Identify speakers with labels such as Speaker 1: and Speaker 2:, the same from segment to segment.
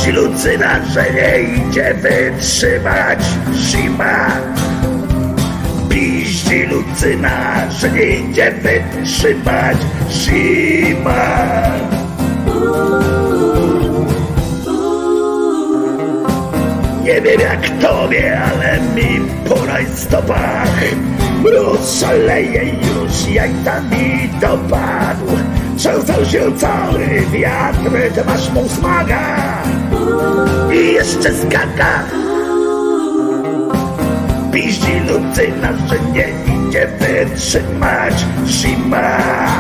Speaker 1: Piździ Lucyna, że nie idzie wytrzymać zima. Piździ Lucyna, że nie idzie wytrzymać zima. Nie wiem jak tobie, ale mi po rajstopach mróz szaleje już, jak tam mi dopadł. Trzęsał się cały wiatr, ty masz mu smaga i jeszcze skaka. Piździ Lucyna, że nie idzie wytrzymać zima.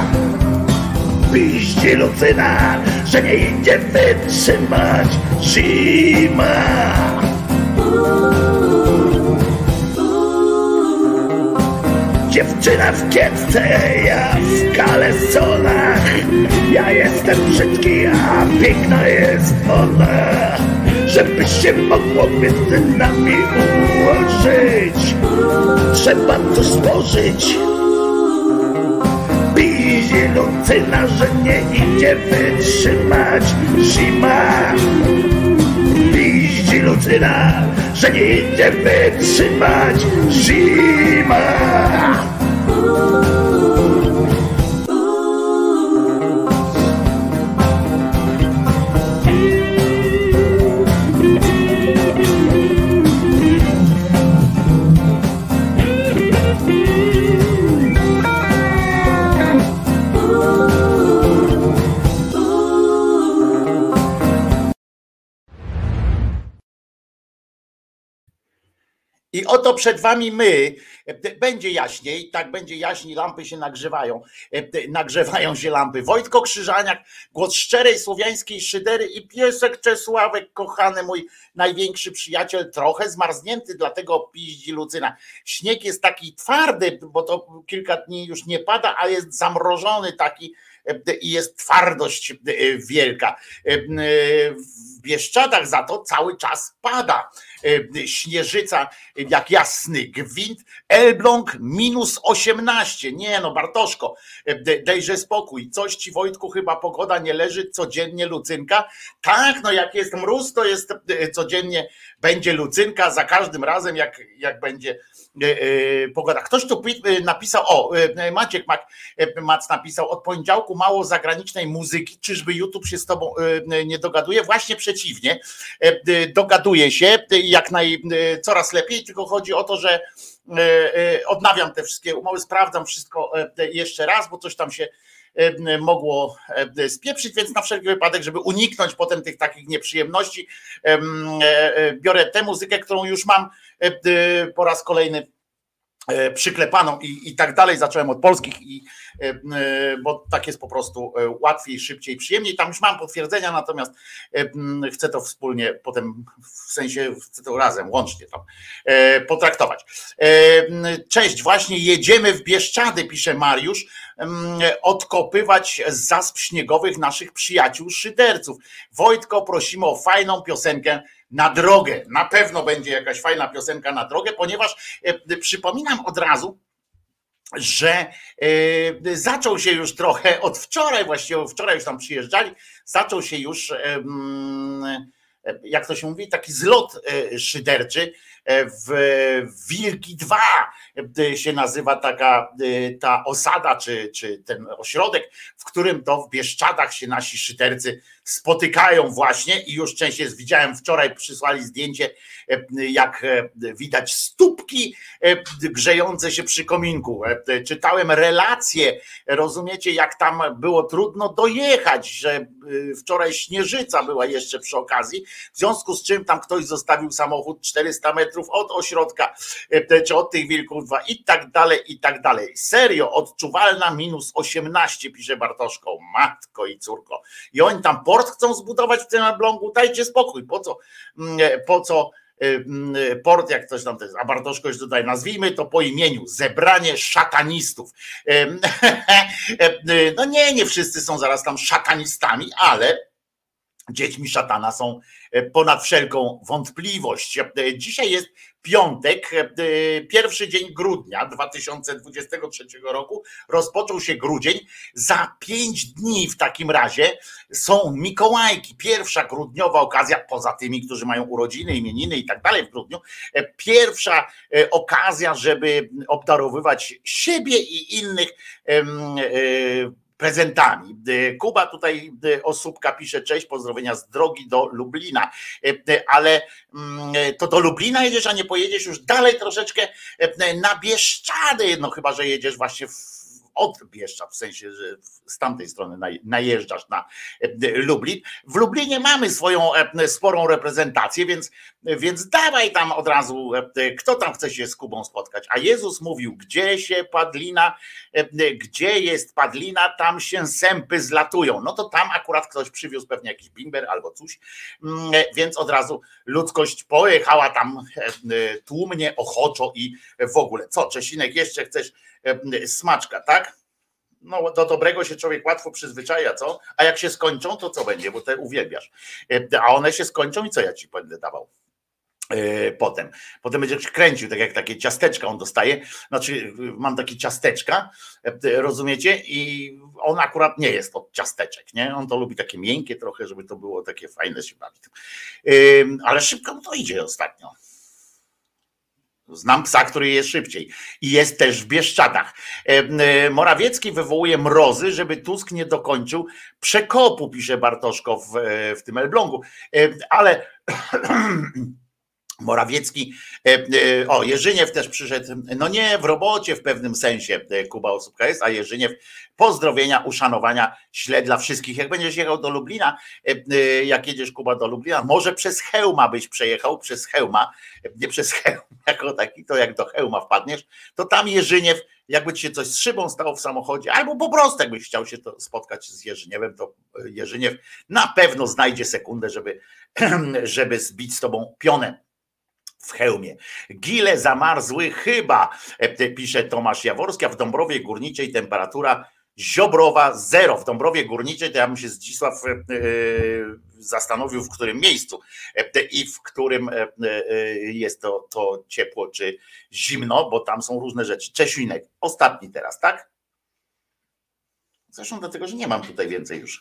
Speaker 1: Piździ Lucyna, że nie idzie wytrzymać zima. Dziewczyna w kiecce, ja w kalesonach. Ja jestem brzydki, a piękna jest ona. Żeby się mogło między nami ułożyć, trzeba to stworzyć. Piździ Lucyna, że nie idzie wytrzymać zima. Piździ Lucyna, że nie idzie wytrzymać zima.
Speaker 2: I oto przed wami my, będzie jaśniej, tak będzie jaśniej, lampy się nagrzewają się lampy. Wojtko Krzyżaniak, głos szczerej słowiańskiej szydery i piesek Czesławek, kochany mój największy przyjaciel, trochę zmarznięty, dlatego piździ Lucyna. Śnieg jest taki twardy, bo to kilka dni już nie pada, a jest zamrożony taki i jest twardość wielka. W Bieszczadach za to cały czas pada śnieżyca jak jasny gwint. Elbląg -18. Nie no, Bartoszko, dejże spokój. Coś ci, Wojtku, chyba pogoda nie leży codziennie, Lucynka. Tak, no jak jest mróz, to jest codziennie będzie Lucynka, za każdym razem jak będzie pogoda. Ktoś tu napisał, Maciek Mac napisał, od poniedziałku mało zagranicznej muzyki, czyżby YouTube się z tobą nie dogaduje? Właśnie przeciwnie, dogaduje się coraz lepiej, tylko chodzi o to, że odnawiam te wszystkie umowy, sprawdzam wszystko jeszcze raz, bo coś tam się mogło spieprzyć, więc na wszelki wypadek, żeby uniknąć potem tych takich nieprzyjemności, biorę tę muzykę, którą już mam po raz kolejny przyklepaną i tak dalej. Zacząłem od polskich, bo tak jest po prostu łatwiej, szybciej, przyjemniej. Tam już mam potwierdzenia, natomiast chcę to wspólnie potem, w sensie chcę to razem, łącznie tam potraktować. Cześć, właśnie jedziemy w Bieszczady, pisze Mariusz, odkopywać z zasp śniegowych naszych przyjaciół szyderców. Wojtko, prosimy o fajną piosenkę na drogę. Na pewno będzie jakaś fajna piosenka na drogę, ponieważ przypominam od razu, że zaczął się już trochę od wczoraj, właściwie wczoraj już tam przyjeżdżali, zaczął się już, jak to się mówi, taki zlot szyderczy w Wilki 2 się nazywa ta osada, czy ten ośrodek, w którym to w Bieszczadach się nasi szydercy spotykają właśnie i już część jest, widziałem wczoraj, przysłali zdjęcie, jak widać stópki grzejące się przy kominku. Czytałem relacje, rozumiecie, jak tam było trudno dojechać, że wczoraj śnieżyca była jeszcze przy okazji, w związku z czym tam ktoś zostawił samochód 400 metrów od ośrodka, czy od tych Wilków 2 i tak dalej, i tak dalej. Serio, odczuwalna -18, pisze Bartoszko, matko i córko. I oni tam port chcą zbudować w tym Elblągu, dajcie spokój, po co port, jak coś tam to jest, a Bartoszko już tutaj nazwijmy to po imieniu, zebranie szatanistów. No nie wszyscy są zaraz tam szatanistami, ale dziećmi szatana są ponad wszelką wątpliwość. Dzisiaj jest piątek, pierwszy dzień grudnia 2023 roku. Rozpoczął się grudzień. Za 5 dni w takim razie są Mikołajki. Pierwsza grudniowa okazja, poza tymi, którzy mają urodziny, imieniny i tak dalej w grudniu. Pierwsza okazja, żeby obdarowywać siebie i innych prezentami. Kuba tutaj Osóbka pisze: cześć, pozdrowienia z drogi do Lublina. Ale to do Lublina jedziesz, a nie pojedziesz już dalej troszeczkę na Bieszczady, no chyba że jedziesz właśnie od Bieszczad, w sensie, że z tamtej strony najeżdżasz na Lublin. W Lublinie mamy swoją sporą reprezentację, więc dawaj tam od razu, kto tam chce się z Kubą spotkać. A Jezus mówił, gdzie jest padlina, tam się sępy zlatują. No to tam akurat ktoś przywiózł pewnie jakiś bimber albo coś, więc od razu ludzkość pojechała tam tłumnie, ochoczo i w ogóle. Co, Czesinek, jeszcze chcesz smaczka, tak? No do dobrego się człowiek łatwo przyzwyczaja, co? A jak się skończą, to co będzie? Bo te uwielbiasz. A one się skończą i co ja ci będę dawał? Potem będziesz kręcił, tak jak takie ciasteczka on dostaje, znaczy mam takie ciasteczka, rozumiecie, i on akurat nie jest od ciasteczek, nie? On to lubi takie miękkie trochę, żeby to było takie fajne się bawi. Ale szybko to idzie ostatnio. Znam psa, który jest szybciej i jest też w Bieszczadach. Morawiecki wywołuje mrozy, żeby Tusk nie dokończył przekopu, pisze Bartoszko w tym Elblągu, ale Morawiecki, Jerzyniew też przyszedł, no nie w robocie w pewnym sensie, Kuba Osóbka jest, a Jerzyniew, pozdrowienia, uszanowania, śle dla wszystkich. Jak będziesz jechał do Lublina, jak jedziesz, Kuba, do Lublina, może przez Chełma byś przejechał, przez Chełma, nie przez Chełm jako taki, to jak do Chełma wpadniesz, to tam Jerzyniew, jakby ci się coś z szybą stało w samochodzie, albo po prostu jakbyś chciał się to spotkać z Jerzyniewem, to Jerzyniew na pewno znajdzie sekundę, żeby zbić z tobą pionę w hełmie. Gile zamarzły chyba, pisze Tomasz Jaworski, a w Dąbrowie Górniczej temperatura ziobrowa 0. W Dąbrowie Górniczej to ja bym się Zdzisław zastanowił, w którym miejscu i w którym jest to ciepło czy zimno, bo tam są różne rzeczy. Czesinek, ostatni teraz, tak? Zresztą dlatego, że nie mam tutaj więcej już.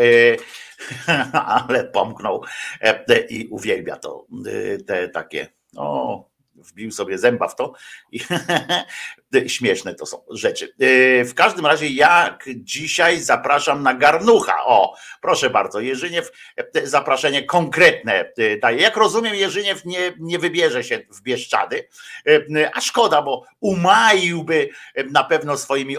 Speaker 2: Ale pomknął i uwielbia to, te takie, wbił sobie zęba w to i śmieszne to są rzeczy. W każdym razie jak dzisiaj zapraszam na garnucha. O, proszę bardzo, Jerzyniew zaproszenie konkretne daje. Jak rozumiem, Jerzyniew nie wybierze się w Bieszczady, a szkoda, bo umaiłby na pewno swoimi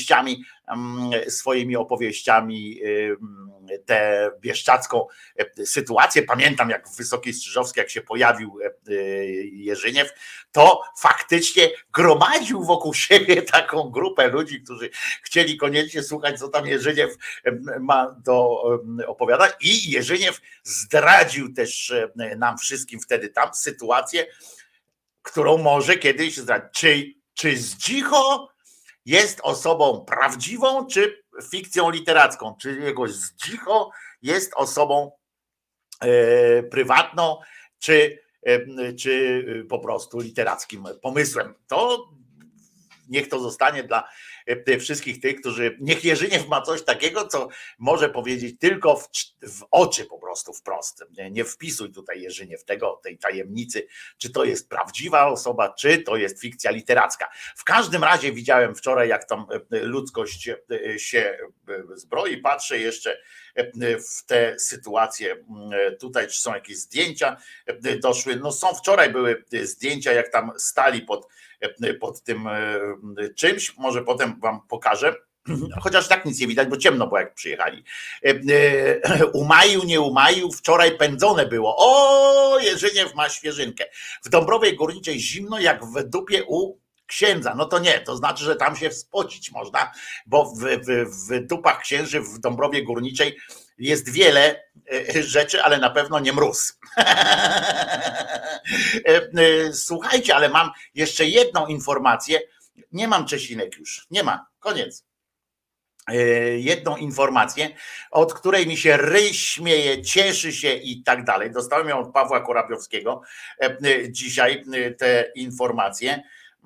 Speaker 2: opowieściami tę bieszczadzką sytuację. Pamiętam, jak w Wysokiej Strzyżowskiej, jak się pojawił Jerzyniew, to faktycznie gromadził wokół siebie taką grupę ludzi, którzy chcieli koniecznie słuchać, co tam Jerzyniew ma do opowiadać, i Jerzyniew zdradził też nam wszystkim wtedy tam sytuację, którą może kiedyś zdradzić. Czy Zdzicho jest osobą prawdziwą, czy fikcją literacką? Czy jego Zdzicho jest osobą prywatną, czy po prostu literackim pomysłem? To niech to zostanie dla wszystkich tych, którzy, niech Jerzyniew ma coś takiego, co może powiedzieć tylko w oczy po prostu wprost. Nie wpisuj tutaj, Jerzyniew, tej tajemnicy, czy to jest prawdziwa osoba, czy to jest fikcja literacka. W każdym razie widziałem wczoraj, jak tam ludzkość się zbroi. Patrzę jeszcze w tę sytuację tutaj, czy są jakieś zdjęcia doszły. No są, wczoraj były zdjęcia, jak tam stali pod tym czymś, może potem wam pokażę, chociaż tak nic nie widać, bo ciemno było, jak przyjechali. Umaił, nie umaił, wczoraj pędzone było. O, Jerzyniew ma świeżynkę. W Dąbrowie Górniczej zimno jak w dupie u księdza. No to nie, to znaczy, że tam się spocić można, bo w dupach księży w Dąbrowie Górniczej jest wiele rzeczy, ale na pewno nie mróz. Słuchajcie, ale mam jeszcze jedną informację. Nie mam Czesinek już, nie ma, koniec. jedną informację, od której mi się ryj śmieje, cieszy się i tak dalej. Dostałem ją od Pawła Korabiowskiego dzisiaj te informacje.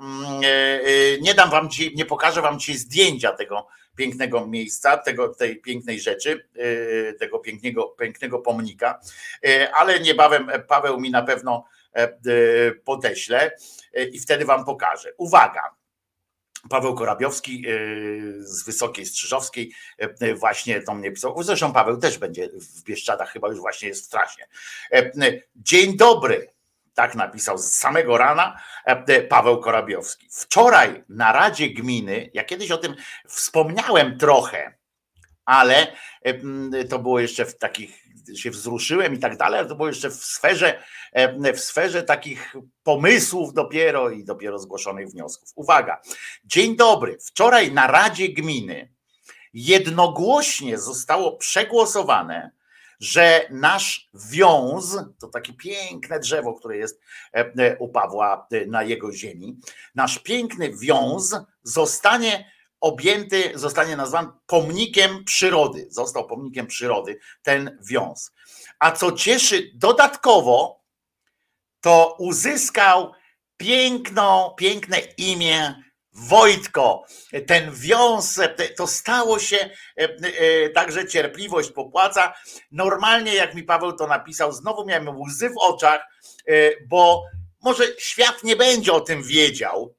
Speaker 2: Nie pokażę wam dzisiaj zdjęcia tego pięknego miejsca, tej pięknej rzeczy, tego pięknego pomnika, ale niebawem Paweł mi na pewno podeśle i wtedy wam pokażę. Uwaga! Paweł Korabiowski z Wysokiej Strzyżowskiej właśnie to mnie pisał. Zresztą Paweł też będzie w Bieszczadach, chyba już właśnie jest w trasie. Dzień dobry, tak napisał z samego rana Paweł Korabiowski. Wczoraj na Radzie Gminy, ja kiedyś o tym wspomniałem trochę, ale to było jeszcze w takich, się wzruszyłem i tak dalej, ale to było jeszcze w sferze takich pomysłów dopiero zgłoszonych wniosków. Uwaga, dzień dobry. Wczoraj na Radzie Gminy jednogłośnie zostało przegłosowane, że nasz wiąz, to takie piękne drzewo, które jest u Pawła na jego ziemi, nasz piękny wiąz zostanie nazwany pomnikiem przyrody. Został pomnikiem przyrody ten wiąz. A co cieszy dodatkowo, to uzyskał piękne imię Wojtko. Ten wiąz, to stało się, także cierpliwość popłaca. Normalnie jak mi Paweł to napisał, znowu miałem łzy w oczach, bo może świat nie będzie o tym wiedział.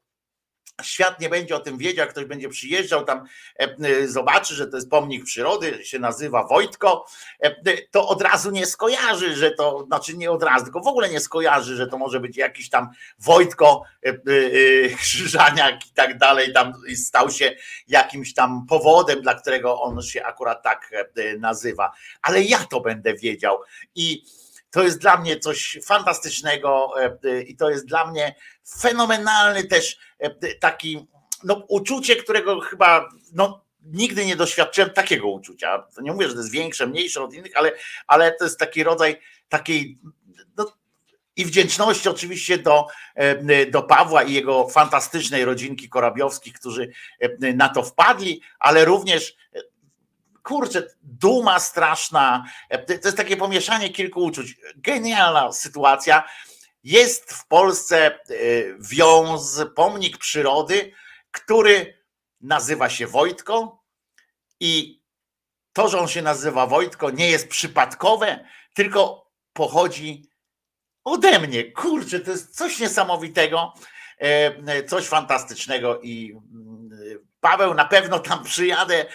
Speaker 2: Jak ktoś będzie przyjeżdżał tam, zobaczy, że to jest pomnik przyrody, się nazywa Wojtko, to od razu nie skojarzy, że to, znaczy nie od razu, tylko w ogóle nie skojarzy, że to może być jakiś tam Wojtko Krzyżaniak i tak dalej, tam stał się jakimś tam powodem, dla którego on się akurat tak nazywa. Ale ja to będę wiedział i to jest dla mnie coś fantastycznego i to jest dla mnie fenomenalny też taki uczucie, którego chyba nigdy nie doświadczyłem takiego uczucia. Nie mówię, że to jest większe, mniejsze od innych, ale to jest taki rodzaj takiej i wdzięczności oczywiście do Pawła i jego fantastycznej rodzinki Korabiowskich, którzy na to wpadli, ale również kurczę, duma straszna, to jest takie pomieszanie kilku uczuć. Genialna sytuacja. Jest w Polsce wiąz, pomnik przyrody, który nazywa się Wojtko i to, że on się nazywa Wojtko, nie jest przypadkowe, tylko pochodzi ode mnie. Kurczę, to jest coś niesamowitego, coś fantastycznego i Paweł, na pewno tam przyjadę,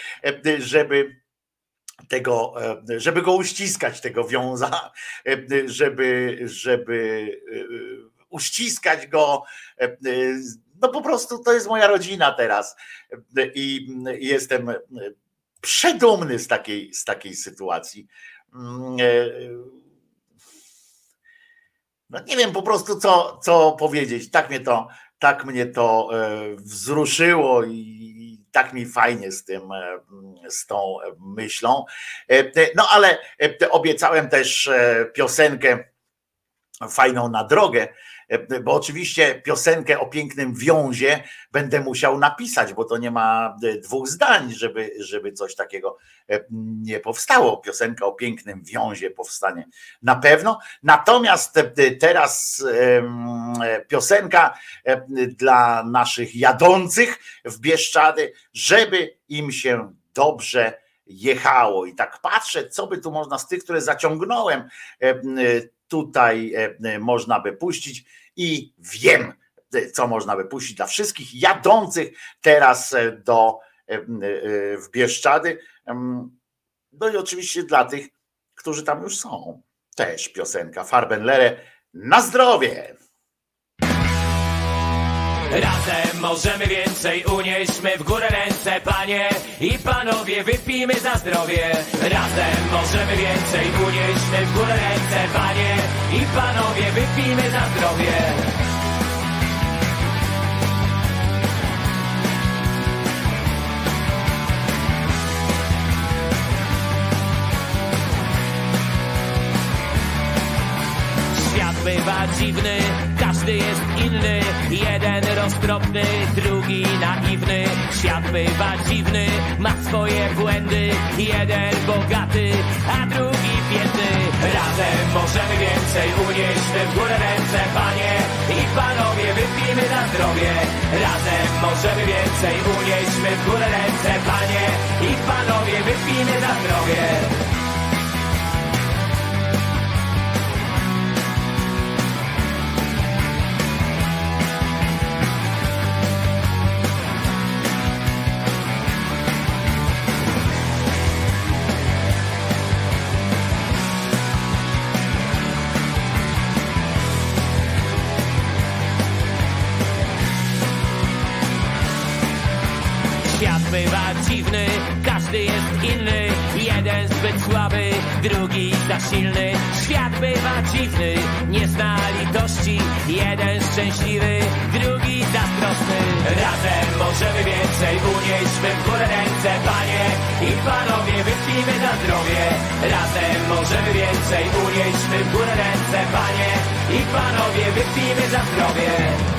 Speaker 2: żeby go uściskać, tego wiąza, żeby uściskać go. No po prostu to jest moja rodzina teraz i jestem przedumny z takiej sytuacji. No nie wiem po prostu co powiedzieć. Tak mnie to wzruszyło i tak mi fajnie z tą myślą. No ale obiecałem też piosenkę fajną na drogę, bo oczywiście piosenkę o pięknym wiązie będę musiał napisać, bo to nie ma dwóch zdań, żeby coś takiego nie powstało. Piosenka o pięknym wiązie powstanie na pewno. Natomiast teraz piosenka dla naszych jadących w Bieszczady, żeby im się dobrze jechało. I tak patrzę, co by tu można z tych, które zaciągnąłem, tutaj można by puścić i wiem, co można by puścić dla wszystkich jadących teraz w Bieszczady. No i oczywiście dla tych, którzy tam już są. Też piosenka Farbenlere na zdrowie.
Speaker 3: Razem możemy więcej, unieśmy w górę ręce, panie i panowie, wypijmy za zdrowie. Razem możemy więcej, unieśmy w górę ręce, panie i panowie, wypijmy za zdrowie. Świat bywa dziwny, każdy każdy jest inny. Jeden roztropny, drugi naiwny. Świat bywa dziwny, ma swoje błędy. Jeden bogaty, a drugi biedny. Razem możemy więcej, unieśmy w górę ręce, panie i panowie, wypijmy za zdrowie. Razem możemy więcej, unieśmy w górę ręce, panie i panowie, wypijmy za zdrowie. Świat bywa dziwny, każdy jest inny. Jeden zbyt słaby, drugi za silny. Świat bywa dziwny, nie zna litości. Jeden szczęśliwy, drugi zazdrosny. Razem możemy więcej, unieśmy w górę ręce, panie i panowie, wypijmy za zdrowie. Razem możemy więcej, unieśmy w górę ręce, panie i panowie, wypijmy za zdrowie.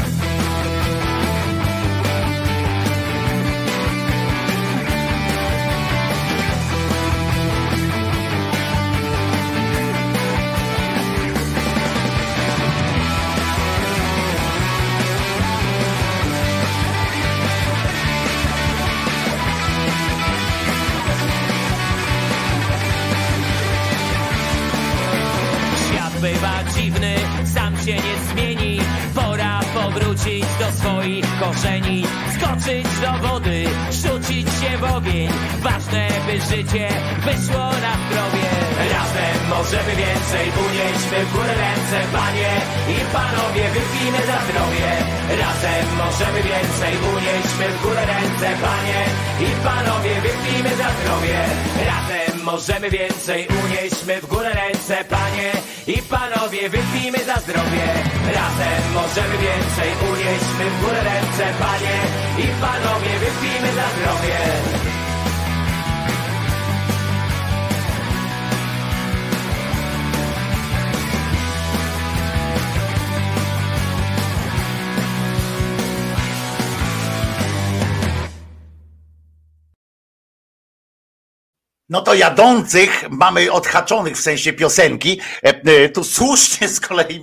Speaker 3: Bywa dziwny, sam się nie zmieni. Pora powrócić do swoich korzeni. Skoczyć do wody, rzucić się w ogień. Ważne, by życie wyszło na zdrowie. Razem możemy więcej, unieśmy w górę ręce, panie i panowie, wypijmy za zdrowie. Razem możemy więcej, unieśmy w górę ręce, panie i panowie, wypijmy za zdrowie. Razem możemy więcej, unieśmy w górę ręce, panie i panowie, wypijmy za zdrowie. Razem możemy więcej, unieśmy w górę ręce, panie i panowie, wypijmy za zdrowie.
Speaker 2: No to jadących mamy odhaczonych w sensie piosenki. Tu słusznie z kolei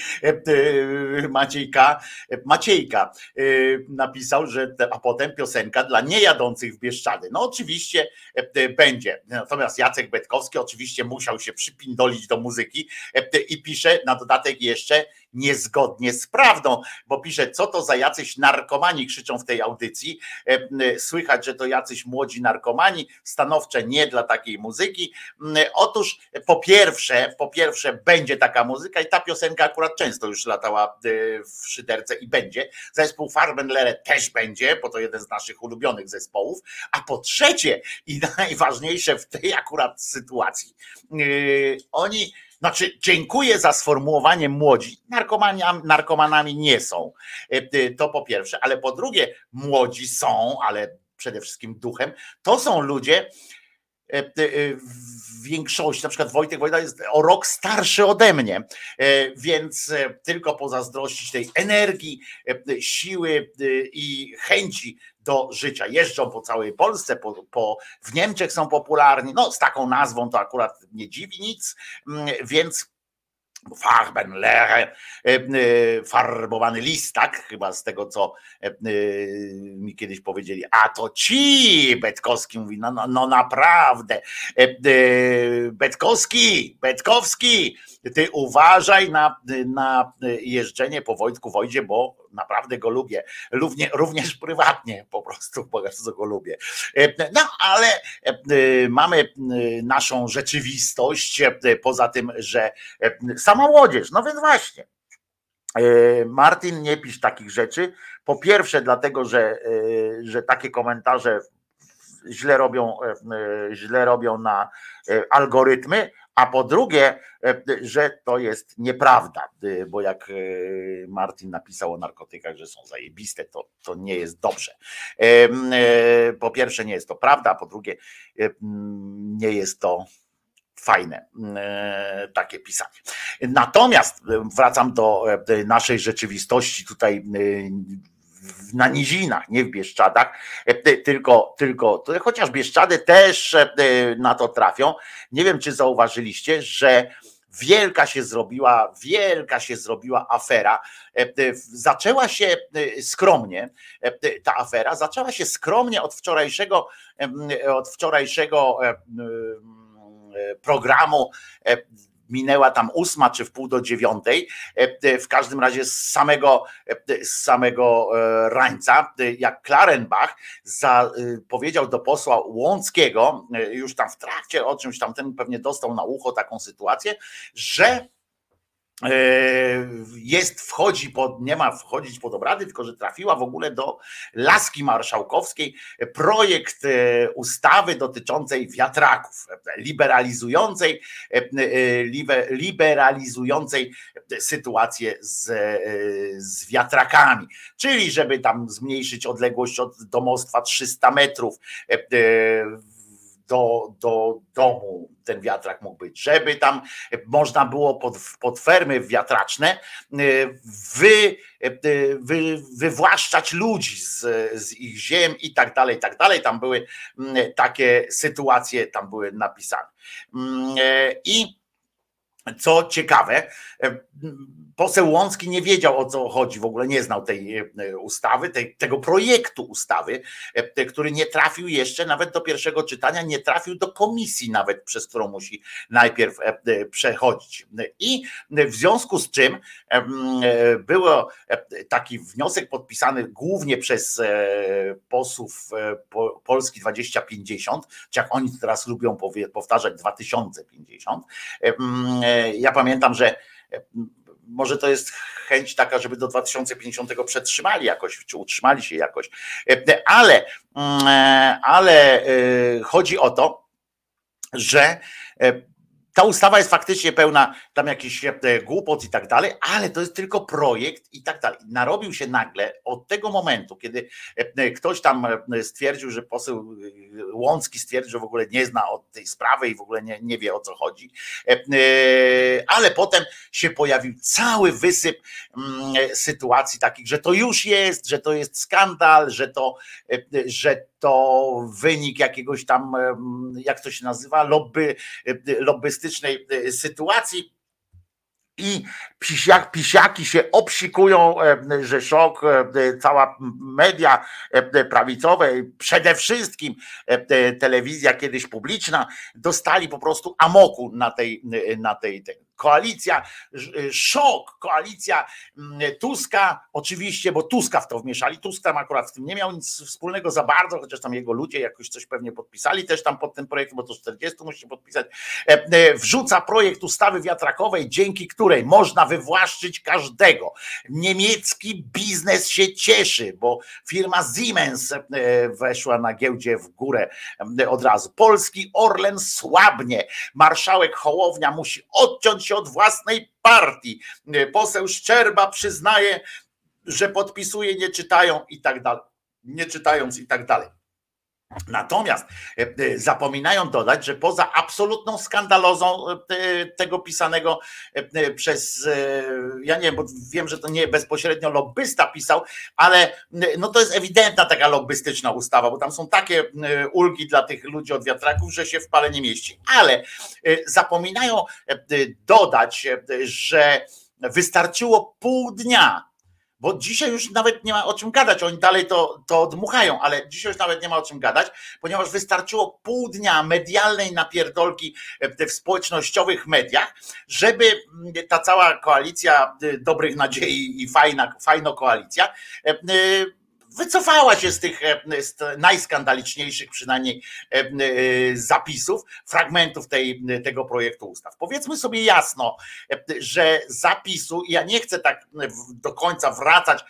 Speaker 2: Maciejka napisał, że a potem piosenka dla niejadących w Bieszczady. No oczywiście będzie. Natomiast Jacek Betkowski oczywiście musiał się przypindolić do muzyki i pisze na dodatek jeszcze niezgodnie z prawdą, bo pisze, co to za jacyś narkomani krzyczą w tej audycji. Słychać, że to jacyś młodzi narkomani, stanowcze nie dla takiej muzyki. Otóż po pierwsze będzie taka muzyka i ta piosenka akurat często już latała w szyderce i będzie. Zespół Farbenlehre też będzie, bo to jeden z naszych ulubionych zespołów. A po trzecie i najważniejsze w tej akurat sytuacji, znaczy, dziękuję za sformułowanie młodzi. Narkomanami nie są. To po pierwsze, ale po drugie, młodzi są, ale przede wszystkim duchem. To są ludzie w większości, na przykład Wojtek Wojda jest o rok starszy ode mnie, więc tylko pozazdrościć tej energii, siły i chęci do życia. Jeżdżą po całej Polsce, w Niemczech są popularni, no z taką nazwą to akurat nie dziwi nic, więc Farbenlehre, farbowany lis, tak? Chyba z tego, co mi kiedyś powiedzieli. A to ci, Betkowski mówi, no naprawdę. Betkowski, ty uważaj na jeżdżenie po Wojtku Wojdzie, bo naprawdę go lubię. Również prywatnie po prostu bardzo go lubię. No ale mamy naszą rzeczywistość, poza tym, że sama młodzież, no więc właśnie. Martin, nie pisz takich rzeczy. Po pierwsze dlatego, że takie komentarze źle robią na algorytmy, a po drugie, że to jest nieprawda, bo jak Martin napisał o narkotykach, że są zajebiste, to nie jest dobrze. Po pierwsze nie jest to prawda, a po drugie nie jest to fajne takie pisanie. Natomiast wracam do naszej rzeczywistości tutaj na nizinach, nie w Bieszczadach, tylko chociaż Bieszczady też na to trafią. Nie wiem, czy zauważyliście, że wielka się zrobiła afera. Zaczęła się skromnie, ta afera zaczęła się skromnie od wczorajszego programu. Minęła tam 8 czy w pół do 9. W każdym razie z samego rańca, jak Klarenbach powiedział do posła Łąckiego, już tam w trakcie o czymś tam, ten pewnie dostał na ucho taką sytuację, że nie ma wchodzić pod obrady, tylko że trafiła w ogóle do laski marszałkowskiej projekt ustawy dotyczącej wiatraków, liberalizującej sytuację z wiatrakami, czyli żeby tam zmniejszyć odległość od domostwa 300 metrów do domu ten wiatrak mógł być, żeby tam można było pod fermy wiatraczne wywłaszczać ludzi z ich ziem i tak dalej, i tak dalej. Tam były takie sytuacje, tam były napisane. I co ciekawe, poseł Łącki nie wiedział, o co chodzi, w ogóle nie znał tej ustawy, tego projektu ustawy, który nie trafił jeszcze nawet do pierwszego czytania, nie trafił do komisji nawet, przez którą musi najpierw przechodzić. I w związku z czym był taki wniosek podpisany głównie przez posłów Polski 2050, czy jak oni teraz lubią powtarzać 2050. Ja pamiętam, że może to jest chęć taka, żeby do 2050 przetrzymali jakoś, czy utrzymali się jakoś, ale chodzi o to, że ta ustawa jest faktycznie pełna tam jakichś głupot i tak dalej, ale to jest tylko projekt i tak dalej. Narobił się nagle od tego momentu, kiedy ktoś tam stwierdził, że poseł Łącki stwierdził, że w ogóle nie zna od tej sprawy i w ogóle nie wie, o co chodzi, ale potem się pojawił cały wysyp sytuacji takich, że to już jest, że to jest skandal, że to wynik jakiegoś tam, jak to się nazywa, lobbystycznej sytuacji. I pisiaki się obsikują, że szok, cała media prawicowe, przede wszystkim telewizja kiedyś publiczna, dostali po prostu amoku na tej koalicja, szok, koalicja Tuska, oczywiście, bo Tuska w to wmieszali, Tusk tam akurat w tym nie miał nic wspólnego za bardzo, chociaż tam jego ludzie jakoś coś pewnie podpisali też tam pod ten projekt, bo to 40 musi podpisać, wrzuca projekt ustawy wiatrakowej, dzięki której można wywłaszczyć każdego. Niemiecki biznes się cieszy, bo firma Siemens weszła na giełdzie w górę od razu. Polski Orlen słabnie, marszałek Hołownia musi odciąć się od własnej partii. Poseł Szczerba przyznaje, że podpisuje, nie czytając i tak dalej. Natomiast zapominają dodać, że poza absolutną skandalozą tego pisanego przez, ja nie wiem, bo wiem, że to nie bezpośrednio lobbysta pisał, ale no to jest ewidentna taka lobbystyczna ustawa, bo tam są takie ulgi dla tych ludzi od wiatraków, że się w pale nie mieści. Ale zapominają dodać, że wystarczyło pół dnia, bo dzisiaj już nawet nie ma o czym gadać, oni dalej to odmuchają, ale dzisiaj już nawet nie ma o czym gadać, ponieważ wystarczyło pół dnia medialnej napierdolki w społecznościowych mediach, żeby ta cała koalicja dobrych nadziei i fajna koalicja wycofała się z tych najskandaliczniejszych przynajmniej zapisów, fragmentów tego projektu ustaw. Powiedzmy sobie jasno, że zapisu, ja nie chcę tak do końca wracać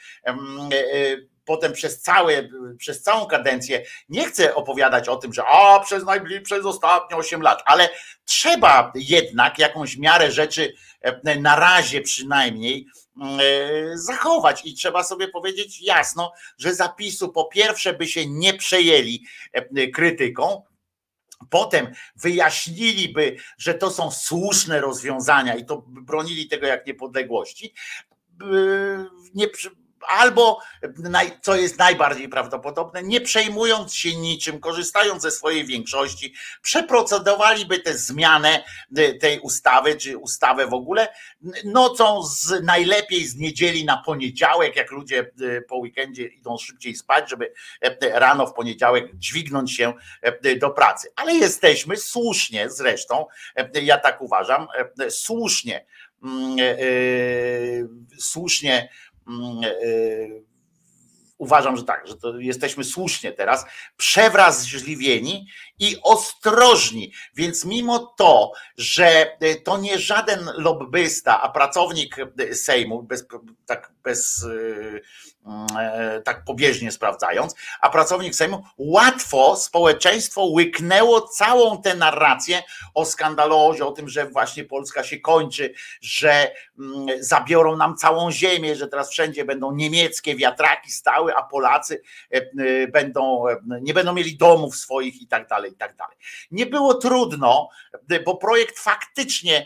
Speaker 2: potem przez całą kadencję, nie chcę opowiadać o tym, że przez ostatnie 8 lat, ale trzeba jednak jakąś miarę rzeczy na razie przynajmniej zachować i trzeba sobie powiedzieć jasno, że zapisu po pierwsze by się nie przejęli krytyką, potem wyjaśniliby, że to są słuszne rozwiązania i to bronili tego jak niepodległości, nie, albo, co jest najbardziej prawdopodobne, nie przejmując się niczym, korzystając ze swojej większości, przeprocedowaliby tę zmianę tej ustawy, czy ustawę w ogóle, nocą najlepiej z niedzieli na poniedziałek, jak ludzie po weekendzie idą szybciej spać, żeby rano w poniedziałek dźwignąć się do pracy. Ale jesteśmy słusznie zresztą, ja tak uważam, słusznie uważam, że tak, że to jesteśmy słusznie teraz przewrażliwieni i ostrożni, więc mimo to, że to nie żaden lobbysta, a pracownik Sejmu, tak pobieżnie sprawdzając, a pracownik Sejmu, łatwo społeczeństwo łyknęło całą tę narrację o skandalozie, o tym, że właśnie Polska się kończy, że zabiorą nam całą ziemię, że teraz wszędzie będą niemieckie wiatraki stały, a Polacy nie będą mieli domów swoich i tak dalej, i tak dalej. Nie było trudno, bo projekt faktycznie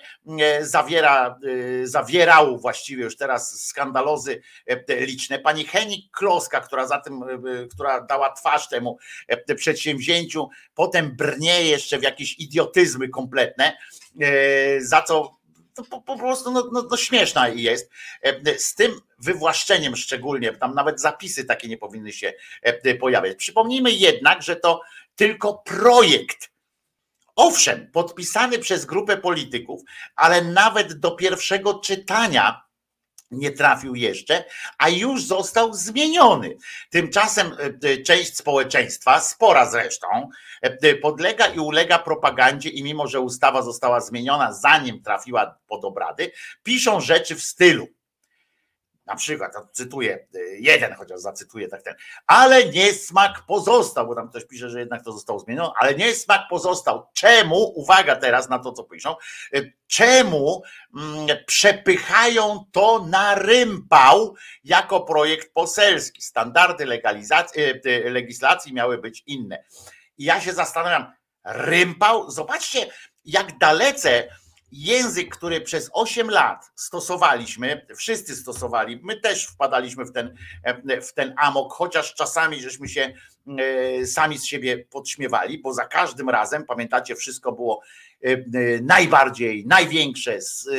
Speaker 2: zawierał właściwie już teraz skandalozy liczne. Pani Hennig-Kloska, która dała twarz temu przedsięwzięciu, potem brnie jeszcze w jakieś idiotyzmy kompletne, za co to po prostu no śmieszna jest. Z tym wywłaszczeniem szczególnie, tam nawet zapisy takie nie powinny się pojawiać. Przypomnijmy jednak, że to tylko projekt. Owszem, podpisany przez grupę polityków, ale nawet do pierwszego czytania nie trafił jeszcze, a już został zmieniony. Tymczasem część społeczeństwa, spora zresztą, podlega i ulega propagandzie i mimo, że ustawa została zmieniona zanim trafiła pod obrady, piszą rzeczy w stylu. Na przykład, cytuję, jeden chociaż zacytuję tak ten, ale niesmak pozostał, bo tam ktoś pisze, że jednak to zostało zmienione, ale niesmak pozostał. Czemu, uwaga teraz na to, co piszą, czemu przepychają to na rympał jako projekt poselski? Standardy legislacji miały być inne. I ja się zastanawiam, rympał? Zobaczcie, jak dalece język, który przez 8 lat stosowaliśmy, wszyscy stosowali, my też wpadaliśmy w ten amok, chociaż czasami żeśmy się sami z siebie podśmiewali, bo za każdym razem, pamiętacie, wszystko było najbardziej, największe,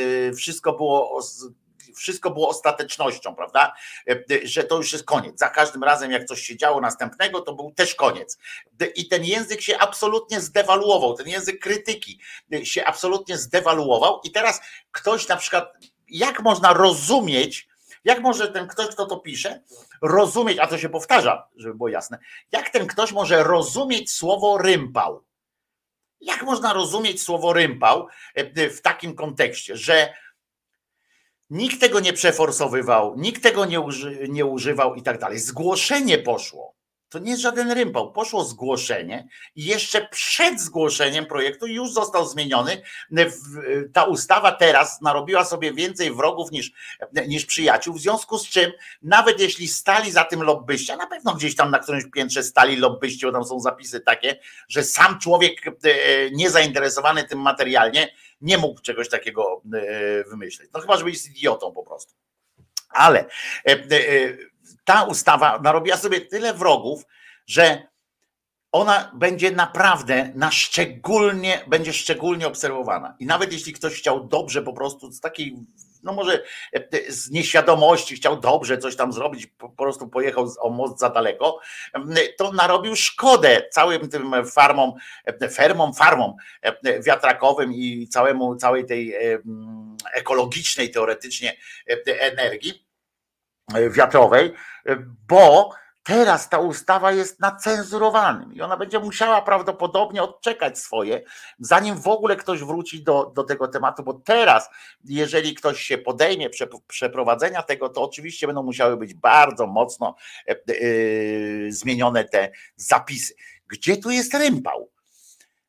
Speaker 2: wszystko było ostatecznością, prawda? Że to już jest koniec. Za każdym razem, jak coś się działo następnego, to był też koniec. I ten język się absolutnie zdewaluował, ten język krytyki się absolutnie zdewaluował. I teraz ktoś na przykład, jak można rozumieć, jak może ten ktoś, kto to pisze, rozumieć, a to się powtarza, żeby było jasne, jak ten ktoś może rozumieć słowo rympał? Jak można rozumieć słowo rympał w takim kontekście, że nikt tego nie przeforsowywał, nikt tego nie używał i tak dalej. Zgłoszenie poszło. To nie jest żaden rympał. Poszło zgłoszenie i jeszcze przed zgłoszeniem projektu już został zmieniony. Ta ustawa teraz narobiła sobie więcej wrogów niż przyjaciół, w związku z czym nawet jeśli stali za tym lobbyści, a na pewno gdzieś tam na którymś piętrze stali lobbyści, bo tam są zapisy takie, że sam człowiek niezainteresowany tym materialnie nie mógł czegoś takiego wymyślić. No chyba, że jest idiotą po prostu. Ale ta ustawa narobiła sobie tyle wrogów, że ona będzie naprawdę będzie szczególnie obserwowana. I nawet jeśli ktoś chciał dobrze po prostu z takiej, no może z nieświadomości chciał dobrze coś tam zrobić, po prostu pojechał o most za daleko, to narobił szkodę całym tym farmom wiatrakowym i całej tej ekologicznej teoretycznie energii wiatrowej, bo teraz ta ustawa jest na cenzurowanym i ona będzie musiała prawdopodobnie odczekać swoje, zanim w ogóle ktoś wróci do tego tematu, bo teraz, jeżeli ktoś się podejmie przeprowadzenia tego, to oczywiście będą musiały być bardzo mocno zmienione te zapisy. Gdzie tu jest rympał?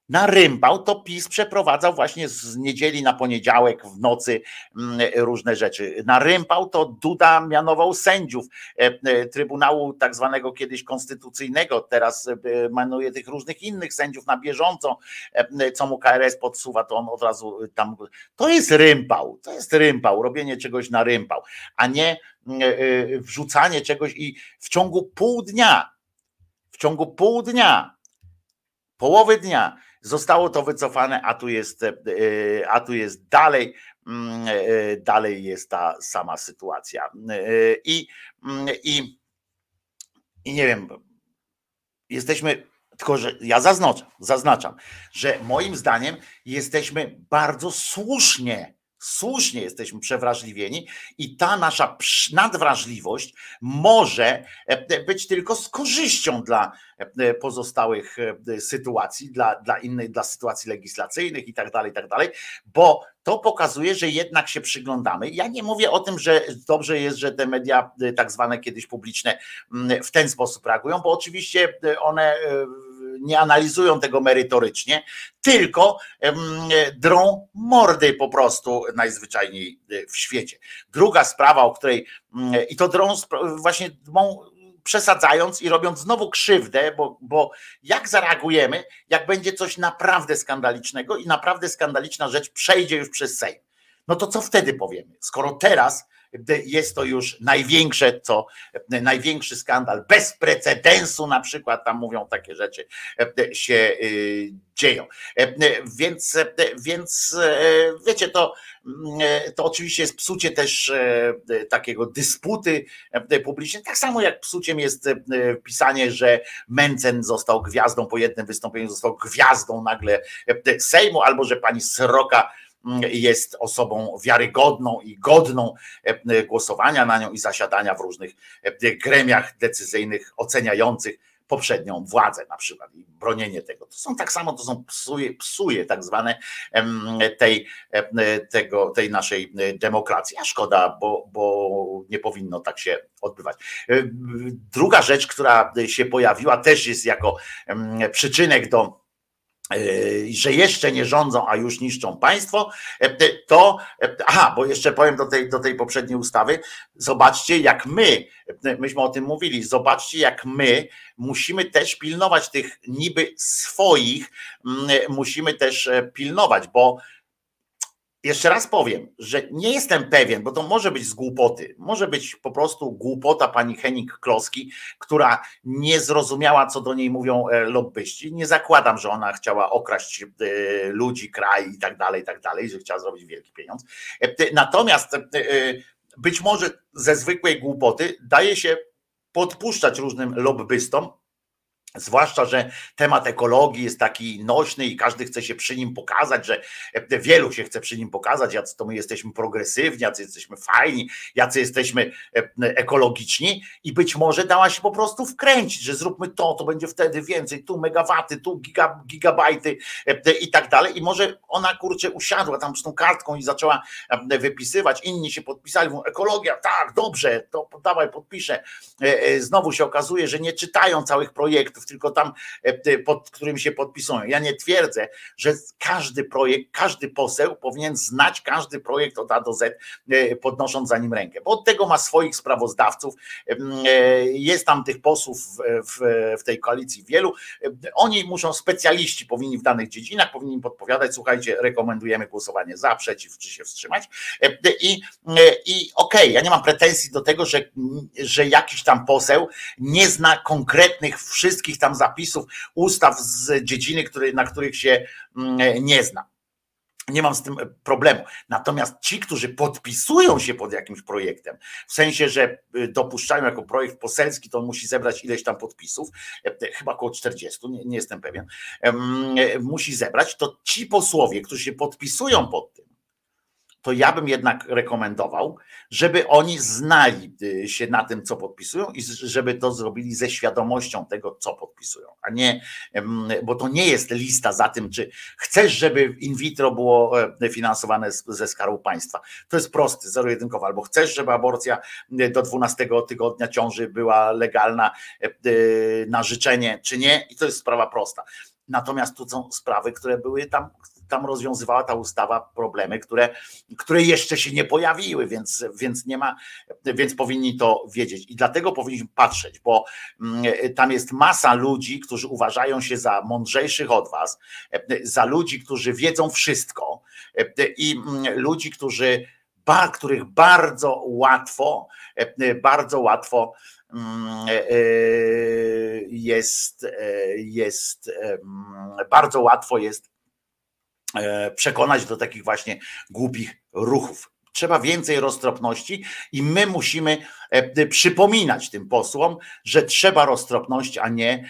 Speaker 2: Na rympał to PiS przeprowadzał właśnie z niedzieli na poniedziałek w nocy różne rzeczy. Na rympał to Duda mianował sędziów Trybunału tak zwanego kiedyś konstytucyjnego, teraz mianuje tych różnych innych sędziów na bieżąco, co mu KRS podsuwa, to on od razu tam, to jest rympał, robienie czegoś na rympał, a nie wrzucanie czegoś i w ciągu pół dnia, połowy dnia zostało to wycofane, a tu jest dalej jest ta sama sytuacja. I nie wiem, jesteśmy, tylko że ja zaznaczam, że moim zdaniem jesteśmy bardzo słusznie jesteśmy przewrażliwieni i ta nasza nadwrażliwość może być tylko z korzyścią dla pozostałych sytuacji, dla innych, dla sytuacji legislacyjnych i tak dalej, bo to pokazuje, że jednak się przyglądamy. Ja nie mówię o tym, że dobrze jest, że te media tak zwane kiedyś publiczne w ten sposób reagują, bo oczywiście one nie analizują tego merytorycznie, tylko drą mordy po prostu najzwyczajniej w świecie. Druga sprawa, o której i to drą właśnie przesadzając i robiąc znowu krzywdę, bo jak zareagujemy, jak będzie coś naprawdę skandalicznego i naprawdę skandaliczna rzecz przejdzie już przez Sejm. No to co wtedy powiemy? Skoro teraz jest to już największy skandal, bez precedensu na przykład, tam mówią takie rzeczy się dzieją. Więc wiecie, to oczywiście jest psucie też takiego dysputy publicznej, tak samo jak psuciem jest pisanie, że Mencen został gwiazdą, po jednym wystąpieniu został gwiazdą nagle Sejmu, albo że pani Sroka jest osobą wiarygodną i godną głosowania na nią i zasiadania w różnych gremiach decyzyjnych oceniających poprzednią władzę na przykład i bronienie tego. To są tak samo, to są psuje tak zwane tej naszej demokracji. A szkoda, bo nie powinno tak się odbywać. Druga rzecz, która się pojawiła, też jest jako przyczynek do, że jeszcze nie rządzą, a już niszczą państwo, bo jeszcze powiem do tej poprzedniej ustawy, zobaczcie jak myśmy o tym mówili, zobaczcie jak my musimy też pilnować tych niby swoich, musimy też pilnować, bo jeszcze raz powiem, że nie jestem pewien, bo to może być z głupoty, może być po prostu głupota pani Hennig-Kloski, która nie zrozumiała, co do niej mówią lobbyści. Nie zakładam, że ona chciała okraść ludzi, kraj i tak dalej, że chciała zrobić wielki pieniądz. Natomiast być może ze zwykłej głupoty daje się podpuszczać różnym lobbystom, zwłaszcza, że temat ekologii jest taki nośny i każdy chce się przy nim pokazać, że wielu się chce przy nim pokazać, jacy to my jesteśmy progresywni, jacy jesteśmy fajni, jacy jesteśmy ekologiczni i być może dała się po prostu wkręcić, że zróbmy to będzie wtedy więcej, tu megawaty, tu gigabajty i tak dalej i może ona kurczę usiadła tam z tą kartką i zaczęła wypisywać, inni się podpisali, mówią ekologia, tak, dobrze, to dawaj podpiszę. Znowu się okazuje, że nie czytają całych projektów, tylko tam, pod którymi się podpisują. Ja nie twierdzę, że każdy projekt, każdy poseł powinien znać każdy projekt od A do Z, podnosząc za nim rękę, bo od tego ma swoich sprawozdawców, jest tam tych posłów w tej koalicji wielu, oni muszą, specjaliści powinni w danych dziedzinach, powinni im podpowiadać, słuchajcie, rekomendujemy głosowanie za, przeciw, czy się wstrzymać i okej, ja nie mam pretensji do tego, że jakiś tam poseł nie zna konkretnych wszystkich tam zapisów, ustaw z dziedziny, na których się nie zna. Nie mam z tym problemu. Natomiast ci, którzy podpisują się pod jakimś projektem, w sensie, że dopuszczają jako projekt poselski, to on musi zebrać ileś tam podpisów, chyba około 40, nie jestem pewien, musi zebrać, to ci posłowie, którzy się podpisują pod tym, to ja bym jednak rekomendował, żeby oni znali się na tym, co podpisują i żeby to zrobili ze świadomością tego, co podpisują, a nie, bo to nie jest lista za tym, czy chcesz, żeby in vitro było finansowane ze Skarbu Państwa. To jest prosty, zero-jedynkowy, albo chcesz, żeby aborcja do 12 tygodnia ciąży była legalna na życzenie, czy nie, i to jest sprawa prosta. Natomiast tu są sprawy, które były tam rozwiązywała ta ustawa problemy, które jeszcze się nie pojawiły, więc nie ma, więc powinni to wiedzieć. I dlatego powinniśmy patrzeć, bo tam jest masa ludzi, którzy uważają się za mądrzejszych od was, za ludzi, którzy wiedzą wszystko i ludzi, których bardzo łatwo bardzo łatwo jest przekonać do takich właśnie głupich ruchów. Trzeba więcej roztropności i my musimy przypominać tym posłom, że trzeba roztropności, a nie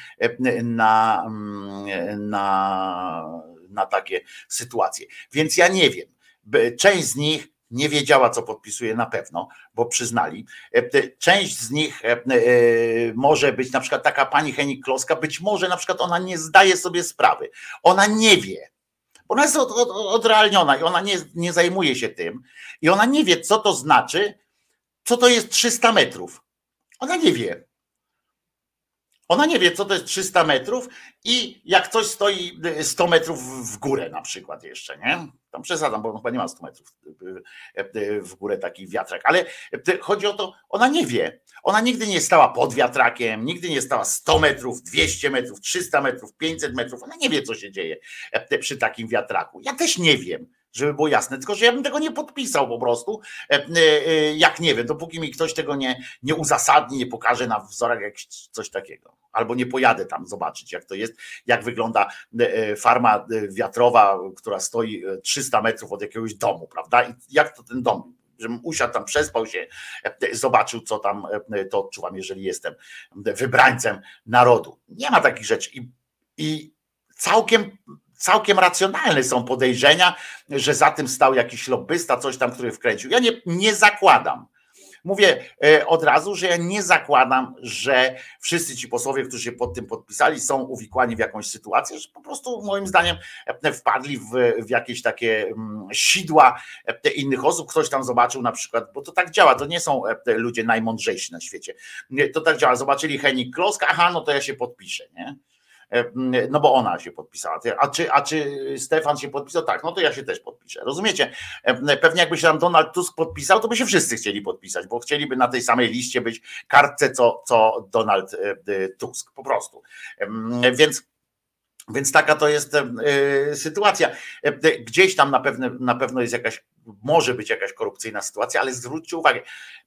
Speaker 2: na takie sytuacje. Więc ja nie wiem, część z nich nie wiedziała, co podpisuje na pewno, bo przyznali. Część z nich może być, na przykład taka pani Hennig-Kloska, być może na przykład ona nie zdaje sobie sprawy. Ona nie wie, bo ona jest odrealniona i ona nie zajmuje się tym i ona nie wie, co to znaczy, co to jest 300 metrów. Ona nie wie. Ona nie wie, co to jest 300 metrów i jak coś stoi 100 metrów w górę na przykład jeszcze, nie? Tam przesadzam, bo chyba nie ma 100 metrów w górę taki wiatrak, ale chodzi o to, ona nie wie. Ona nigdy nie stała pod wiatrakiem, nigdy nie stała 100 metrów, 200 metrów, 300 metrów, 500 metrów. Ona nie wie, co się dzieje przy takim wiatraku. Ja też nie wiem, żeby było jasne, tylko że ja bym tego nie podpisał po prostu, jak nie wiem, dopóki mi ktoś tego nie uzasadni, nie pokaże na wzorach jak coś takiego. Albo nie pojadę tam zobaczyć, jak to jest, jak wygląda farma wiatrowa, która stoi 300 metrów od jakiegoś domu, prawda? I jak to ten dom, żebym usiadł tam, przespał się, zobaczył, co tam, to odczuwam, jeżeli jestem wybrańcem narodu. Nie ma takich rzeczy i całkiem racjonalne są podejrzenia, że za tym stał jakiś lobbysta, coś tam, który wkręcił. Ja nie zakładam. Mówię od razu, że ja nie zakładam, że wszyscy ci posłowie, którzy się pod tym podpisali, są uwikłani w jakąś sytuację, że po prostu moim zdaniem wpadli w jakieś takie sidła innych osób. Ktoś tam zobaczył na przykład, bo to tak działa, to nie są ludzie najmądrzejsi na świecie. To tak działa, zobaczyli Hennig-Kloskę, aha, no to ja się podpiszę, nie? No bo ona się podpisała. A czy Stefan się podpisał? Tak, no to ja się też podpiszę. Rozumiecie? Pewnie jakby się tam Donald Tusk podpisał, to by się wszyscy chcieli podpisać, bo chcieliby na tej samej liście być kartce, co Donald Tusk. Po prostu. Więc taka to jest sytuacja. Gdzieś tam na pewno jest może być jakaś korupcyjna sytuacja, ale zwróćcie uwagę,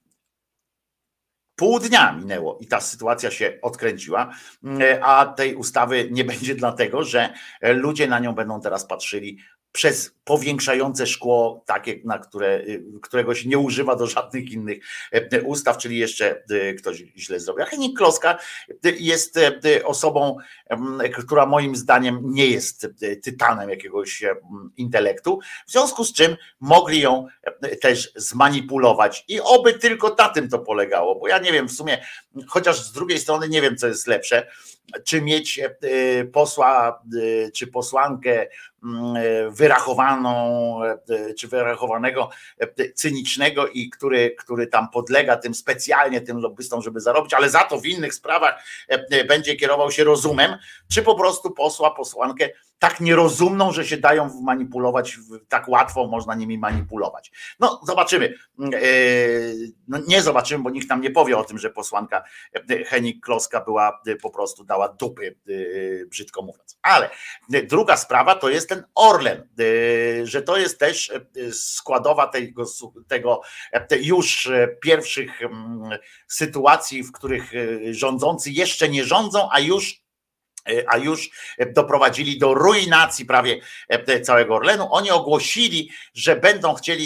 Speaker 2: pół dnia minęło i ta sytuacja się odkręciła, a tej ustawy nie będzie dlatego, że ludzie na nią będą teraz patrzyli przez powiększające szkło, takie, którego się nie używa do żadnych innych ustaw, czyli jeszcze ktoś źle zrobił. Hennig-Kloska jest osobą, która moim zdaniem nie jest tytanem jakiegoś intelektu, w związku z czym mogli ją też zmanipulować i oby tylko na tym to polegało, bo ja nie wiem w sumie, chociaż z drugiej strony nie wiem, co jest lepsze, czy mieć posła czy posłankę wyrachowaną, czy wyrachowanego, cynicznego i który tam podlega specjalnie tym lobbystom, żeby zarobić, ale za to w innych sprawach będzie kierował się rozumem, czy po prostu posła, posłankę tak nierozumną, że się dają manipulować, tak łatwo można nimi manipulować. No zobaczymy. No, nie zobaczymy, bo nikt nam nie powie o tym, że posłanka Hennig-Kloska po prostu dała dupy, brzydko mówiąc. Ale druga sprawa to jest ten Orlen, że to jest też składowa tego już pierwszych sytuacji, w których rządzący jeszcze nie rządzą, a już doprowadzili do ruinacji prawie całego Orlenu. Oni ogłosili, że będą chcieli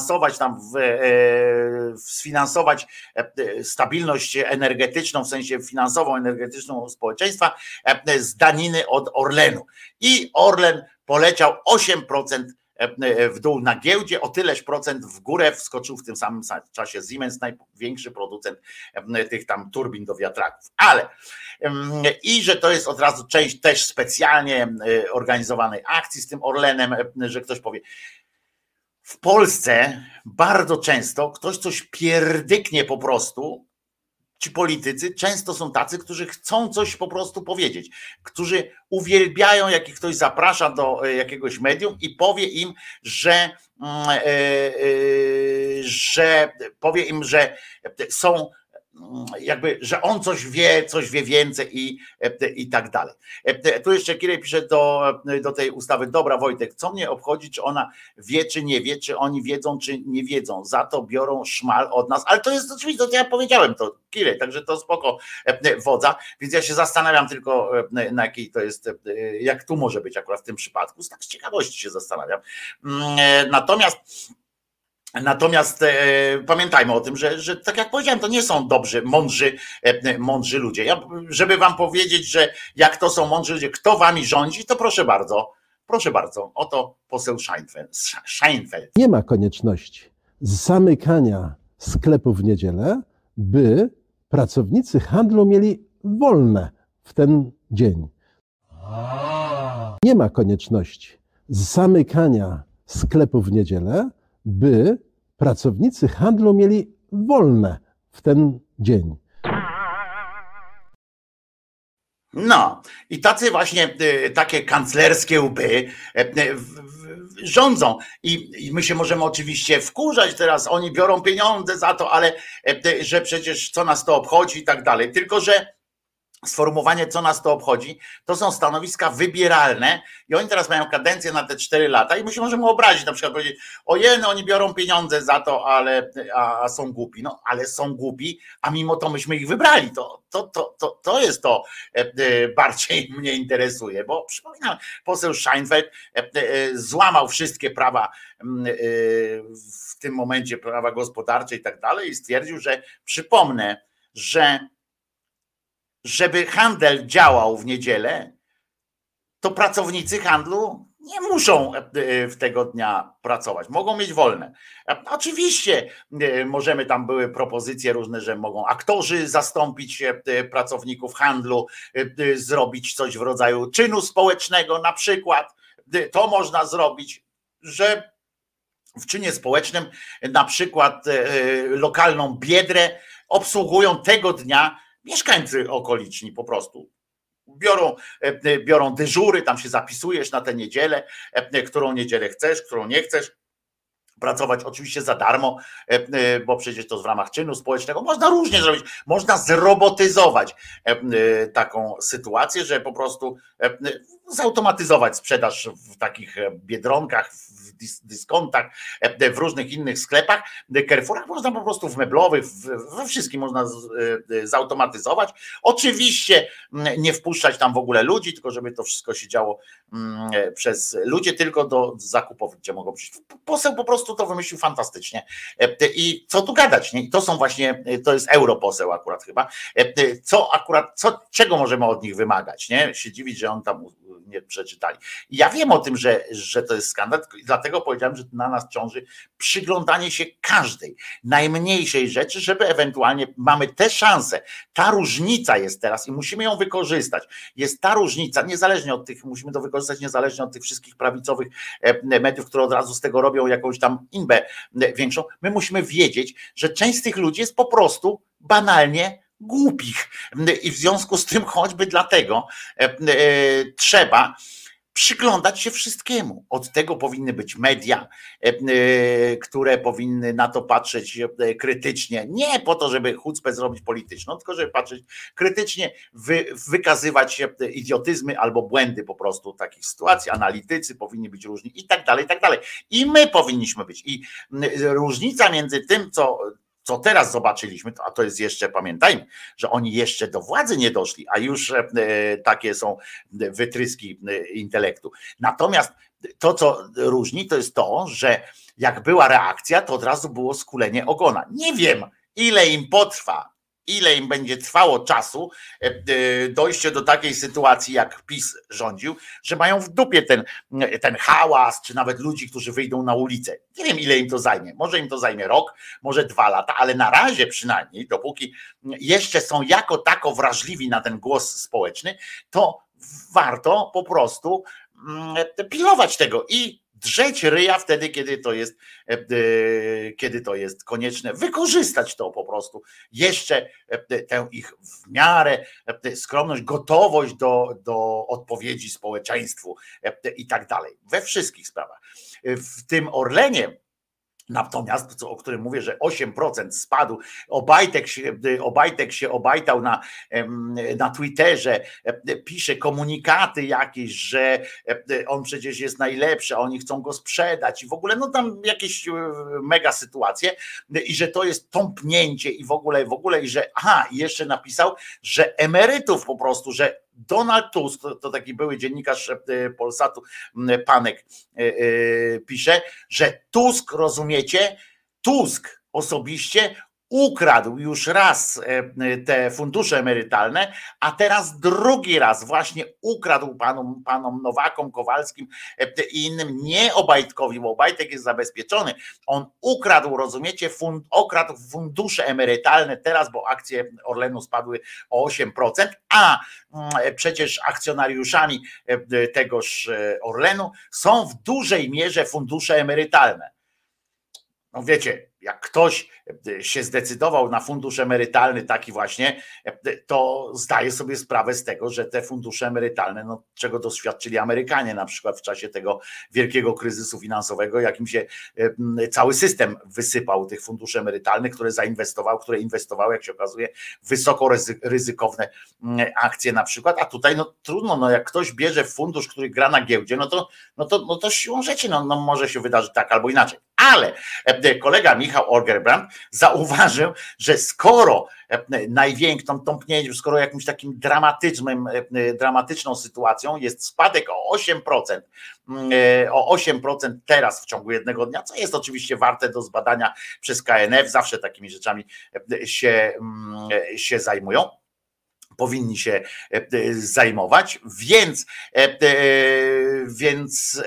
Speaker 2: sfinansować stabilność energetyczną, w sensie finansową, energetyczną społeczeństwa z daniny od Orlenu. I Orlen poleciał 8% w dół na giełdzie, o tyleś procent w górę wskoczył w tym samym czasie Siemens, największy producent tych tam turbin do wiatraków. Ale i że to jest od razu część też specjalnie organizowanej akcji z tym Orlenem, że ktoś powie, w Polsce bardzo często ktoś coś pierdyknie po prostu ci politycy często są tacy, którzy chcą coś po prostu powiedzieć, którzy uwielbiają, jak ich ktoś zaprasza do jakiegoś medium i powie im, że są jakby, że on coś wie więcej i tak dalej. Tu jeszcze Kirej pisze do tej ustawy: dobra Wojtek, co mnie obchodzi, czy ona wie, czy nie wie, czy oni wiedzą, czy nie wiedzą, za to biorą szmal od nas, ale to jest oczywiście, to ja powiedziałem to, Kirej, także to spoko wodza, więc ja się zastanawiam tylko, na jakiej to jest, jak tu może być akurat w tym przypadku, tak z ciekawości się zastanawiam. Natomiast pamiętajmy o tym, że tak jak powiedziałem, to nie są dobrzy, mądrzy ludzie. Żeby wam powiedzieć, że jak to są mądrzy ludzie, kto wami rządzi, to proszę bardzo, oto poseł Scheinfeld.
Speaker 4: Nie ma konieczności zamykania sklepów w niedzielę, by pracownicy handlu mieli wolne w ten dzień. Nie ma konieczności zamykania sklepów w niedzielę, by pracownicy handlu mieli wolne w ten dzień.
Speaker 2: No i tacy właśnie, takie kanclerskie łby rządzą i my się możemy oczywiście wkurzać teraz, oni biorą pieniądze za to, ale że przecież co nas to obchodzi i tak dalej, tylko że sformułowanie, co nas to obchodzi, to są stanowiska wybieralne i oni teraz mają kadencję na te 4 lata i my się możemy obrazić, na przykład powiedzieć: ojej, no oni biorą pieniądze za to, a są głupi. No ale są głupi, a mimo to myśmy ich wybrali. To jest to, bardziej mnie interesuje, bo przypominam, poseł Scheinfeld złamał wszystkie prawa w tym momencie, prawa gospodarcze i tak dalej, i stwierdził, że przypomnę, że żeby handel działał w niedzielę, to pracownicy handlu nie muszą w tego dnia pracować, mogą mieć wolne. Oczywiście możemy, tam były propozycje różne, że mogą aktorzy zastąpić pracowników handlu, zrobić coś w rodzaju czynu społecznego na przykład. To można zrobić, że w czynie społecznym na przykład lokalną biedrę obsługują tego dnia mieszkańcy okoliczni po prostu. Biorą dyżury, tam się zapisujesz na tę niedzielę, którą niedzielę chcesz, którą nie chcesz. Pracować oczywiście za darmo, bo przecież to w ramach czynu społecznego można różnie zrobić, można zrobotyzować taką sytuację, że po prostu zautomatyzować sprzedaż w takich Biedronkach, w dyskontach, w różnych innych sklepach, Carrefourach, można po prostu w meblowych, we wszystkim można zautomatyzować. Oczywiście nie wpuszczać tam w ogóle ludzi, tylko żeby to wszystko się działo przez ludzie, tylko do zakupów, gdzie mogą przyjść. Poseł po prostu to wymyślił fantastycznie. I co tu gadać, nie? I to są właśnie, to jest europoseł akurat chyba. Czego możemy od nich wymagać, nie? Się dziwić, że on tam nie przeczytali. I ja wiem o tym, że to jest skandal, dlatego powiedziałem, że na nas ciąży przyglądanie się każdej, najmniejszej rzeczy, żeby ewentualnie mamy tę szansę. Ta różnica jest teraz i musimy ją wykorzystać. Jest ta różnica, niezależnie od tych, musimy to wykorzystać niezależnie od tych wszystkich prawicowych mediów, które od razu z tego robią jakąś tam imbę większą. My musimy wiedzieć, że część z tych ludzi jest po prostu banalnie głupich i w związku z tym choćby dlatego trzeba przyglądać się wszystkiemu. Od tego powinny być media, które powinny na to patrzeć krytycznie, nie po to, żeby chucpę zrobić polityczną, tylko żeby patrzeć krytycznie, wykazywać idiotyzmy albo błędy po prostu takich sytuacji. Analitycy powinni być różni i tak dalej, i tak dalej. I my powinniśmy być. I różnica między tym, co teraz zobaczyliśmy, a to jest jeszcze, pamiętajmy, że oni jeszcze do władzy nie doszli, a już takie są wytryski intelektu. Natomiast to, co różni, to jest to, że jak była reakcja, to od razu było skulenie ogona. Nie wiem, ile im potrwa, ile im będzie trwało czasu dojście do takiej sytuacji, jak PiS rządził, że mają w dupie ten hałas, czy nawet ludzi, którzy wyjdą na ulicę. Nie wiem, ile im to zajmie. Może im to zajmie rok, może 2 lata, ale na razie przynajmniej, dopóki jeszcze są jako tako wrażliwi na ten głos społeczny, to warto po prostu pilować tego i drzeć ryja wtedy, kiedy to jest konieczne, wykorzystać to po prostu, jeszcze tę ich w miarę skromność, gotowość do odpowiedzi społeczeństwu i tak dalej, we wszystkich sprawach. W tym Orlenie natomiast, o którym mówię, że 8% spadł, Obajtek się obajtał na Twitterze, pisze komunikaty jakieś, że on przecież jest najlepszy, a oni chcą go sprzedać i w ogóle, no tam jakieś mega sytuacje i że to jest tąpnięcie i w ogóle i że, i jeszcze napisał, że emerytów po prostu, że Donald Tusk, to taki były dziennikarz Polsatu, Panek pisze, że Tusk, rozumiecie, Tusk osobiście ukradł już raz te fundusze emerytalne, a teraz drugi raz właśnie ukradł panom Nowakom, Kowalskim i innym, nie Obajtkowi, bo Obajtek jest zabezpieczony. On ukradł, rozumiecie, okradł fundusze emerytalne teraz, bo akcje Orlenu spadły o 8%, a przecież akcjonariuszami tegoż Orlenu są w dużej mierze fundusze emerytalne. No wiecie, jak ktoś się zdecydował na fundusz emerytalny taki właśnie, to zdaje sobie sprawę z tego, że te fundusze emerytalne, no, czego doświadczyli Amerykanie na przykład w czasie tego wielkiego kryzysu finansowego, jakim się cały system wysypał tych funduszy emerytalnych, które inwestowały, jak się okazuje, wysoko ryzykowne akcje na przykład, a tutaj no trudno, no jak ktoś bierze fundusz, który gra na giełdzie, no to siłą rzeczy, no może się wydarzyć tak albo inaczej. Ale kolega Michał Orgerbrand zauważył, że skoro największą tąpnięciem, skoro jakimś takim dramatyczną sytuacją jest spadek o 8% teraz w ciągu jednego dnia, co jest oczywiście warte do zbadania przez KNF, zawsze takimi rzeczami się zajmują. Powinni się zajmować, więc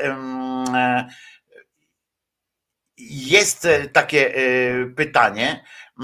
Speaker 2: jest takie pytanie.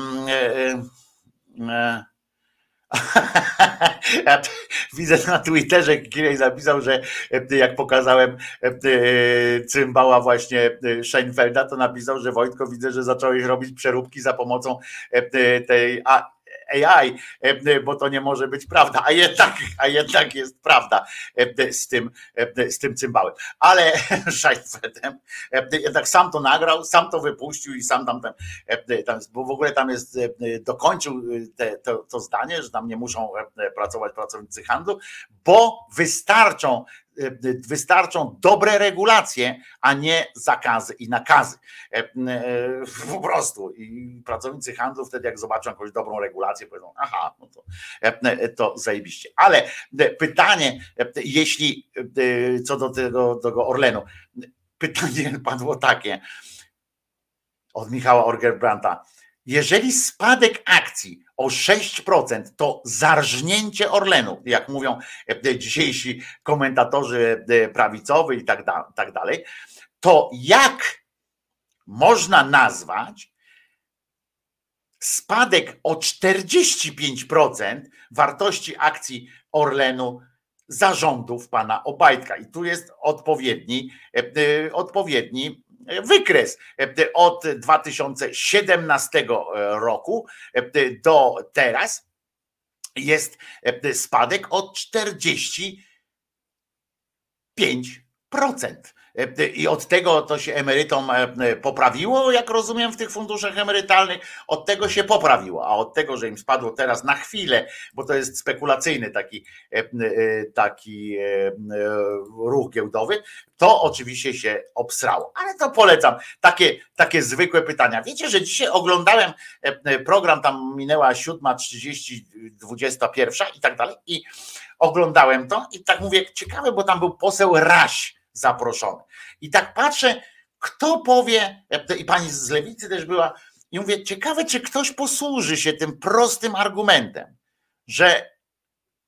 Speaker 2: Widzę na Twitterze, któryś napisał, że jak pokazałem cymbała właśnie Scheinfelda, to napisał, że Wojtko, widzę, że zacząłeś robić przeróbki za pomocą tej AI, bo to nie może być prawda, a jednak jest prawda z tym cymbałem. Ale Scheinfeldem jednak sam to nagrał, sam to wypuścił i sam tam bo w ogóle tam jest, dokończył to zdanie, że tam nie muszą pracować pracownicy handlu, bo wystarczą dobre regulacje, a nie zakazy i nakazy. Po prostu. I pracownicy handlu wtedy, jak zobaczą jakąś dobrą regulację, powiedzą, aha, no to zajebiście. Ale pytanie, jeśli co do tego Orlenu, pytanie padło takie od Michała Orgerbranta. Jeżeli spadek akcji o 6% to zarżnięcie Orlenu, jak mówią dzisiejsi komentatorzy prawicowi i tak dalej, to jak można nazwać spadek o 45% wartości akcji Orlenu zarządów pana Obajtka? I tu jest odpowiedni wykres od 2017 roku do teraz jest spadek o 45%. I od tego to się emerytom poprawiło, jak rozumiem, w tych funduszach emerytalnych, od tego się poprawiło, a od tego, że im spadło teraz na chwilę, bo to jest spekulacyjny taki ruch giełdowy, to oczywiście się obsrało. Ale to polecam, takie zwykłe pytania. Wiecie, że dzisiaj oglądałem program, tam minęła 7:30, 21 i tak dalej, i oglądałem to i tak mówię, ciekawe, bo tam był poseł Raś zaproszony. I tak patrzę, kto powie, i pani z Lewicy też była, i mówię, ciekawe, czy ktoś posłuży się tym prostym argumentem, że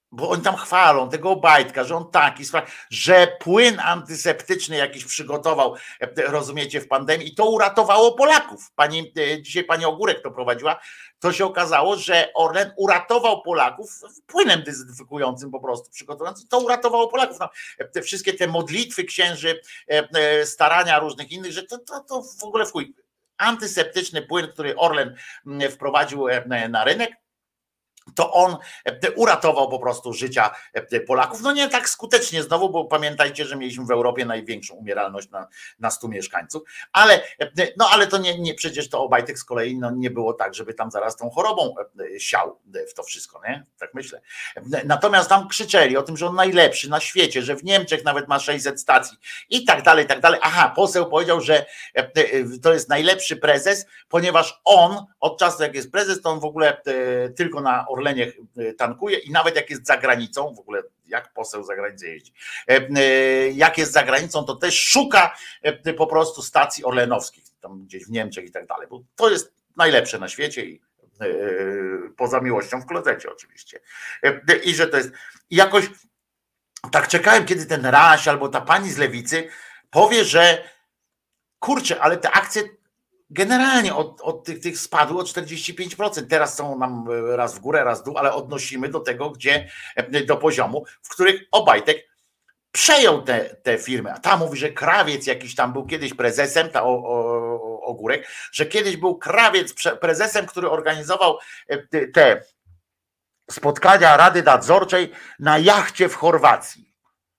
Speaker 2: bo oni tam chwalą tego Obajtka, że on taki, że płyn antyseptyczny jakiś przygotował, rozumiecie, w pandemii i to uratowało Polaków. Dzisiaj pani Ogórek to prowadziła, to się okazało, że Orlen uratował Polaków płynem dezynfekującym po prostu przygotowującym, to uratowało Polaków. No, te wszystkie te modlitwy księży, starania różnych innych, że to w ogóle w chuj. Antyseptyczny płyn, który Orlen wprowadził na rynek, to on uratował po prostu życia Polaków. No nie tak skutecznie znowu, bo pamiętajcie, że mieliśmy w Europie największą umieralność na 100 mieszkańców, ale to nie przecież to Obajtek z kolei nie było tak, żeby tam zaraz tą chorobą siał w to wszystko, nie? Tak myślę. Natomiast tam krzyczeli o tym, że on najlepszy na świecie, że w Niemczech nawet ma 600 stacji i tak dalej, i tak dalej. Aha, poseł powiedział, że to jest najlepszy prezes, ponieważ on od czasu jak jest prezes, to on w ogóle tylko na Orlenie tankuje i nawet jak jest za granicą, w ogóle jak poseł za granicę jeździ, jak jest za granicą, to też szuka po prostu stacji orlenowskich, tam gdzieś w Niemczech i tak dalej, bo to jest najlepsze na świecie i poza miłością w klozecie oczywiście. I że to jest jakoś tak czekałem, kiedy ten Raś albo ta pani z Lewicy powie, że kurczę, ale te akcje generalnie od tych spadły o 45%. Teraz są nam raz w górę, raz w dół, ale odnosimy do tego, do poziomu, w których Obajtek przejął te firmy. A ta mówi, że Krawiec jakiś tam był kiedyś prezesem, ta Ogórek, że kiedyś był Krawiec prezesem, który organizował te spotkania Rady Nadzorczej na jachcie w Chorwacji.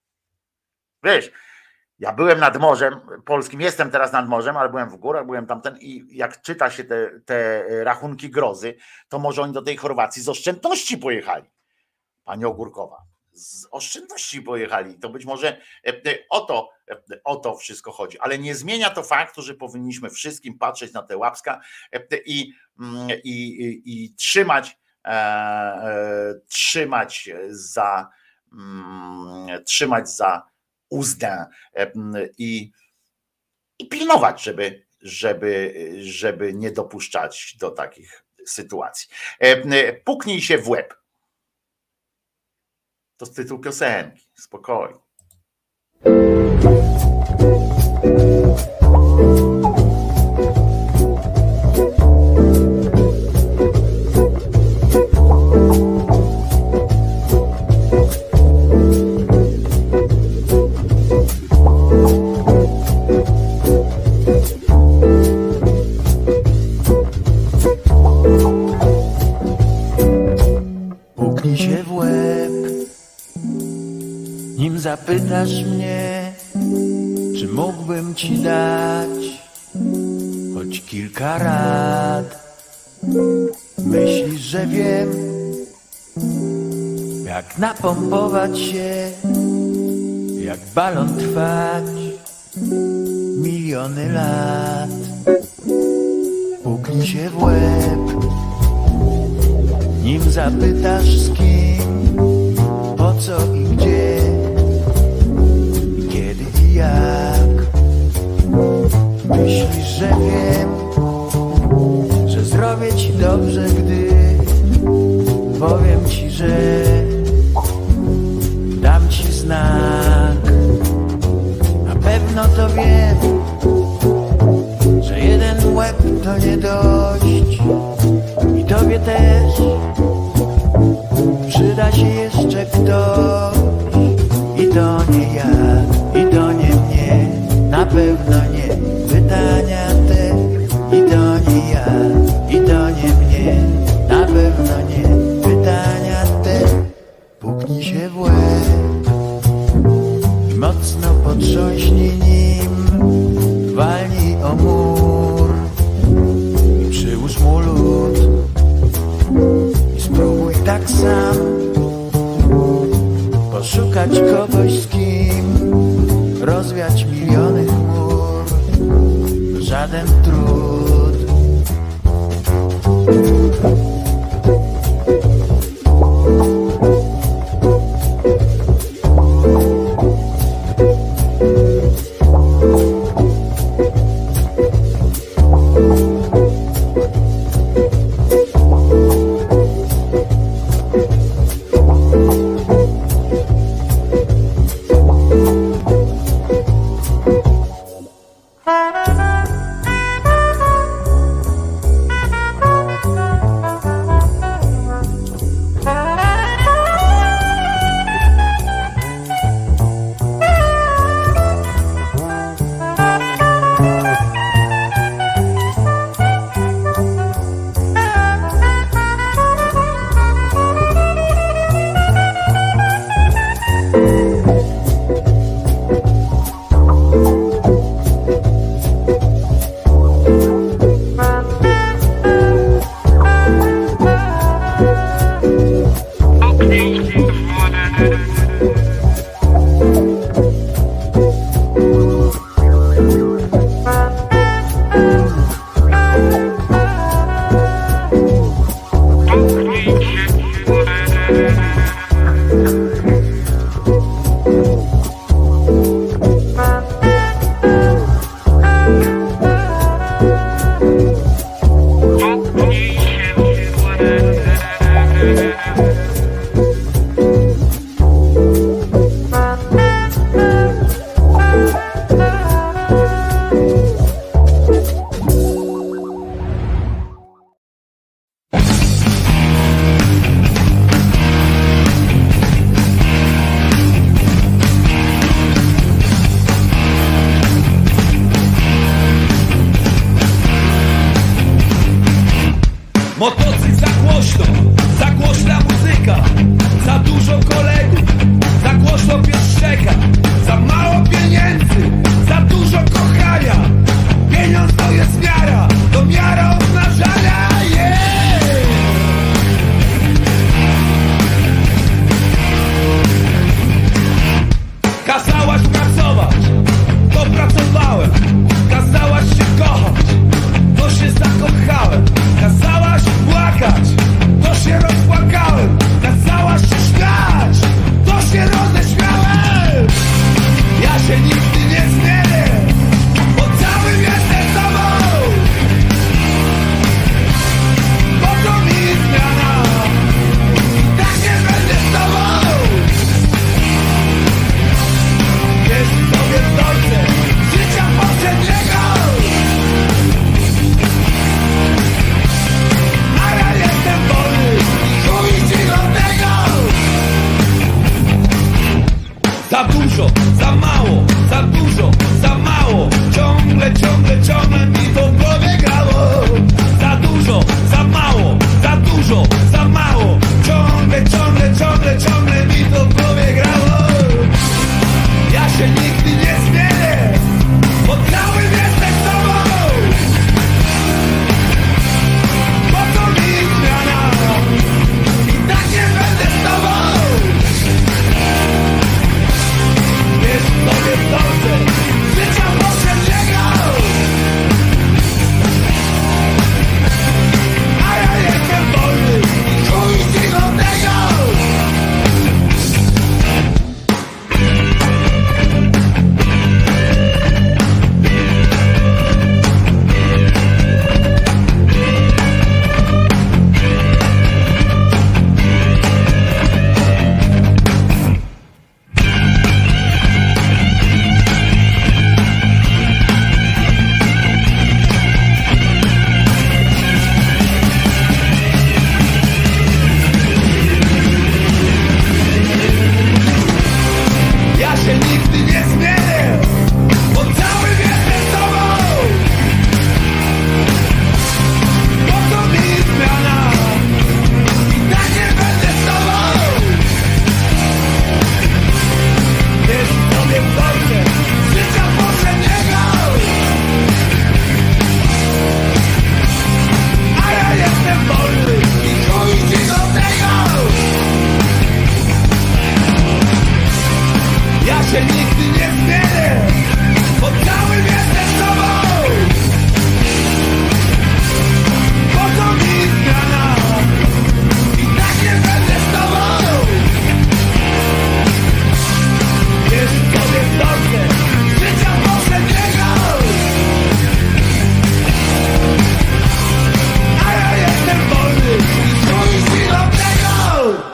Speaker 2: Wiesz, ja byłem nad Morzem Polskim, jestem teraz nad Morzem, ale byłem w górach, byłem tamten i jak czyta się te rachunki grozy, to może oni do tej Chorwacji z oszczędności pojechali. Pani Ogórkowa, z oszczędności pojechali. To być może o to wszystko chodzi, ale nie zmienia to faktu, że powinniśmy wszystkim patrzeć na te łapska i trzymać za uzdę i pilnować, żeby nie dopuszczać do takich sytuacji. Puknij się w łeb. To jest tytuł piosenki. Spokojnie.
Speaker 5: Zapytasz mnie, czy mógłbym ci dać choć kilka rad. Myślisz, że wiem, jak napompować się, jak balon trwać miliony lat. Puknij się w łeb, nim zapytasz z kim, po co i gdzie, jak. Myślisz, że wiem, że zrobię ci dobrze, gdy powiem ci, że dam ci znak. Na pewno to wiem, że jeden łeb to nie dość i tobie też przyda się jeszcze ktoś. I to nie ja, i to nie mnie, na pewno nie. Pytania te, i to nie ja, i to nie mnie, na pewno nie. Pytania te, puknij się w łeb i mocno potrząśnij nim, walnij o mur i przyłóż mu lód i spróbuj tak sam poszukać kogoś, z kim rozwiać miliony chmur. Żaden trud.
Speaker 6: Motocykl za głośna muzyka, za dużo kolegów, za głośno pieszczeka, za mało pieniędzy, za dużo kochania. Pieniądz to jest miara, to miara obnażania. Kazałaś pracować, to pracowałem. Kazałaś się kochać, to się zakochałem. Kazałaś płakać, to się rozpłakałem. Kazałaś się śmiać, to się roześmiałem. Ja się nigdy nie zmienię, bo całym jestem sobą. Po co mi zmiana? Tak nie będę z tobą. Wiesz sobie wzorce życia poprzedniego, a ja jestem wolny i chuj ci do tego. Za dużo, za mało, za dużo, za mało. Ciągle mi to w głowie grało. Za dużo, za mało, za dużo, za mało. Ciągle mi to w głowie grało. Ja się nigdy nie zmienię, bo całym jestem sobą. Po co mi zmiana? I tak nie będę z tobą. Wiesz sobie wzorce życia poprzedniego, a ja jestem wolny i chuj ci do tego. Ja się nigdy nie zmienię, bo całym jestem sobą. Po co mi zmiana? I tak nie będę z tobą. Wiesz sobie wzorce życia poprzedniego, a ja jestem wolny i chuj ci do tego. Ja się nigdy nie zmienię, bo całym jestem sobą. Po co mi zmiana? I tak nie będę z tobą. Wiesz sobie wzorce życia poprzedniego, a ja jestem wolny i chuj ci do tego.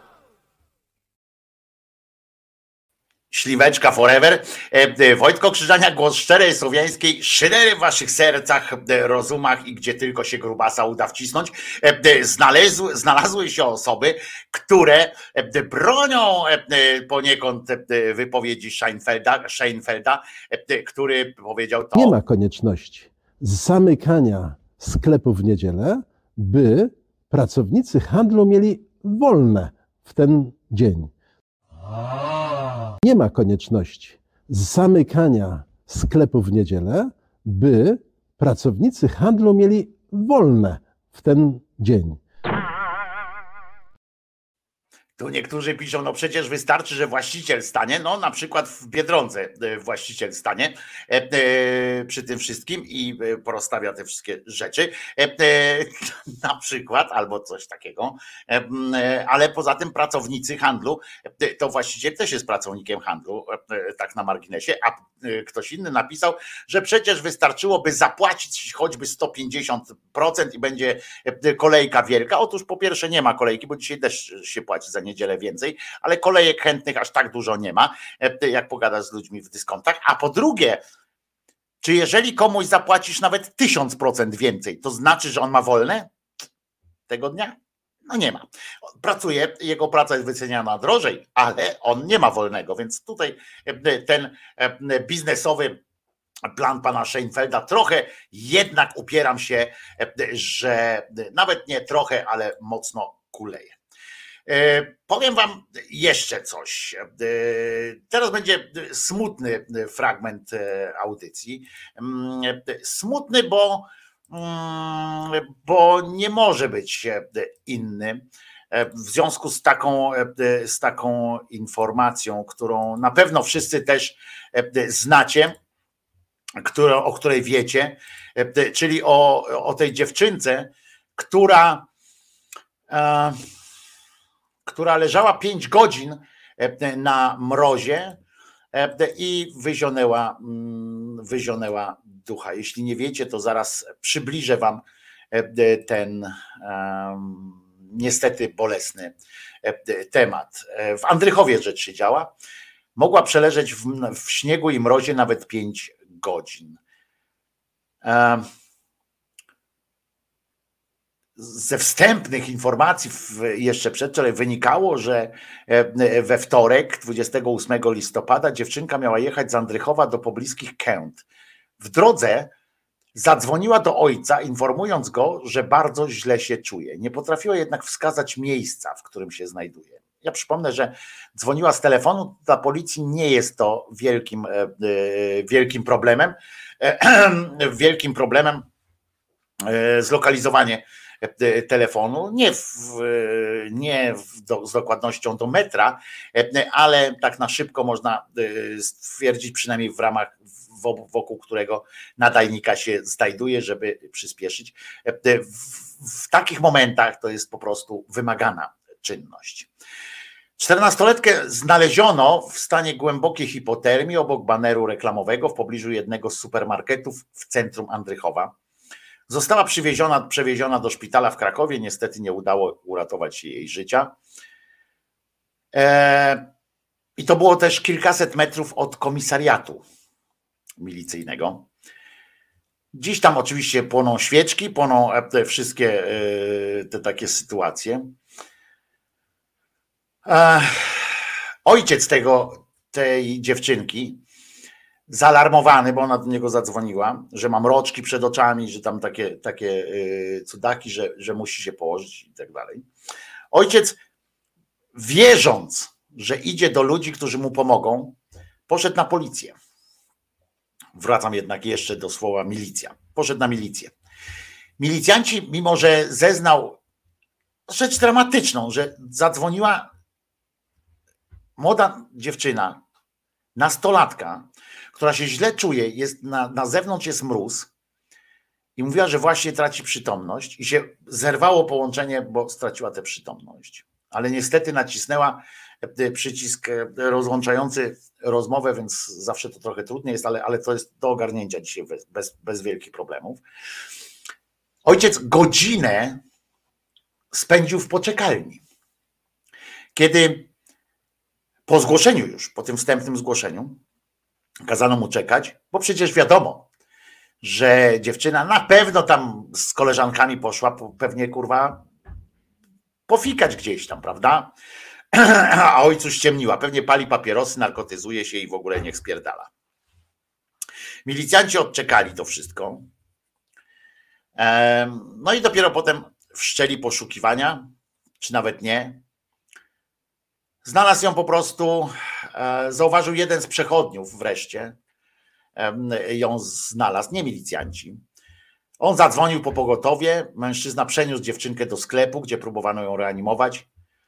Speaker 2: Śliweczka forever. Wojtko Krzyżaniak, głos szczerej słowiańskiej szydery w waszych sercach, rozumach i gdzie tylko się grubasa uda wcisnąć. Znalazły się osoby, które bronią poniekąd wypowiedzi Scheinfelda, który powiedział to.
Speaker 4: Nie ma konieczności zamykania sklepów w niedzielę, by pracownicy handlu mieli wolne w ten dzień. Nie ma konieczności zamykania sklepów w niedzielę, by pracownicy handlu mieli wolne w ten dzień.
Speaker 2: Tu niektórzy piszą, no przecież wystarczy, że właściciel stanie, no na przykład w Biedronce właściciel stanie przy tym wszystkim i porozstawia te wszystkie rzeczy, na przykład, albo coś takiego, ale poza tym pracownicy handlu, to właściciel też jest pracownikiem handlu, tak na marginesie, a ktoś inny napisał, że przecież wystarczyłoby zapłacić choćby 150% i będzie kolejka wielka. Otóż po pierwsze nie ma kolejki, bo dzisiaj też się płaci za niedzielę więcej, ale kolejek chętnych aż tak dużo nie ma, jak pogadasz z ludźmi w dyskontach. A po drugie, czy jeżeli komuś zapłacisz nawet 1000% więcej, to znaczy, że on ma wolne tego dnia? No nie ma. Pracuje, jego praca jest wyceniana drożej, ale on nie ma wolnego, więc tutaj ten biznesowy plan pana Szejnfelda. Trochę jednak upieram się, że nawet nie trochę, ale mocno kuleje. Powiem wam jeszcze coś. Teraz będzie smutny fragment audycji. Smutny, bo nie może być inny. W związku z taką informacją, którą na pewno wszyscy też znacie, o której wiecie, czyli o tej dziewczynce, która leżała 5 godzin na mrozie i wyzionęła ducha. Jeśli nie wiecie, to zaraz przybliżę wam ten niestety bolesny temat. W Andrychowie rzecz się działa. Mogła przeleżeć w śniegu i mrozie nawet 5 godzin. Ze wstępnych informacji jeszcze przedwczoraj wynikało, że we wtorek, 28 listopada, dziewczynka miała jechać z Andrychowa do pobliskich Kęt. W drodze zadzwoniła do ojca, informując go, że bardzo źle się czuje. Nie potrafiła jednak wskazać miejsca, w którym się znajduje. Ja przypomnę, że dzwoniła z telefonu. Dla policji nie jest to wielkim problemem. Wielkim problemem zlokalizowanie telefonu, nie z dokładnością do metra, ale tak na szybko można stwierdzić, przynajmniej w ramach, wokół którego nadajnika się znajduje, żeby przyspieszyć. W takich momentach to jest po prostu wymagana czynność. 14-letkę znaleziono w stanie głębokiej hipotermii obok baneru reklamowego w pobliżu jednego z supermarketów w centrum Andrychowa. Została przewieziona do szpitala w Krakowie. Niestety nie udało uratować się jej życia. I to było też kilkaset metrów od komisariatu milicyjnego. Dziś tam oczywiście płoną świeczki, płoną te wszystkie te takie sytuacje. Ojciec tej dziewczynki, zaalarmowany, bo ona do niego zadzwoniła, że ma mroczki przed oczami, że tam takie cudaki, że musi się położyć i tak dalej. Ojciec, wierząc, że idzie do ludzi, którzy mu pomogą, poszedł na policję. Wracam jednak jeszcze do słowa milicja. Poszedł na milicję. Milicjanci, mimo że zeznał rzecz dramatyczną, że zadzwoniła młoda dziewczyna, nastolatka, która się źle czuje, jest na zewnątrz jest mróz i mówiła, że właśnie traci przytomność i się zerwało połączenie, bo straciła tę przytomność. Ale niestety nacisnęła przycisk rozłączający rozmowę, więc zawsze to trochę trudniej jest, ale to jest do ogarnięcia dzisiaj bez wielkich problemów. Ojciec godzinę spędził w poczekalni. Kiedy po zgłoszeniu już, po tym wstępnym zgłoszeniu, kazano mu czekać, bo przecież wiadomo, że dziewczyna na pewno tam z koleżankami poszła, pewnie kurwa pofikać gdzieś tam, prawda? A ojcu ściemniła, pewnie pali papierosy, narkotyzuje się i w ogóle niech spierdala. Milicjanci odczekali to wszystko. No i dopiero potem wszczęli poszukiwania, czy nawet nie. Znalazł ją po prostu, zauważył jeden z przechodniów wreszcie, ją znalazł, nie milicjanci. On zadzwonił po pogotowie, mężczyzna przeniósł dziewczynkę do sklepu, gdzie próbowano ją reanimować.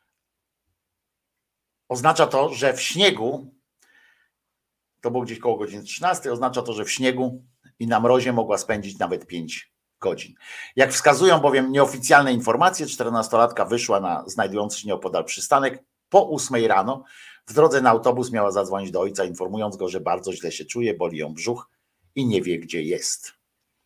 Speaker 2: Oznacza to, że w śniegu, to było gdzieś koło godziny 13, oznacza to, że w śniegu i na mrozie mogła spędzić nawet 5 godzin. Jak wskazują bowiem nieoficjalne informacje, 14-latka wyszła na znajdujący się nieopodal przystanek po 8 rano. W drodze na autobus miała zadzwonić do ojca, informując go, że bardzo źle się czuje, boli ją brzuch i nie wie, gdzie jest.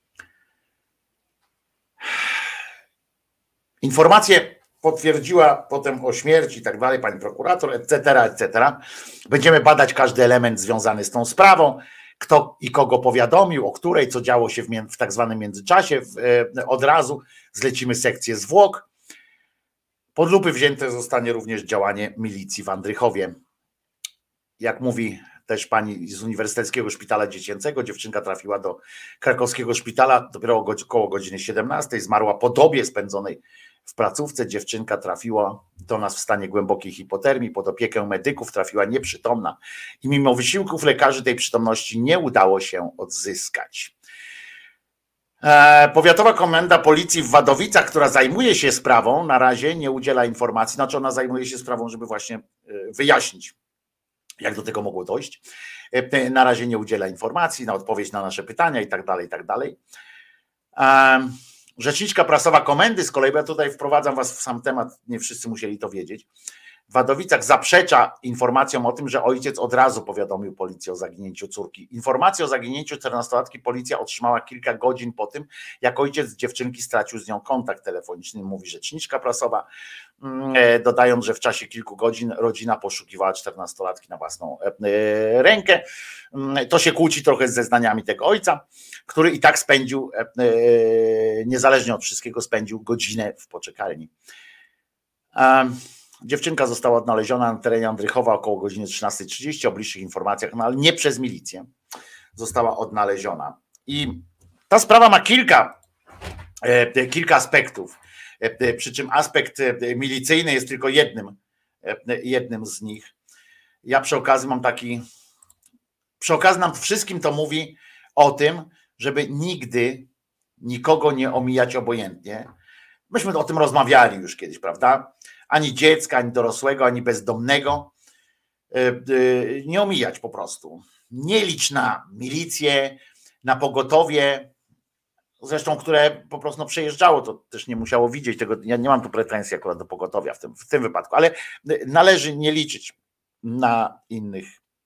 Speaker 2: Informacje potwierdziła potem o śmierci i tak dalej pani prokurator, etc. Będziemy badać każdy element związany z tą sprawą, kto i kogo powiadomił, o której, co działo się w tak zwanym międzyczasie. Od razu zlecimy sekcję zwłok. Pod lupy wzięte zostanie również działanie milicji w Andrychowie. Jak mówi też pani z Uniwersyteckiego Szpitala Dziecięcego. Dziewczynka trafiła do krakowskiego szpitala dopiero około godziny 17. Zmarła po dobie spędzonej w placówce. Dziewczynka trafiła do nas w stanie głębokiej hipotermii, pod opiekę medyków, trafiła nieprzytomna i mimo wysiłków lekarzy tej przytomności nie udało się odzyskać. Powiatowa Komenda Policji w Wadowicach, która zajmuje się sprawą, na razie nie udziela informacji, znaczy ona zajmuje się sprawą, żeby właśnie wyjaśnić, jak do tego mogło dojść. Na razie nie udziela informacji, na odpowiedź na nasze pytania i tak dalej, i tak dalej. Rzeczniczka prasowa komendy z kolei, bo ja tutaj wprowadzam was w sam temat, nie wszyscy musieli to wiedzieć, w Wadowicach zaprzecza informacjom o tym, że ojciec od razu powiadomił policję o zaginięciu córki. Informację o zaginięciu 14-latki policja otrzymała kilka godzin po tym, jak ojciec dziewczynki stracił z nią kontakt telefoniczny, mówi rzeczniczka prasowa, dodając, że w czasie kilku godzin rodzina poszukiwała 14-latki na własną rękę. To się kłóci trochę z zeznaniami tego ojca, który i tak spędził, niezależnie od wszystkiego, spędził godzinę w poczekalni. Dziewczynka została odnaleziona na terenie Andrychowa około godziny 13:30, o bliższych informacjach, no ale nie przez milicję została odnaleziona. I ta sprawa ma kilka aspektów, przy czym aspekt milicyjny jest tylko jednym z nich. Ja przy okazji nam wszystkim to mówi o tym, żeby nigdy nikogo nie omijać obojętnie. Myśmy o tym rozmawiali już kiedyś, prawda? Ani dziecka, ani dorosłego, ani bezdomnego nie omijać po prostu. Nie licz na milicję, na pogotowie, zresztą które po prostu przejeżdżało, to też nie musiało widzieć tego. Ja nie mam tu pretensji akurat do pogotowia w tym wypadku, ale należy nie liczyć na innych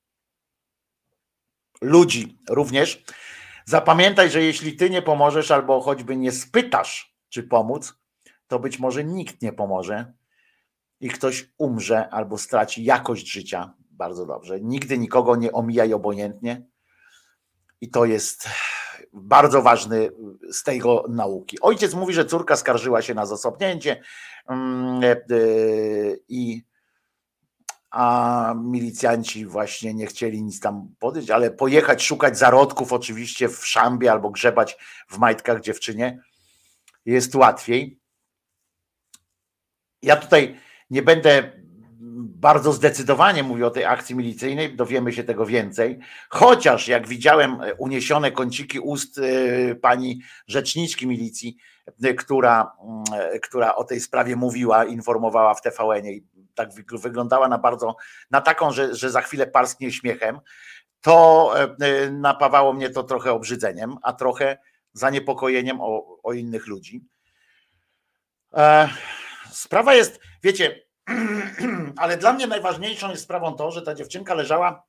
Speaker 2: ludzi również. Zapamiętaj, że jeśli ty nie pomożesz albo choćby nie spytasz, czy pomóc, to być może nikt nie pomoże i ktoś umrze albo straci jakość życia. Bardzo dobrze. Nigdy nikogo nie omijaj obojętnie i to jest bardzo ważny z tego nauki. Ojciec mówi, że córka skarżyła się na zasobnięcie a milicjanci właśnie nie chcieli nic tam podejść, ale pojechać szukać zarodków oczywiście w szambie albo grzebać w majtkach dziewczynie jest łatwiej. Ja tutaj nie będę bardzo zdecydowanie mówił o tej akcji milicyjnej, dowiemy się tego więcej, chociaż jak widziałem uniesione kąciki ust pani rzeczniczki milicji, która o tej sprawie mówiła, informowała w TVN-ie i tak wyglądała na taką, że za chwilę parsknie śmiechem, to napawało mnie to trochę obrzydzeniem, a trochę zaniepokojeniem o innych ludzi. Sprawa jest, wiecie, ale dla mnie najważniejszą jest sprawą to, że ta dziewczynka leżała,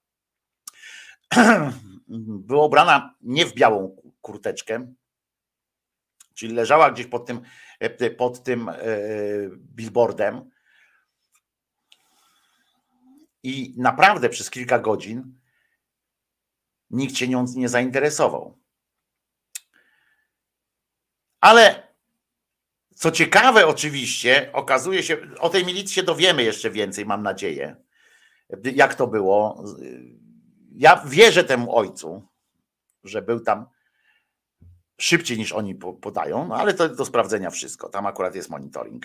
Speaker 2: była ubrana nie w białą kurteczkę, czyli leżała gdzieś pod tym billboardem i naprawdę przez kilka godzin nikt się nią nie zainteresował. Ale co ciekawe, oczywiście, okazuje się, o tej milicji się dowiemy jeszcze więcej, mam nadzieję, jak to było. Ja wierzę temu ojcu, że był tam szybciej niż oni podają, no ale to do sprawdzenia wszystko. Tam akurat jest monitoring.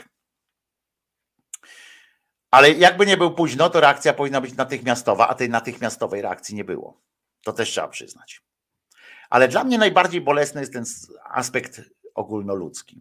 Speaker 2: Ale jakby nie był późno, to reakcja powinna być natychmiastowa, a tej natychmiastowej reakcji nie było. To też trzeba przyznać. Ale dla mnie najbardziej bolesny jest ten aspekt ogólnoludzki.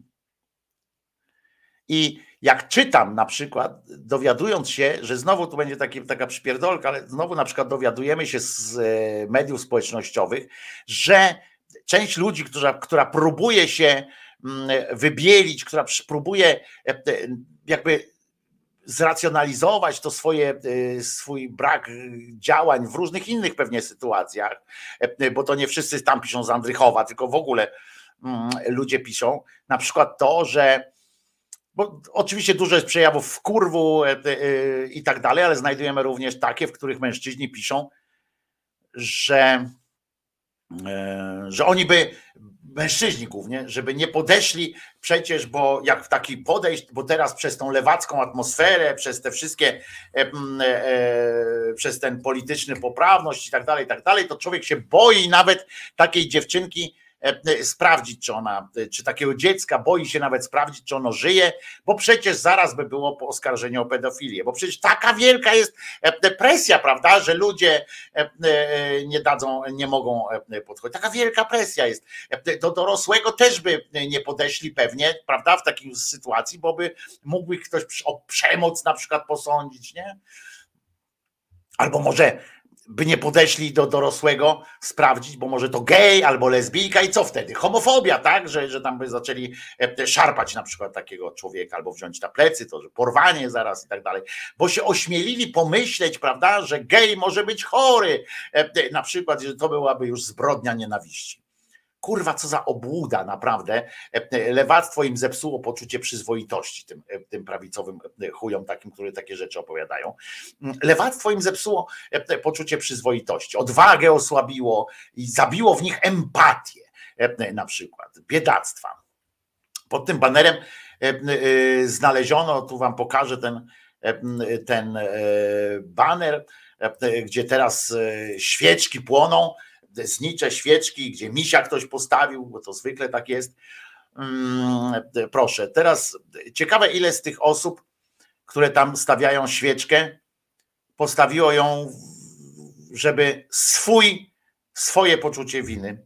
Speaker 2: I jak czytam na przykład, dowiadując się, że znowu tu będzie taka przypierdolka, ale znowu na przykład dowiadujemy się z mediów społecznościowych, że część ludzi, która próbuje się wybielić, która próbuje jakby zracjonalizować to swój brak działań w różnych innych pewnie sytuacjach, bo to nie wszyscy tam piszą z Andrychowa, tylko w ogóle ludzie piszą, na przykład to, że bo oczywiście dużo jest przejawów wkurwu i tak dalej, ale znajdujemy również takie, w których mężczyźni piszą, że oni by mężczyźni głównie, żeby nie podeszli przecież, bo jak w taki podejść, bo teraz przez tą lewacką atmosferę, przez te wszystkie, przez ten polityczny poprawność i tak dalej, to człowiek się boi nawet takiej dziewczynki sprawdzić, czy ona, czy takiego dziecka boi się nawet sprawdzić, czy ono żyje, bo przecież zaraz by było po oskarżeniu o pedofilię, bo przecież taka wielka jest presja, prawda, że ludzie nie mogą podchodzić. Taka wielka presja jest. Do dorosłego też by nie podeszli pewnie, prawda, w takiej sytuacji, bo mógłby ktoś o przemoc na przykład posądzić, nie? Albo może by nie podeszli do dorosłego sprawdzić, bo może to gej albo lesbijka i co wtedy? Homofobia, tak? Że tam by zaczęli szarpać na przykład takiego człowieka albo wziąć na plecy, to że porwanie zaraz i tak dalej. Bo się ośmielili pomyśleć, prawda, że gej może być chory. Na przykład, że to byłaby już zbrodnia nienawiści. Kurwa, co za obłuda, naprawdę. Lewactwo im zepsuło poczucie przyzwoitości, tym prawicowym chujom takim, które takie rzeczy opowiadają. Lewactwo im zepsuło poczucie przyzwoitości, odwagę osłabiło i zabiło w nich empatię, na przykład, biedactwa. Pod tym banerem znaleziono, tu wam pokażę ten baner, gdzie teraz świeczki płoną, znicze świeczki, gdzie misia ktoś postawił, bo to zwykle tak jest. Proszę, teraz ciekawe, ile z tych osób, które tam stawiają świeczkę, postawiło ją, żeby swoje poczucie winy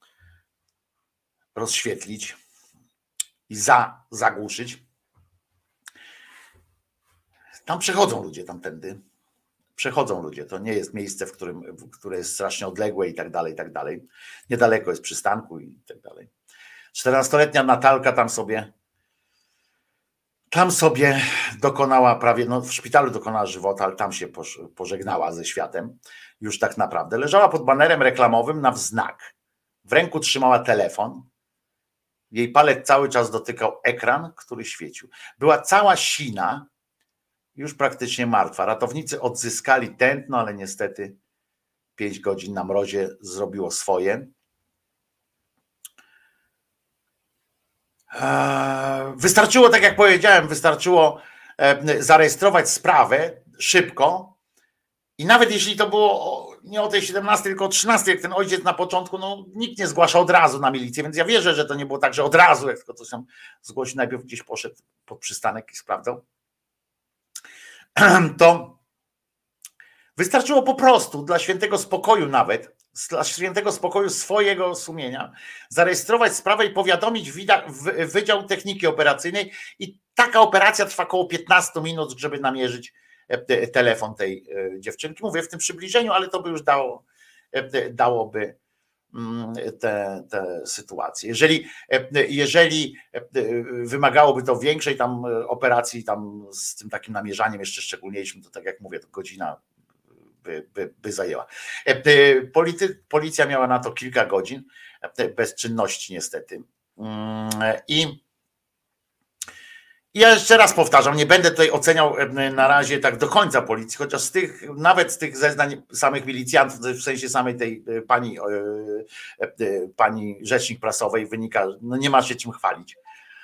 Speaker 2: rozświetlić i zagłuszyć. Tam przechodzą ludzie tamtędy. Przechodzą ludzie, to nie jest miejsce, które jest strasznie odległe i tak dalej. Niedaleko jest przystanku i tak dalej. 14-letnia Natalka tam sobie dokonała prawie, no w szpitalu dokonała żywota, ale tam się pożegnała ze światem. Już tak naprawdę. Leżała pod banerem reklamowym na wznak. W ręku trzymała telefon. Jej palec cały czas dotykał ekran, który świecił. Była cała sina, już praktycznie martwa. Ratownicy odzyskali tętno, ale niestety 5 godzin na mrozie zrobiło swoje. Wystarczyło, tak jak powiedziałem, zarejestrować sprawę szybko i nawet jeśli to było nie o tej 17, tylko o 13, jak ten ojciec na początku, no nikt nie zgłasza od razu na milicję, więc ja wierzę, że to nie było tak, że od razu, jak tylko coś tam zgłosił, najpierw gdzieś poszedł pod przystanek i sprawdzał. To wystarczyło po prostu dla świętego spokoju dla świętego spokoju swojego sumienia zarejestrować sprawę i powiadomić Wydział Techniki Operacyjnej i taka operacja trwa około 15 minut, żeby namierzyć telefon tej dziewczynki. Mówię w tym przybliżeniu, ale to by już dałoby tę sytuację. Jeżeli wymagałoby to większej tam operacji tam z tym takim namierzaniem jeszcze szczególniejszym, to tak jak mówię, to godzina by zajęła. Policja miała na to kilka godzin bez czynności niestety. I ja jeszcze raz powtarzam, nie będę tutaj oceniał na razie tak do końca policji, chociaż nawet z tych zeznań samych milicjantów, w sensie samej tej pani rzecznik prasowej wynika, no nie ma się czym chwalić.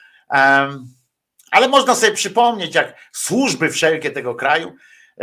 Speaker 2: Ale można sobie przypomnieć, jak służby wszelkie tego kraju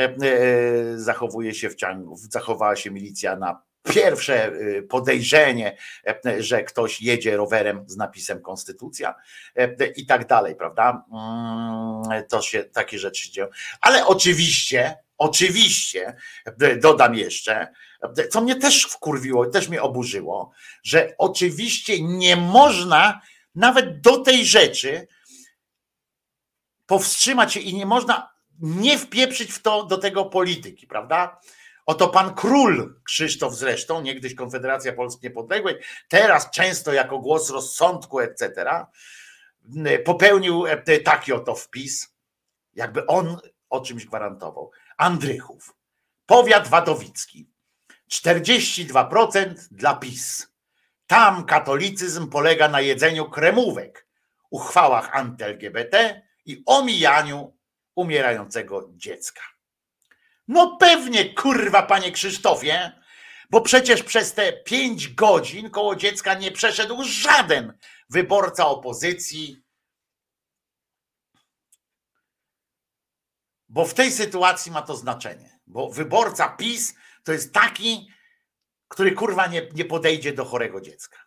Speaker 2: zachowała się milicja na pierwsze podejrzenie, że ktoś jedzie rowerem z napisem Konstytucja i tak dalej, prawda? To się takie rzeczy się dzieją. Ale oczywiście dodam jeszcze, co mnie też wkurwiło, też mnie oburzyło, że oczywiście nie można nawet do tej rzeczy powstrzymać się i nie można nie wpieprzyć do tego polityki, prawda? Oto pan król Krzysztof zresztą, niegdyś Konfederacja Polski Niepodległej, teraz często jako głos rozsądku, etc., popełnił taki oto wpis, jakby on o czymś gwarantował. Andrychów, powiat wadowicki, 42% dla PiS. Tam katolicyzm polega na jedzeniu kremówek, uchwałach anty-LGBT i omijaniu umierającego dziecka. No pewnie, kurwa, panie Krzysztofie, Bo przecież przez te 5 godzin koło dziecka nie przeszedł żaden wyborca opozycji. Bo w tej sytuacji ma to znaczenie. Bo wyborca PiS to jest taki, który kurwa nie podejdzie do chorego dziecka.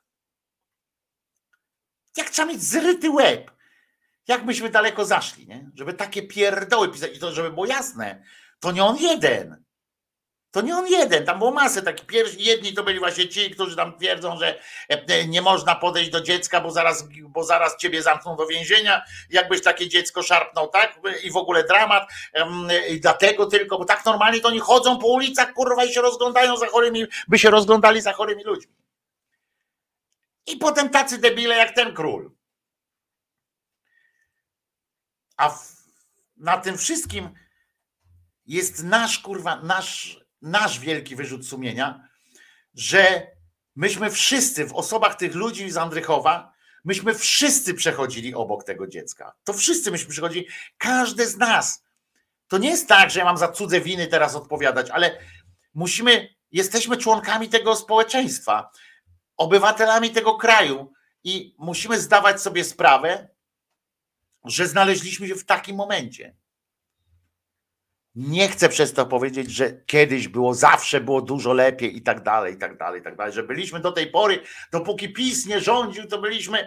Speaker 2: Jak trzeba mieć zryty łeb. Jak myśmy daleko zaszli, nie? Żeby takie pierdoły pisać. I to, żeby było jasne, to nie on jeden. To nie on jeden, tam było masę takich pierwszych, jedni to byli właśnie ci, którzy tam twierdzą, że nie można podejść do dziecka, bo zaraz ciebie zamkną do więzienia, jakbyś takie dziecko szarpnął, tak? I w ogóle dramat, i dlatego tylko, bo tak normalnie to oni chodzą po ulicach, kurwa, i się rozglądają za chorymi, by się rozglądali za chorymi ludźmi. I potem tacy debile jak ten król. A na tym wszystkim jest nasz wielki wyrzut sumienia, że myśmy wszyscy w osobach tych ludzi z Andrychowa, myśmy wszyscy przechodzili obok tego dziecka. To wszyscy myśmy przechodzili, każdy z nas. To nie jest tak, że ja mam za cudze winy teraz odpowiadać, ale jesteśmy członkami tego społeczeństwa, obywatelami tego kraju i musimy zdawać sobie sprawę, że znaleźliśmy się w takim momencie. Nie chcę przez to powiedzieć, że kiedyś zawsze było dużo lepiej i tak dalej, że byliśmy do tej pory, dopóki PiS nie rządził, to byliśmy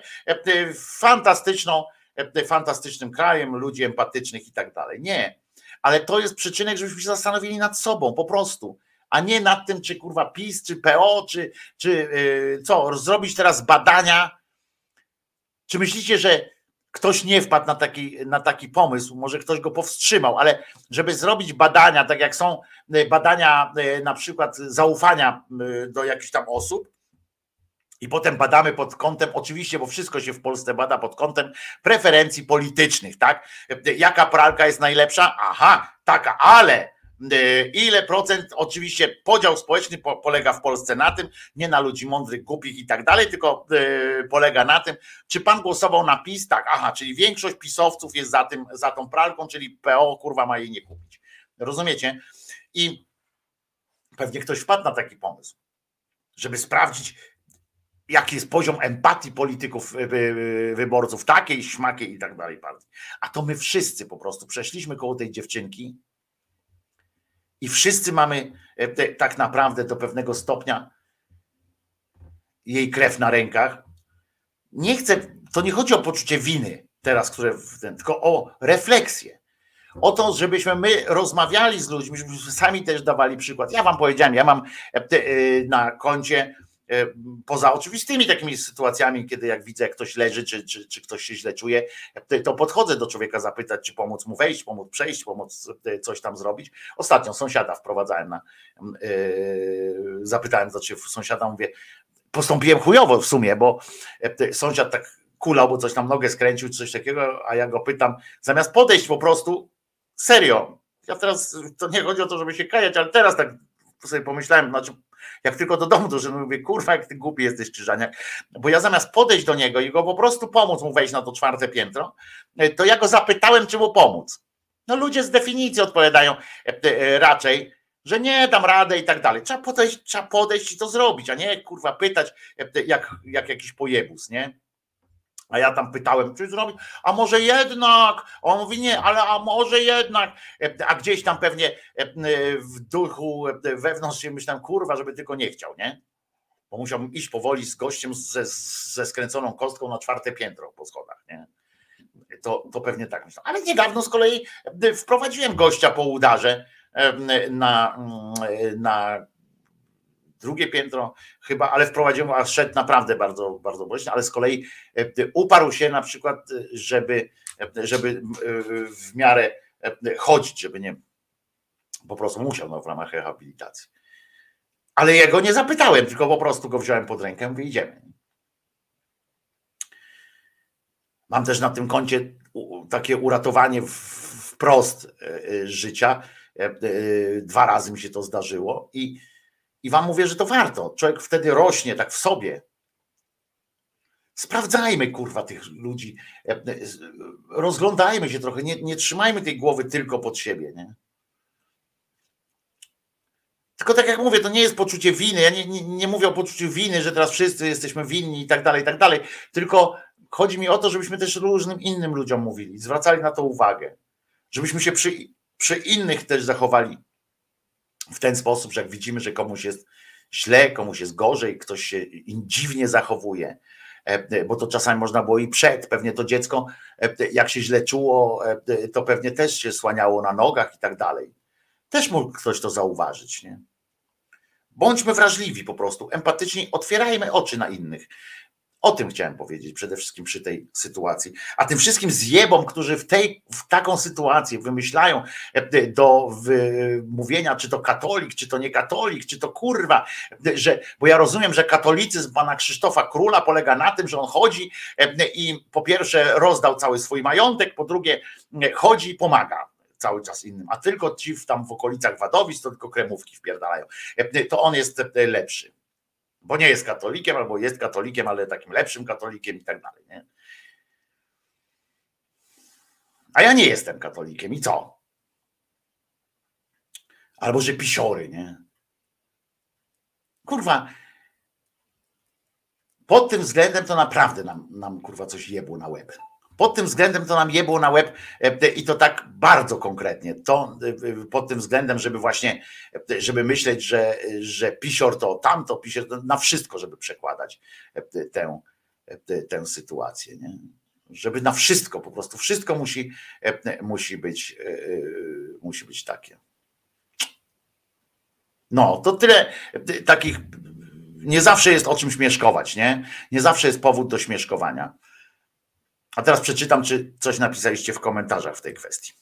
Speaker 2: fantastycznym krajem, ludzi empatycznych i tak dalej. Nie, ale to jest przyczynek, żebyśmy się zastanowili nad sobą po prostu, a nie nad tym, czy kurwa PiS, czy PO, czy co, zrobić teraz badania. Czy myślicie, że ktoś nie wpadł na taki pomysł, może ktoś go powstrzymał, ale żeby zrobić badania, tak jak są badania na przykład zaufania do jakichś tam osób i potem badamy pod kątem, oczywiście, bo wszystko się w Polsce bada pod kątem preferencji politycznych, tak? Jaka pralka jest najlepsza? Aha, taka, ale ile procent, oczywiście podział społeczny polega w Polsce na tym, nie na ludzi mądrych, głupich i tak dalej, tylko polega na tym, czy pan głosował na PiS? Tak, aha, czyli większość pisowców jest za tą pralką, czyli PO kurwa ma jej nie kupić. Rozumiecie? I pewnie ktoś wpadł na taki pomysł, żeby sprawdzić, jaki jest poziom empatii polityków, wyborców, takiej, śmakiej i tak dalej partii. A to my wszyscy po prostu przeszliśmy koło tej dziewczynki i wszyscy mamy tak naprawdę do pewnego stopnia jej krew na rękach. To nie chodzi o poczucie winy teraz, tylko o refleksję. O to, żebyśmy my rozmawiali z ludźmi, żebyśmy sami też dawali przykład. Ja wam powiedziałem, ja mam na koncie, poza oczywistymi takimi sytuacjami, kiedy jak widzę, jak ktoś leży, czy ktoś się źle czuje, to podchodzę do człowieka zapytać, czy pomóc mu wejść, pomóc przejść, pomóc coś tam zrobić. Ostatnio sąsiada wprowadzałem zapytałem, znaczy sąsiada, mówię, postąpiłem chujowo w sumie, bo sąsiad tak kulał, bo coś tam nogę skręcił, czy coś takiego, a ja go pytam, zamiast podejść po prostu, serio, ja teraz, to nie chodzi o to, żeby się kajać, ale teraz tak sobie pomyślałem, znaczy jak tylko do domu, to że mówię, kurwa, jak ty głupi jesteś, Krzyżaniak, bo ja zamiast podejść do niego i go po prostu pomóc mu wejść na to 4. piętro, to ja go zapytałem, czy mu pomóc. No ludzie z definicji odpowiadają raczej, że nie, dam radę i tak dalej. Trzeba podejść i to zrobić, a nie kurwa pytać jak jakiś pojebus, nie? A ja tam pytałem, czy zrobić, a może jednak, on mówi nie, ale a może jednak, a gdzieś tam pewnie w duchu wewnątrz się myślałem, kurwa, żeby tylko nie chciał, nie? Bo musiał iść powoli z gościem ze skręconą kostką na 4. piętro po schodach, nie? To pewnie tak myślałem. Ale niedawno z kolei wprowadziłem gościa po udarze na 2. piętro chyba, ale wprowadziłem, a szedł naprawdę bardzo, bardzo boleśnie, ale z kolei uparł się na przykład, żeby w miarę chodzić, żeby nie, po prostu musiał w ramach rehabilitacji. Ale ja go nie zapytałem, tylko po prostu go wziąłem pod rękę i mówię, idziemy. Mam też na tym koncie takie uratowanie wprost życia. 2 razy mi się to zdarzyło i wam mówię, że to warto. Człowiek wtedy rośnie tak w sobie. Sprawdzajmy, kurwa, tych ludzi. Rozglądajmy się trochę. Nie trzymajmy tej głowy tylko pod siebie, nie? Tylko tak jak mówię, to nie jest poczucie winy. Ja nie mówię o poczuciu winy, że teraz wszyscy jesteśmy winni i tak dalej, tylko chodzi mi o to, żebyśmy też różnym innym ludziom mówili, zwracali na to uwagę, żebyśmy się przy innych też zachowali w ten sposób, że jak widzimy, że komuś jest źle, komuś jest gorzej, ktoś się dziwnie zachowuje, bo to czasami można było i pewnie to dziecko, jak się źle czuło, to pewnie też się słaniało na nogach i tak dalej. Też mógł ktoś to zauważyć, nie? Bądźmy wrażliwi po prostu, empatyczni, otwierajmy oczy na innych. O tym chciałem powiedzieć przede wszystkim przy tej sytuacji. A tym wszystkim zjebom, którzy w taką sytuację wymyślają do mówienia, czy to katolik, czy to nie katolik, czy to kurwa, bo ja rozumiem, że katolicyzm pana Krzysztofa Króla polega na tym, że on chodzi i po pierwsze rozdał cały swój majątek, po drugie chodzi i pomaga cały czas innym, a tylko ci tam w okolicach Wadowic to tylko kremówki wpierdalają. To on jest lepszy. Bo nie jest katolikiem, albo jest katolikiem, ale takim lepszym katolikiem i tak dalej. Nie? A ja nie jestem katolikiem i co? Albo że pisiory, nie? Kurwa, pod tym względem to naprawdę nam kurwa coś jebło na łeb. Pod tym względem to nam jebło na łeb i to tak bardzo konkretnie. To pod tym względem, żeby właśnie, żeby myśleć, że pisior to tamto, pisior to na wszystko, żeby przekładać tę sytuację. Nie? Żeby na wszystko, po prostu wszystko musi być takie. No, to tyle takich, nie zawsze jest o czym śmieszkować, nie? Nie zawsze jest powód do śmieszkowania. A teraz przeczytam, czy coś napisaliście w komentarzach w tej kwestii.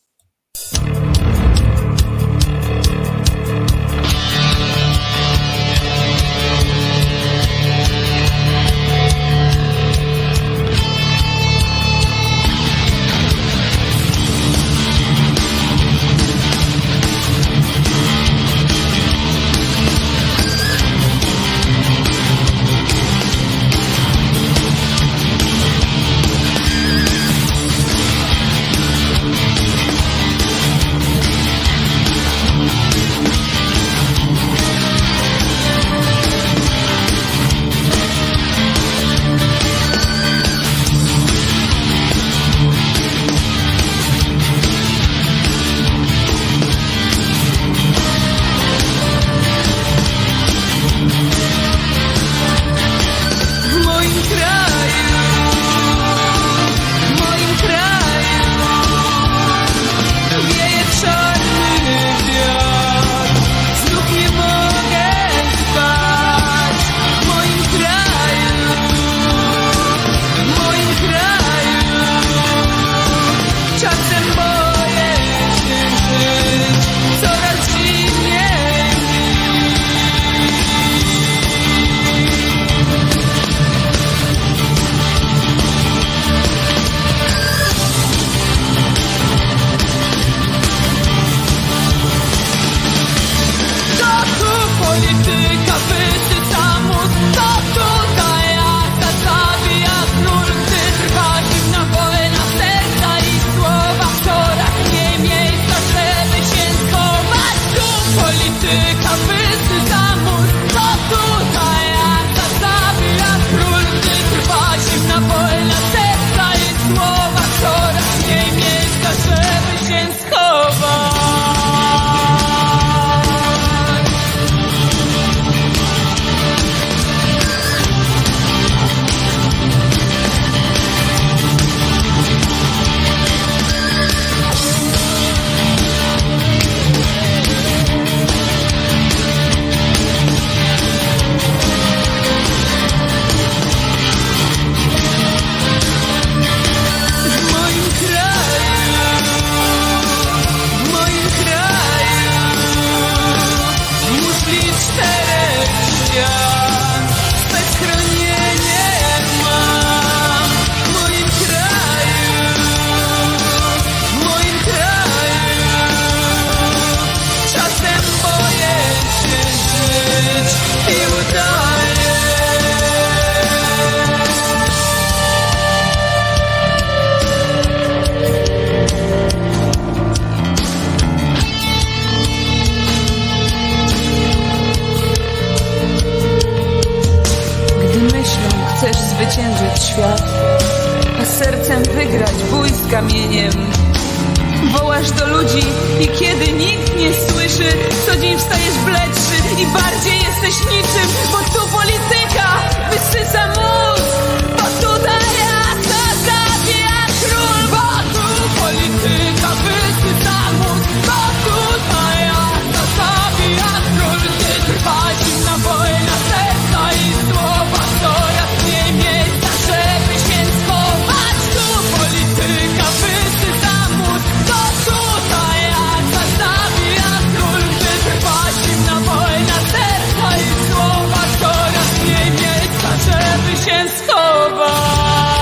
Speaker 7: kamieniem. Wołasz do ludzi i kiedy nikt nie słyszy, co dzień wstajesz bledszy i bardziej jesteś niczym, bo tu polityka wysysa mózg, bo tutaj jasno zabija król, bo tu polityka wysysa mózg, bo tutaj jasno zabija król, gdy trwa zimna wojna serca i słowa, coraz mniej miejsca, żeby się schować. Tu polityka wysysa mózg, bo tutaj jasno zabija król, gdy trwa zimna wojna serca i słowa, coraz mniej miejsca, żeby się schować.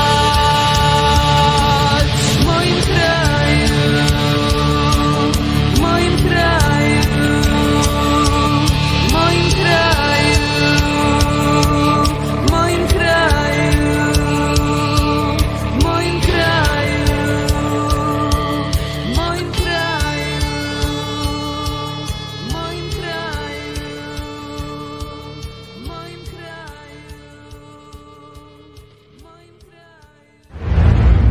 Speaker 7: W moim kraju, w moim kraju, w moim kraju, w moim kraju, w moim kraju, w moim kraju, w moim kraju, w moim kraju, w moim kraju.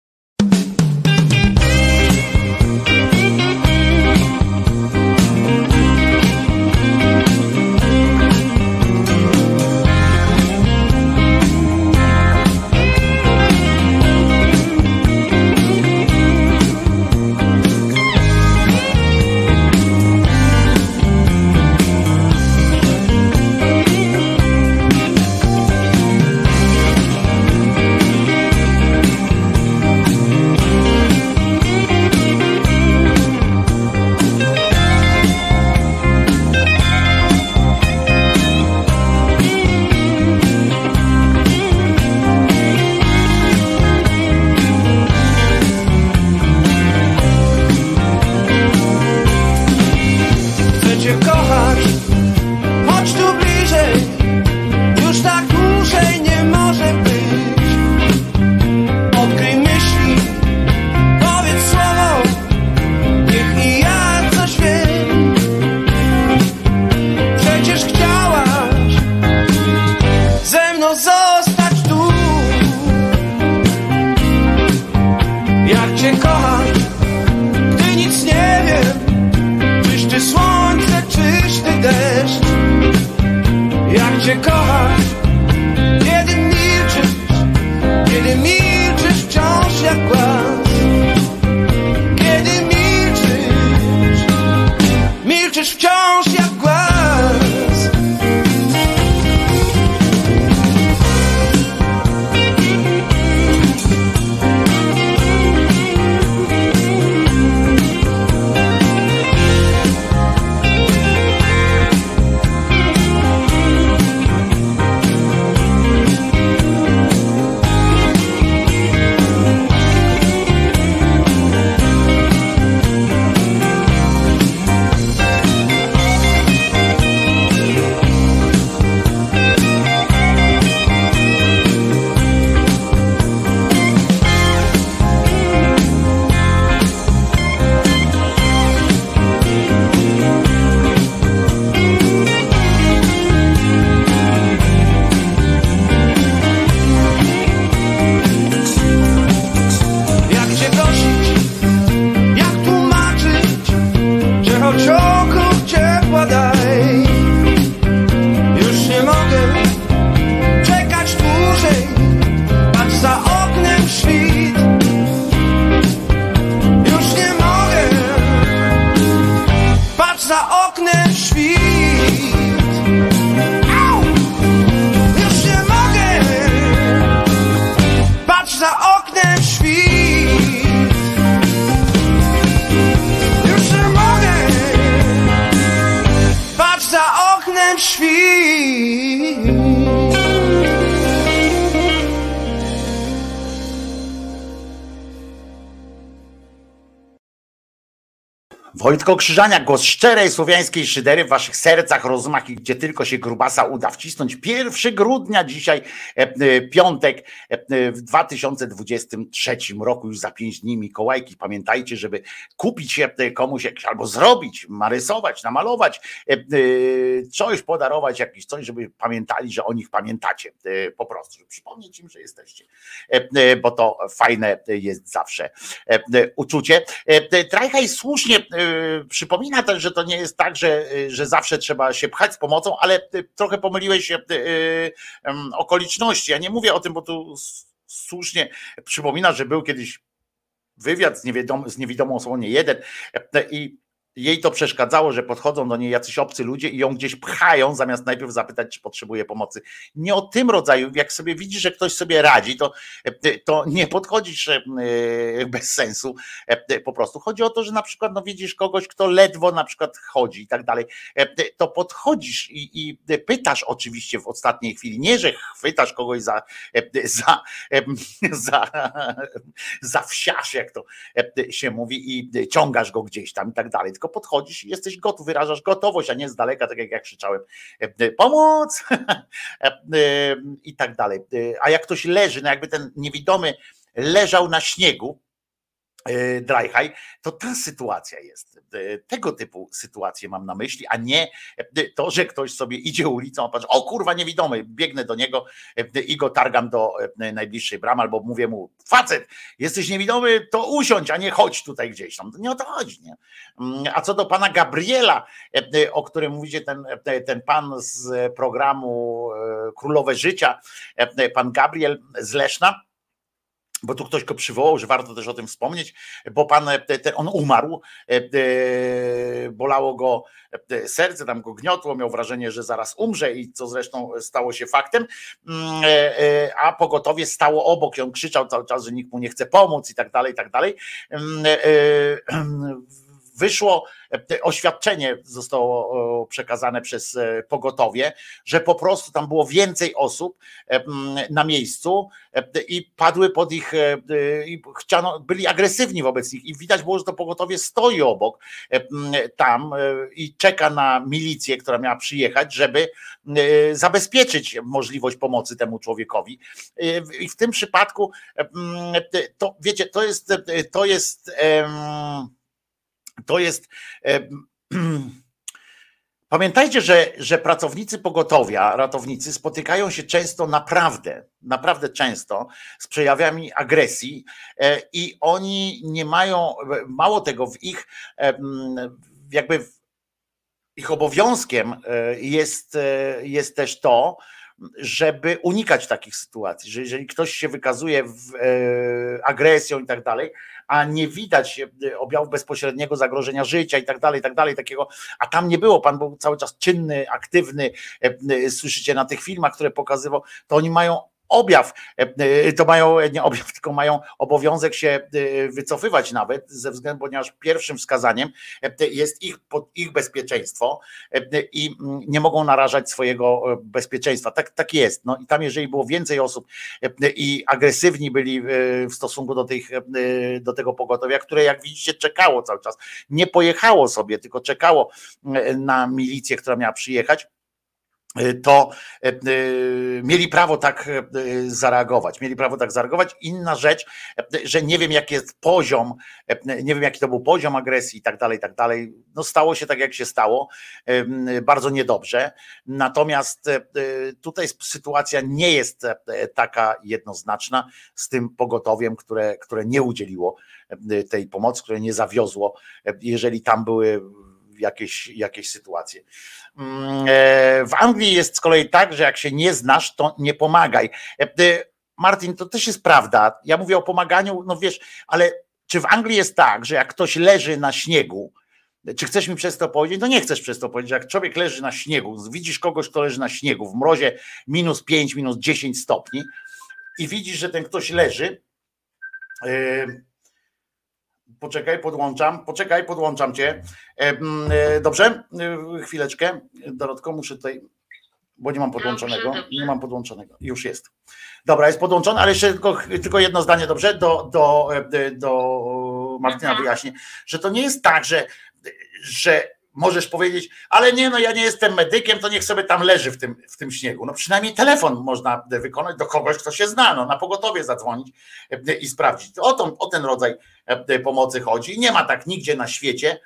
Speaker 6: Chcę cię kochać, chodź tu bliżej, już tak dłużej nie może być. Odkryj myśli, powiedz słowo, niech i ja coś wiem. Przecież chciałaś ze mną zostać tu. Jak cię kocham, gdy nic nie wiem, czyś ty słońce, czyś ty deszcz. Jak cię kochać, kiedy milczysz wciąż jak głaz. Kiedy milczysz wciąż jak głaz.
Speaker 2: Wojtko Krzyżaniak, głos szczerej słowiańskiej szydery w waszych sercach, rozumach i gdzie tylko się grubasa uda wcisnąć. 1 grudnia dzisiaj, piątek w 2023 roku, już za 5 dni Mikołajki. Pamiętajcie, żeby kupić się komuś albo zrobić, narysować, namalować, coś podarować, jakieś coś, żeby pamiętali, że o nich pamiętacie. Po prostu, żeby przypomnieć im, że jesteście, bo to fajne jest zawsze uczucie. Trajchaj słusznie przypomina też, że to nie jest tak, że zawsze trzeba się pchać z pomocą, ale trochę pomyliłeś się okoliczności. Ja nie mówię o tym, bo tu słusznie przypomina, że był kiedyś wywiad z niewidomą osobą, nie jeden, i jej to przeszkadzało, że podchodzą do niej jacyś obcy ludzie i ją gdzieś pchają, zamiast najpierw zapytać, czy potrzebuje pomocy. Nie o tym rodzaju, jak sobie widzisz, że ktoś sobie radzi, to nie podchodzisz bez sensu. Po prostu chodzi o to, że na przykład widzisz kogoś, kto ledwo na przykład chodzi i tak dalej, to podchodzisz i pytasz oczywiście w ostatniej chwili, nie, że chwytasz kogoś za wsiarz, jak to się mówi, i ciągasz go gdzieś tam i tak dalej, tylko podchodzisz i jesteś gotów, wyrażasz gotowość, a nie z daleka, tak jak ja krzyczałem, pomóc i tak dalej. A jak ktoś leży, jakby ten niewidomy leżał na śniegu, Drajchaj, to ta sytuacja jest. Tego typu sytuacje mam na myśli, a nie to, że ktoś sobie idzie ulicą, a patrzy, o kurwa niewidomy, biegnę do niego i go targam do najbliższej bramy, albo mówię mu, facet, jesteś niewidomy, to usiądź, a nie chodź tutaj gdzieś tam. Nie o to chodzi. Nie? A co do pana Gabriela, o którym mówicie, ten pan z programu Królowe Życia, pan Gabriel z Leszna, bo tu ktoś go przywołał, że warto też o tym wspomnieć, bo on umarł, bolało go serce, tam go gniotło, miał wrażenie, że zaraz umrze i co zresztą stało się faktem, a pogotowie stało obok i on krzyczał cały czas, że nikt mu nie chce pomóc i tak dalej, i tak dalej. Wyszło oświadczenie, zostało przekazane przez pogotowie, że po prostu tam było więcej osób na miejscu i padły pod ich, i byli agresywni wobec nich i widać było, że to pogotowie stoi obok tam i czeka na milicję, która miała przyjechać, żeby zabezpieczyć możliwość pomocy temu człowiekowi. I w tym przypadku to wiecie, to jest pamiętajcie, że pracownicy pogotowia, ratownicy spotykają się często naprawdę często z przejawami agresji i oni nie mają, mało tego, ich obowiązkiem jest też to, żeby unikać takich sytuacji, że jeżeli ktoś się wykazuje agresją i tak dalej, a nie widać objawów bezpośredniego zagrożenia życia i tak dalej, takiego, a tam nie było, pan był cały czas czynny, aktywny, słyszycie na tych filmach, które pokazywał, to oni mają objaw, to mają nie objaw, tylko mają obowiązek się wycofywać nawet ze względu, ponieważ pierwszym wskazaniem jest ich bezpieczeństwo i nie mogą narażać swojego bezpieczeństwa. Tak jest. No i tam jeżeli było więcej osób i agresywni byli w stosunku do tego pogotowia, które jak widzicie czekało cały czas, nie pojechało sobie, tylko czekało na milicję, która miała przyjechać, to mieli prawo tak zareagować. Inna rzecz, że nie wiem jaki jest poziom, nie wiem jaki to był poziom agresji i tak dalej. No stało się tak jak się stało, bardzo niedobrze. Natomiast tutaj sytuacja nie jest taka jednoznaczna z tym pogotowiem, które nie udzieliło tej pomocy, które nie zawiozło, jeżeli tam były jakieś sytuacje. W Anglii jest z kolei tak, że jak się nie znasz, to nie pomagaj. Martin, to też jest prawda. Ja mówię o pomaganiu, no wiesz, ale czy w Anglii jest tak, że jak ktoś leży na śniegu, czy chcesz mi przez to powiedzieć? No nie chcesz przez to powiedzieć, że jak człowiek leży na śniegu, widzisz kogoś, kto leży na śniegu w mrozie -5, -10 stopni i widzisz, że ten ktoś leży, podłączam cię. Dobrze? Chwileczkę. Dorotko, muszę tutaj Bo nie mam podłączonego. Nie mam podłączonego. Już jest. Dobra, jest podłączony, ale jeszcze tylko jedno zdanie, dobrze? Do Martyna wyjaśnię, że to nie jest tak, że możesz powiedzieć, ale nie, no ja nie jestem medykiem, to niech sobie tam leży w tym śniegu. No przynajmniej telefon można wykonać do kogoś, kto się zna, no, na pogotowie zadzwonić i sprawdzić. O ten rodzaj pomocy chodzi. Nie ma tak nigdzie na świecie,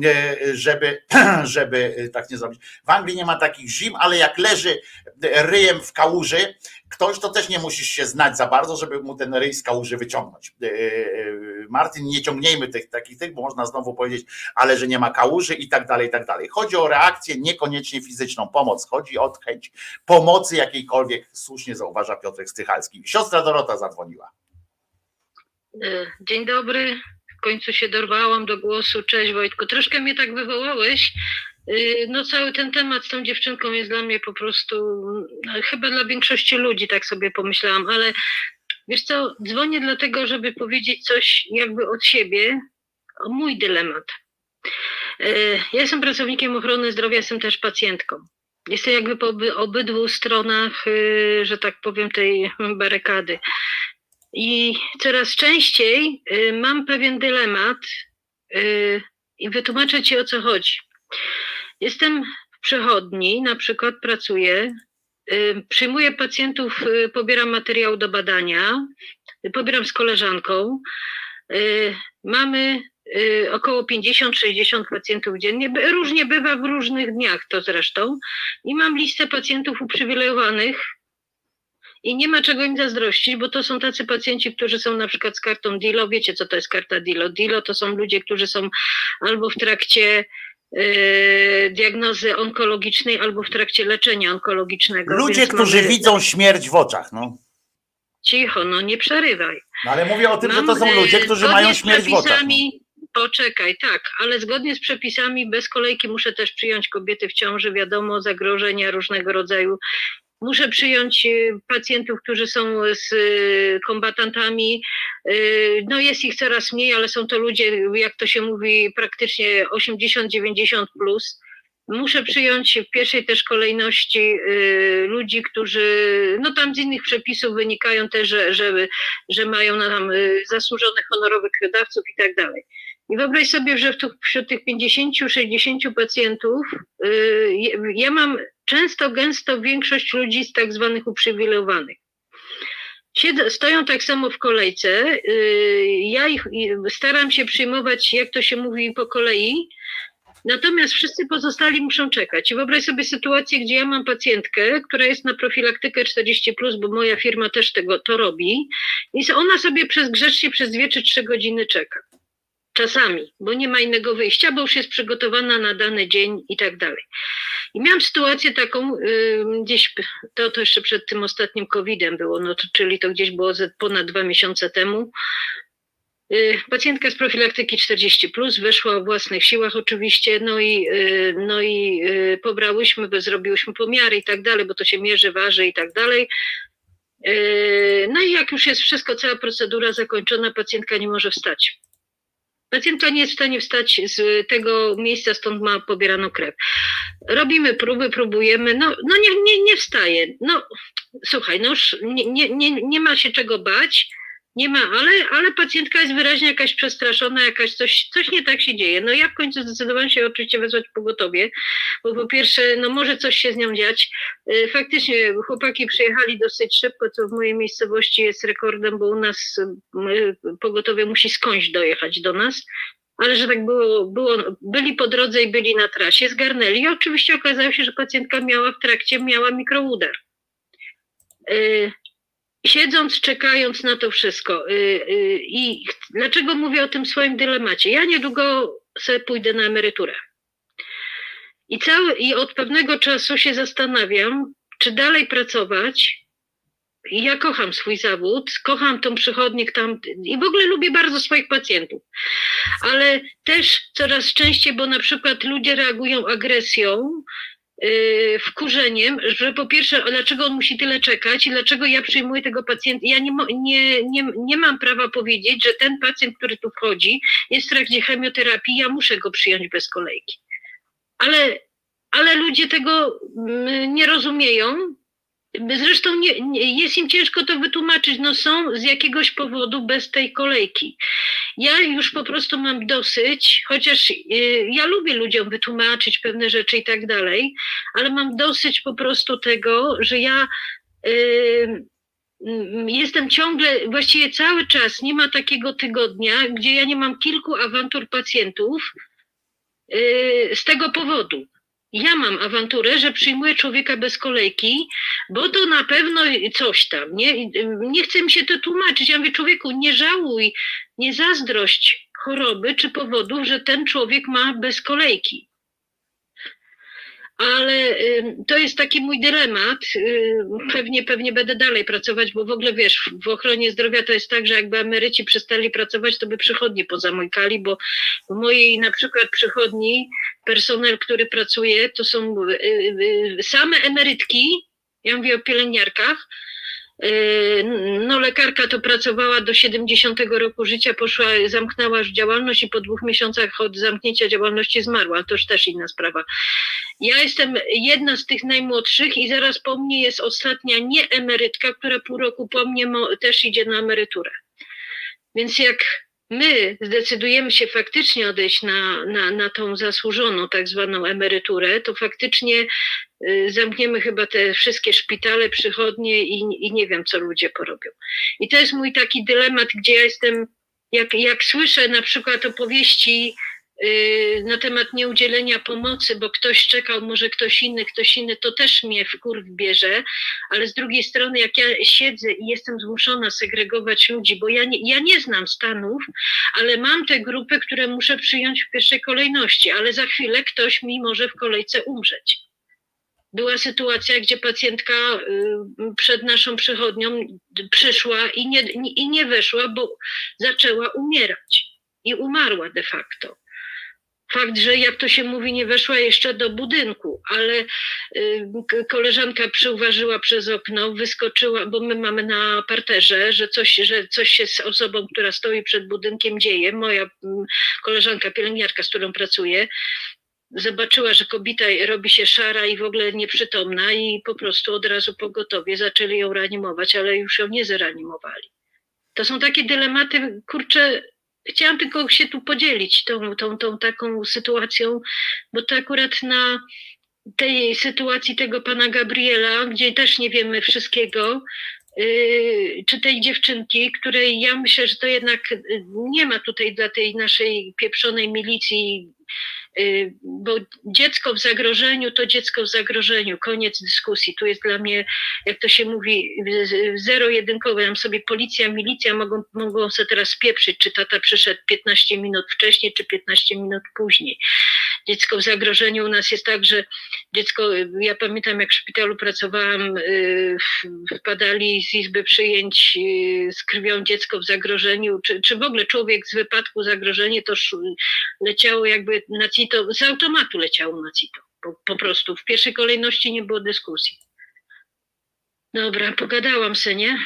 Speaker 2: żeby tak nie zrobić. W Anglii nie ma takich zim, ale jak leży ryjem w kałuży ktoś, to też nie musisz się znać za bardzo, żeby mu ten ryj z kałuży wyciągnąć. Martin, nie ciągnijmy takich, bo można znowu powiedzieć, ale że nie ma kałuży i tak dalej, i tak dalej. Chodzi o reakcję, niekoniecznie fizyczną pomoc. Chodzi o chęć pomocy jakiejkolwiek, słusznie zauważa Piotrek Stychalski. Siostra Dorota zadzwoniła.
Speaker 8: Dzień dobry. W końcu się dorwałam do głosu. Cześć Wojtku. Troszkę mnie tak wywołałeś. No cały ten temat z tą dziewczynką jest dla mnie po prostu, chyba dla większości ludzi, tak sobie pomyślałam, ale wiesz co, dzwonię dlatego, żeby powiedzieć coś jakby od siebie, o mój dylemat. Ja jestem pracownikiem ochrony zdrowia, jestem też pacjentką. Jestem jakby po obydwu stronach, że tak powiem, tej barykady. I coraz częściej mam pewien dylemat i wytłumaczę ci, o co chodzi. Jestem w przychodni, na przykład pracuję, przyjmuję pacjentów, pobieram materiał do badania, pobieram z koleżanką, mamy około 50-60 pacjentów dziennie, różnie bywa w różnych dniach to zresztą, i mam listę pacjentów uprzywilejowanych i nie ma czego im zazdrościć, bo to są tacy pacjenci, którzy są na przykład z kartą DILO. Wiecie, co to jest karta DILO? DILO to są ludzie, którzy są albo w trakcie diagnozy onkologicznej, albo w trakcie leczenia onkologicznego.
Speaker 2: Ludzie, którzy widzą śmierć w oczach. No.
Speaker 8: Cicho, no nie przerywaj.
Speaker 2: No, ale mówię o tym, że to są ludzie, którzy mają śmierć w oczach. No.
Speaker 8: Poczekaj, tak, ale zgodnie z przepisami bez kolejki muszę też przyjąć kobiety w ciąży, wiadomo, zagrożenia różnego rodzaju. Muszę przyjąć pacjentów, którzy są z kombatantami. No jest ich coraz mniej, ale są to ludzie, jak to się mówi, praktycznie 80-90 plus. Muszę przyjąć w pierwszej też kolejności ludzi, którzy, no tam z innych przepisów wynikają też, że mają tam zasłużonych, honorowych krwiodawców i tak dalej. I wyobraź sobie, że wśród tych 50-60 pacjentów ja mam gęsto większość ludzi z tak zwanych uprzywilejowanych. Stoją tak samo w kolejce, ja ich staram się przyjmować, jak to się mówi, po kolei, natomiast wszyscy pozostali muszą czekać. I wyobraź sobie sytuację, gdzie ja mam pacjentkę, która jest na profilaktykę 40+, bo moja firma też to robi, i ona sobie grzecznie przez 2 czy 3 godziny czeka. Czasami, bo nie ma innego wyjścia, bo już jest przygotowana na dany dzień i tak dalej. I miałam sytuację taką, gdzieś, to jeszcze przed tym ostatnim COVID-em było, no to, czyli to gdzieś było ponad 2 miesiące temu. Pacjentka z profilaktyki 40+, weszła o własnych siłach oczywiście, no i pobrałyśmy, zrobiłyśmy pomiary i tak dalej, bo to się mierzy, waży i tak dalej. No i jak już jest wszystko, cała procedura zakończona, pacjentka nie może wstać. Pacjentka nie jest w stanie wstać z tego miejsca, stąd ma pobieraną krew. Robimy próby, próbujemy, no nie wstaje. No słuchaj, no już nie ma się czego bać, nie ma, ale pacjentka jest wyraźnie jakaś przestraszona, coś nie tak się dzieje. No ja w końcu zdecydowałam się oczywiście wezwać pogotowie, bo po pierwsze, no może coś się z nią dziać. Faktycznie chłopaki przyjechali dosyć szybko, co w mojej miejscowości jest rekordem, bo u nas pogotowie musi skądś dojechać do nas. Ale że tak byli po drodze i byli na trasie, zgarnęli i oczywiście okazało się, że pacjentka miała mikroudar. Siedząc, czekając na to wszystko. I dlaczego mówię o tym swoim dylemacie? Ja niedługo sobie pójdę na emeryturę. I od pewnego czasu się zastanawiam, czy dalej pracować. Ja kocham swój zawód, kocham tą przychodnię tam i w ogóle lubię bardzo swoich pacjentów. Ale też coraz częściej, bo na przykład ludzie reagują agresją, wkurzeniem, że po pierwsze, dlaczego on musi tyle czekać i dlaczego ja przyjmuję tego pacjenta. Ja nie mam prawa powiedzieć, że ten pacjent, który tu wchodzi, jest w trakcie chemioterapii, ja muszę go przyjąć bez kolejki. ale ludzie tego nie rozumieją. Zresztą jest im ciężko to wytłumaczyć, no są z jakiegoś powodu bez tej kolejki. Ja już po prostu mam dosyć, chociaż ja lubię ludziom wytłumaczyć pewne rzeczy i tak dalej, ale mam dosyć po prostu tego, że ja jestem ciągle, właściwie cały czas, nie ma takiego tygodnia, gdzie ja nie mam kilku awantur pacjentów z tego powodu. Ja mam awanturę, że przyjmuję człowieka bez kolejki, bo to na pewno coś tam. Nie chce mi się to tłumaczyć. Ja mówię, człowieku, nie żałuj, nie zazdrość choroby czy powodów, że ten człowiek ma bez kolejki. Ale to jest taki mój dylemat. Pewnie będę dalej pracować, bo w ogóle wiesz, w ochronie zdrowia to jest tak, że jakby emeryci przestali pracować, to by przychodnie pozamykali, bo w mojej na przykład przychodni personel, który pracuje, to są same emerytki, ja mówię o pielęgniarkach. No lekarka to pracowała do 70 roku życia, zamknęła już działalność i po 2 miesiącach od zamknięcia działalności zmarła, to już też inna sprawa. Ja jestem jedna z tych najmłodszych i zaraz po mnie jest ostatnia nieemerytka, która pół roku po mnie też idzie na emeryturę. Więc jak my zdecydujemy się faktycznie odejść na tą zasłużoną tak zwaną emeryturę, to faktycznie zamkniemy chyba te wszystkie szpitale, przychodnie i nie wiem, co ludzie porobią. I to jest mój taki dylemat, gdzie ja jestem, jak słyszę na przykład opowieści na temat nieudzielenia pomocy, bo ktoś czekał, może ktoś inny, to też mnie w kurw bierze, ale z drugiej strony jak ja siedzę i jestem zmuszona segregować ludzi, bo ja nie znam stanów, ale mam te grupy, które muszę przyjąć w pierwszej kolejności, ale za chwilę ktoś mi może w kolejce umrzeć. Była sytuacja, gdzie pacjentka przed naszą przychodnią przyszła i nie weszła, bo zaczęła umierać i umarła de facto. Fakt, że jak to się mówi, nie weszła jeszcze do budynku, ale koleżanka przyuważyła przez okno, wyskoczyła, bo my mamy na parterze, że coś się z osobą, która stoi przed budynkiem dzieje. Moja koleżanka, pielęgniarka, z którą pracuję, zobaczyła, że kobieta robi się szara i w ogóle nieprzytomna i po prostu od razu pogotowie zaczęli ją reanimować, ale już ją nie zreanimowali. To są takie dylematy, kurczę. Chciałam tylko się tu podzielić tą taką sytuacją, bo to akurat na tej sytuacji tego pana Gabriela, gdzie też nie wiemy wszystkiego, czy tej dziewczynki, której ja myślę, że to jednak nie ma tutaj dla tej naszej pieprzonej milicji, bo dziecko w zagrożeniu to dziecko w zagrożeniu, koniec dyskusji. Tu jest dla mnie, jak to się mówi, zero-jedynkowe. Tam sobie policja, milicja mogą sobie teraz pieprzyć, czy tata przyszedł 15 minut wcześniej, czy 15 minut później. Dziecko w zagrożeniu u nas jest tak, że dziecko, ja pamiętam jak w szpitalu pracowałam, wpadali z izby przyjęć z krwią dziecko w zagrożeniu, czy w ogóle człowiek z wypadku zagrożenie, to leciało jakby na CITO, z automatu leciało na CITO. Po prostu w pierwszej kolejności nie było dyskusji. Dobra, pogadałam se, nie?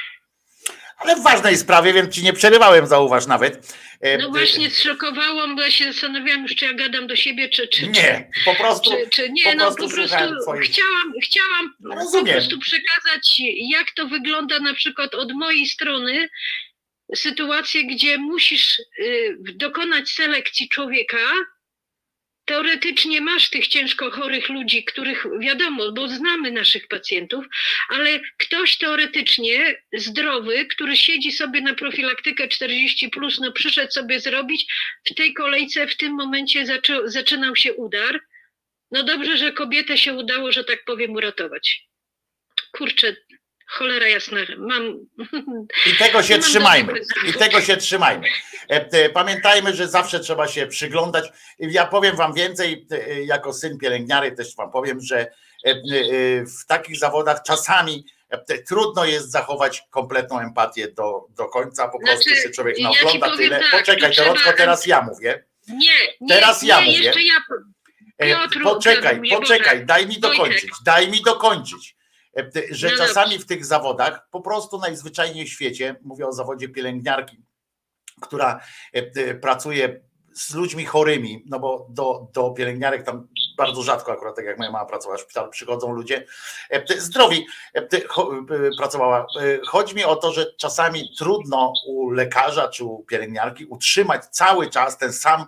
Speaker 2: Ale w ważnej sprawie, więc ci nie przerywałem, zauważ nawet.
Speaker 8: No właśnie zszokowało, bo ja się zastanawiałam już, czy ja gadam do siebie, czy
Speaker 2: nie, po prostu.
Speaker 8: Czy nie, po prostu chciałam po prostu przekazać, jak to wygląda na przykład od mojej strony, sytuację, gdzie musisz dokonać selekcji człowieka. Teoretycznie masz tych ciężko chorych ludzi, których wiadomo, bo znamy naszych pacjentów, ale ktoś teoretycznie zdrowy, który siedzi sobie na profilaktykę 40+, no przyszedł sobie zrobić, w tej kolejce w tym momencie zaczynał się udar. No dobrze, że kobietę się udało, że tak powiem, uratować. Kurczę, cholera jasna, mam...
Speaker 2: I tego się trzymajmy. I tego się trzymajmy. Pamiętajmy, że zawsze trzeba się przyglądać. Ja powiem wam więcej, jako syn pielęgniary też wam powiem, że w takich zawodach czasami trudno jest zachować kompletną empatię do końca, po prostu się człowiek naogląda tyle. Tak, poczekaj, Dorotko, teraz ja mówię. Teraz ja mówię. Jeszcze ja, poczekaj, daj mi dokończyć. Że czasami w tych zawodach po prostu najzwyczajniej w świecie, mówię o zawodzie pielęgniarki, która pracuje z ludźmi chorymi, no bo do pielęgniarek tam bardzo rzadko akurat, tak jak moja mama pracowała w szpitalu, przychodzą ludzie zdrowi, pracowała. Chodzi mi o to, że czasami trudno u lekarza czy u pielęgniarki utrzymać cały czas ten sam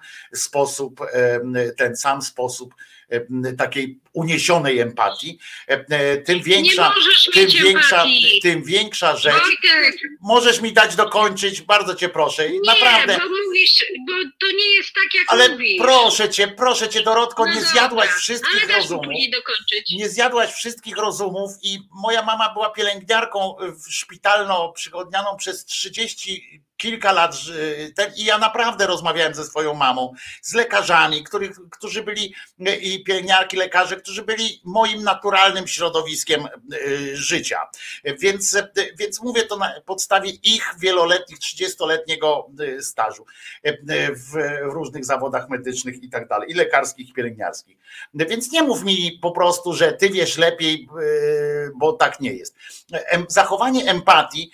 Speaker 2: sposób takiej uniesionej empatii, tym większa rzecz.
Speaker 8: Wojtek,
Speaker 2: Możesz mi dać dokończyć, bardzo cię proszę.
Speaker 8: nie,
Speaker 2: Naprawdę.
Speaker 8: bo to nie jest tak, jak
Speaker 2: Ale
Speaker 8: mówisz.
Speaker 2: proszę cię, Dorotko,
Speaker 8: No
Speaker 2: nie
Speaker 8: dobra,
Speaker 2: zjadłaś wszystkich
Speaker 8: ale dasz mi
Speaker 2: rozumów.
Speaker 8: później dokończyć.
Speaker 2: Nie zjadłaś wszystkich rozumów i moja mama była pielęgniarką szpitalno-przychodnianą przez 30 kilka lat i ja naprawdę rozmawiałem ze swoją mamą, z lekarzami, którzy byli i pielęgniarki, lekarze, którzy byli moim naturalnym środowiskiem życia. Więc mówię to na podstawie ich wieloletnich, 30-letniego stażu w różnych zawodach medycznych i tak dalej, i lekarskich, i pielęgniarskich. Więc nie mów mi po prostu, że ty wiesz lepiej, bo tak nie jest. Zachowanie empatii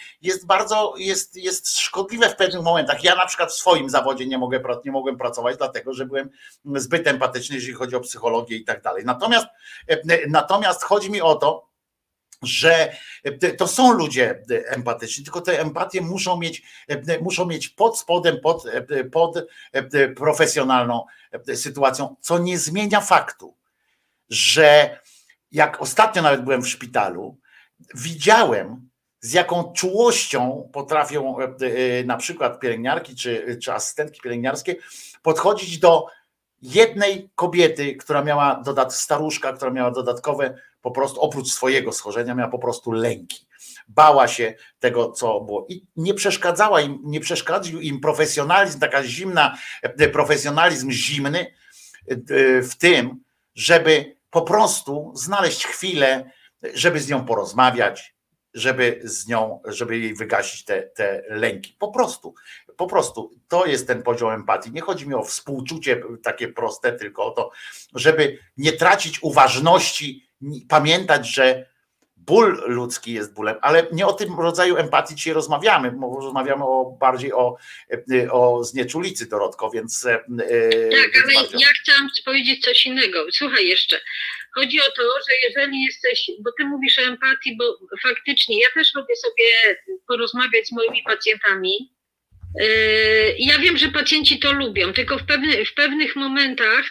Speaker 2: jest szkodliwe w pewnych momentach. Ja na przykład w swoim zawodzie nie mogłem pracować, dlatego że byłem zbyt empatyczny, jeżeli chodzi o psychologię i tak dalej. Natomiast chodzi mi o to, że to są ludzie empatyczni, tylko te empatie muszą mieć pod spodem, pod profesjonalną sytuacją, co nie zmienia faktu, że jak ostatnio nawet byłem w szpitalu, widziałem, z jaką czułością potrafią na przykład pielęgniarki czy asystentki pielęgniarskie podchodzić do jednej kobiety, która miała staruszka, która miała dodatkowe, po prostu oprócz swojego schorzenia, miała po prostu lęki. Bała się tego, co było. I nie przeszkadzał im profesjonalizm, profesjonalizm zimny w tym, żeby po prostu znaleźć chwilę, żeby z nią porozmawiać, żeby jej wygasić te lęki. Po prostu to jest ten poziom empatii. Nie chodzi mi o współczucie takie proste, tylko o to, żeby nie tracić uważności, pamiętać, że ból ludzki jest bólem, ale nie o tym rodzaju empatii dzisiaj rozmawiamy, bo rozmawiamy bardziej o znieczulicy, Dorotko, więc...
Speaker 8: Tak, ale ja chciałam powiedzieć coś innego. Słuchaj jeszcze. Chodzi o to, że jeżeli jesteś, bo ty mówisz o empatii, bo faktycznie ja też lubię sobie porozmawiać z moimi pacjentami. Ja wiem, że pacjenci to lubią, tylko w pewnych momentach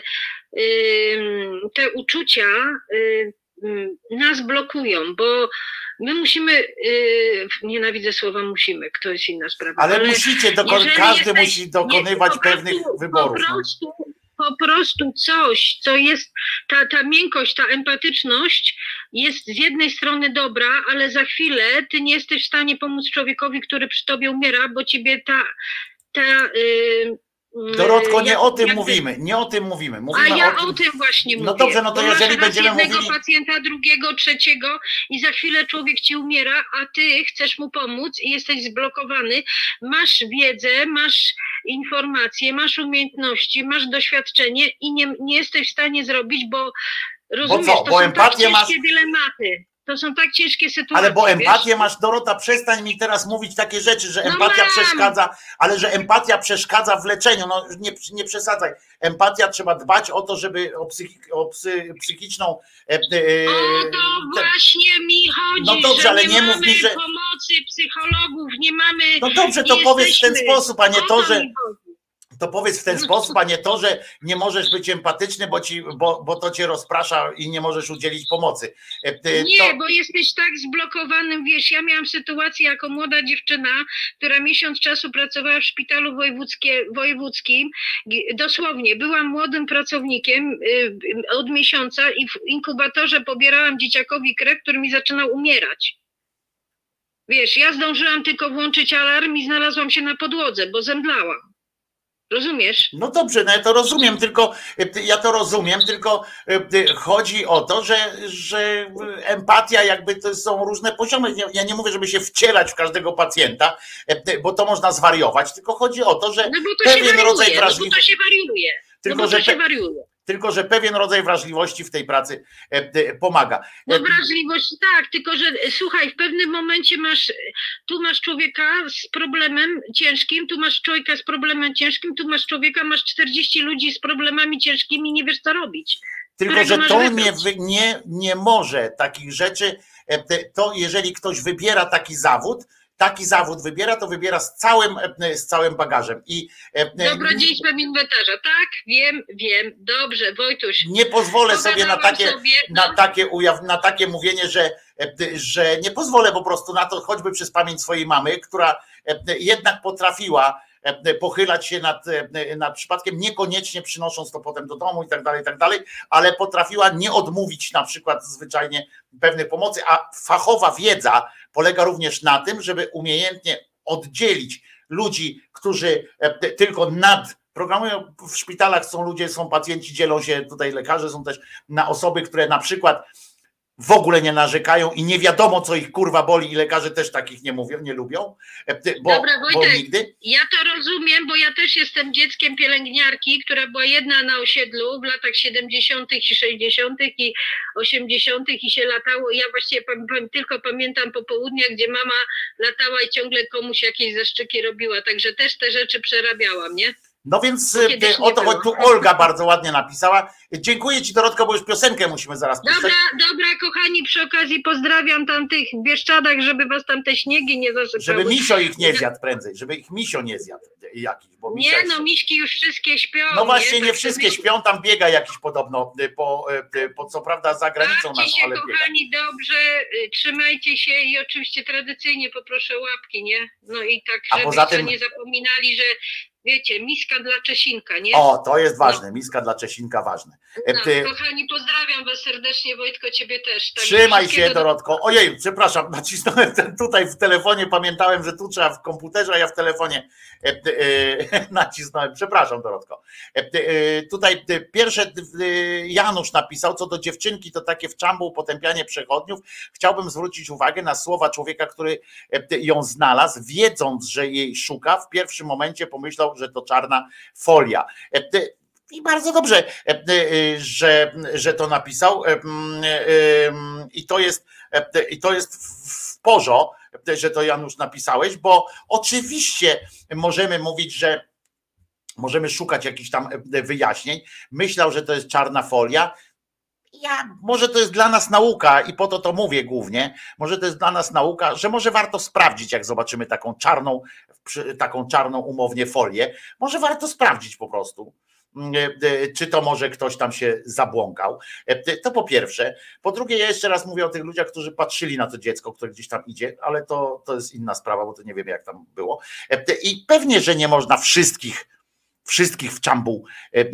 Speaker 8: te uczucia nas blokują, bo my musimy, nienawidzę słowa musimy, to jest inna sprawa.
Speaker 2: Ale musicie, każdy musi dokonywać pewnych wyborów.
Speaker 8: Po prostu coś, co jest, ta miękkość, ta empatyczność jest z jednej strony dobra, ale za chwilę ty nie jesteś w stanie pomóc człowiekowi, który przy tobie umiera, bo ciebie
Speaker 2: Dorotko, nie o tym mówimy.
Speaker 8: A ja o tym właśnie mówię.
Speaker 2: No dobrze, no to jeżeli będziemy
Speaker 8: jednego
Speaker 2: mówili...
Speaker 8: pacjenta, drugiego, trzeciego i za chwilę człowiek ci umiera, a ty chcesz mu pomóc i jesteś zblokowany, masz wiedzę, masz informacje, masz umiejętności, masz doświadczenie i nie jesteś w stanie zrobić, bo rozumiesz,
Speaker 2: bo
Speaker 8: to są tak
Speaker 2: ciężkie
Speaker 8: dylematy. To są tak ciężkie sytuacje.
Speaker 2: Ale bo empatię masz, Dorota, przestań mi teraz mówić takie rzeczy, że empatia przeszkadza, ale że empatia przeszkadza w leczeniu. No nie przesadzaj. Empatia, trzeba dbać o to, żeby o psychiczną...
Speaker 8: O to właśnie mi chodzi,
Speaker 2: no dobrze, ale nie mów mi, że...
Speaker 8: pomocy psychologów, nie mamy...
Speaker 2: No dobrze, to powiedz w ten sposób, a nie to, że... To powiedz w ten sposób, a nie to, że nie możesz być empatyczny, bo to cię rozprasza i nie możesz udzielić pomocy.
Speaker 8: Bo jesteś tak zblokowanym, wiesz, ja miałam sytuację jako młoda dziewczyna, która miesiąc czasu pracowała w szpitalu wojewódzkim. Dosłownie, byłam młodym pracownikiem od miesiąca i w inkubatorze pobierałam dzieciakowi krew, który mi zaczynał umierać. Wiesz, ja zdążyłam tylko włączyć alarm i znalazłam się na podłodze, bo zemdlałam. Rozumiesz?
Speaker 2: No dobrze, no ja to rozumiem, tylko chodzi o to, że empatia jakby to są różne poziomy. Ja nie mówię, żeby się wcielać w każdego pacjenta, bo to można zwariować, tylko chodzi o to, że pewien rodzaj wrażliwości.
Speaker 8: No bo to się wariuje.
Speaker 2: Tylko że pewien rodzaj wrażliwości w tej pracy pomaga.
Speaker 8: No wrażliwość, tak, tylko że słuchaj, w pewnym momencie tu masz człowieka z problemem ciężkim, tu masz człowieka z problemem ciężkim, tu masz człowieka, masz 40 ludzi z problemami ciężkimi, nie wiesz co robić.
Speaker 2: Tylko że to nie może takich rzeczy, to jeżeli ktoś wybiera taki zawód wybiera, to wybiera z całym bagażem.
Speaker 8: Dobrodziejstwem inwentarza, tak? Wiem, dobrze, Wojtuś.
Speaker 2: Nie pozwolę sobie na takie mówienie, że nie pozwolę po prostu na to, choćby przez pamięć swojej mamy, która jednak potrafiła pochylać się nad przypadkiem, niekoniecznie przynosząc to potem do domu i tak dalej, ale potrafiła nie odmówić na przykład zwyczajnie pewnej pomocy, a fachowa wiedza polega również na tym, żeby umiejętnie oddzielić ludzi, którzy tylko programują w szpitalach, są pacjenci, dzielą się, tutaj lekarze są też na osoby, które na przykład w ogóle nie narzekają i nie wiadomo, co ich kurwa boli i lekarze też takich nie lubią,
Speaker 8: Dobra, Wojtek,
Speaker 2: bo nigdy.
Speaker 8: Ja to rozumiem, bo ja też jestem dzieckiem pielęgniarki, która była jedna na osiedlu w latach 70. i 60. i 80. i się latało. Ja właściwie tylko pamiętam popołudnia, gdzie mama latała i ciągle komuś jakieś zaszczyki robiła, także też te rzeczy przerabiałam, nie?
Speaker 2: No więc o to tu Olga bardzo ładnie napisała. Dziękuję ci, Dorotko, bo już piosenkę musimy zaraz puszczać.
Speaker 8: Dobra, kochani, przy okazji pozdrawiam tam tych w Bieszczadach, żeby was tam te śniegi nie zasypały.
Speaker 2: Żeby misio ich nie zjadł prędzej, żeby ich misio nie zjadł jakiś. Bo
Speaker 8: miśki już wszystkie śpią.
Speaker 2: No właśnie, nie wszystkie śpią, tam biega jakiś podobno, po co prawda za granicą nas, ale biega.
Speaker 8: Kochani, dobrze, trzymajcie się i oczywiście tradycyjnie poproszę łapki, nie? No i tak, żebyście nie zapominali, że wiecie, miska dla Czesinka, nie?
Speaker 2: O, to jest ważne, miska dla Czesinka ważne.
Speaker 8: Kochani, pozdrawiam was serdecznie, Wojtko, ciebie też. Tak,
Speaker 2: trzymaj się, Dorotko. Ojej, przepraszam, nacisnąłem tutaj w telefonie, pamiętałem, że tu trzeba w komputerze, a ja w telefonie nacisnąłem. Przepraszam, Dorotko. Tutaj pierwsze Janusz napisał, co do dziewczynki, to takie w czambu potępianie przechodniów. Chciałbym zwrócić uwagę na słowa człowieka, który ją znalazł, wiedząc, że jej szuka, w pierwszym momencie pomyślał, że to czarna folia. I bardzo dobrze, że to napisał. I to jest w porządku, że to Janusz napisałeś, bo oczywiście możemy mówić, że możemy szukać jakichś tam wyjaśnień. Myślał, że to jest czarna folia. Może to jest dla nas nauka i po to mówię głównie, może to jest dla nas nauka, że może warto sprawdzić, jak zobaczymy taką czarną umownie folię, może warto sprawdzić po prostu, czy to może ktoś tam się zabłąkał. To po pierwsze. Po drugie, ja jeszcze raz mówię o tych ludziach, którzy patrzyli na to dziecko, które gdzieś tam idzie, ale to jest inna sprawa, bo to nie wiem, jak tam było. I pewnie, że nie można wszystkich w czambu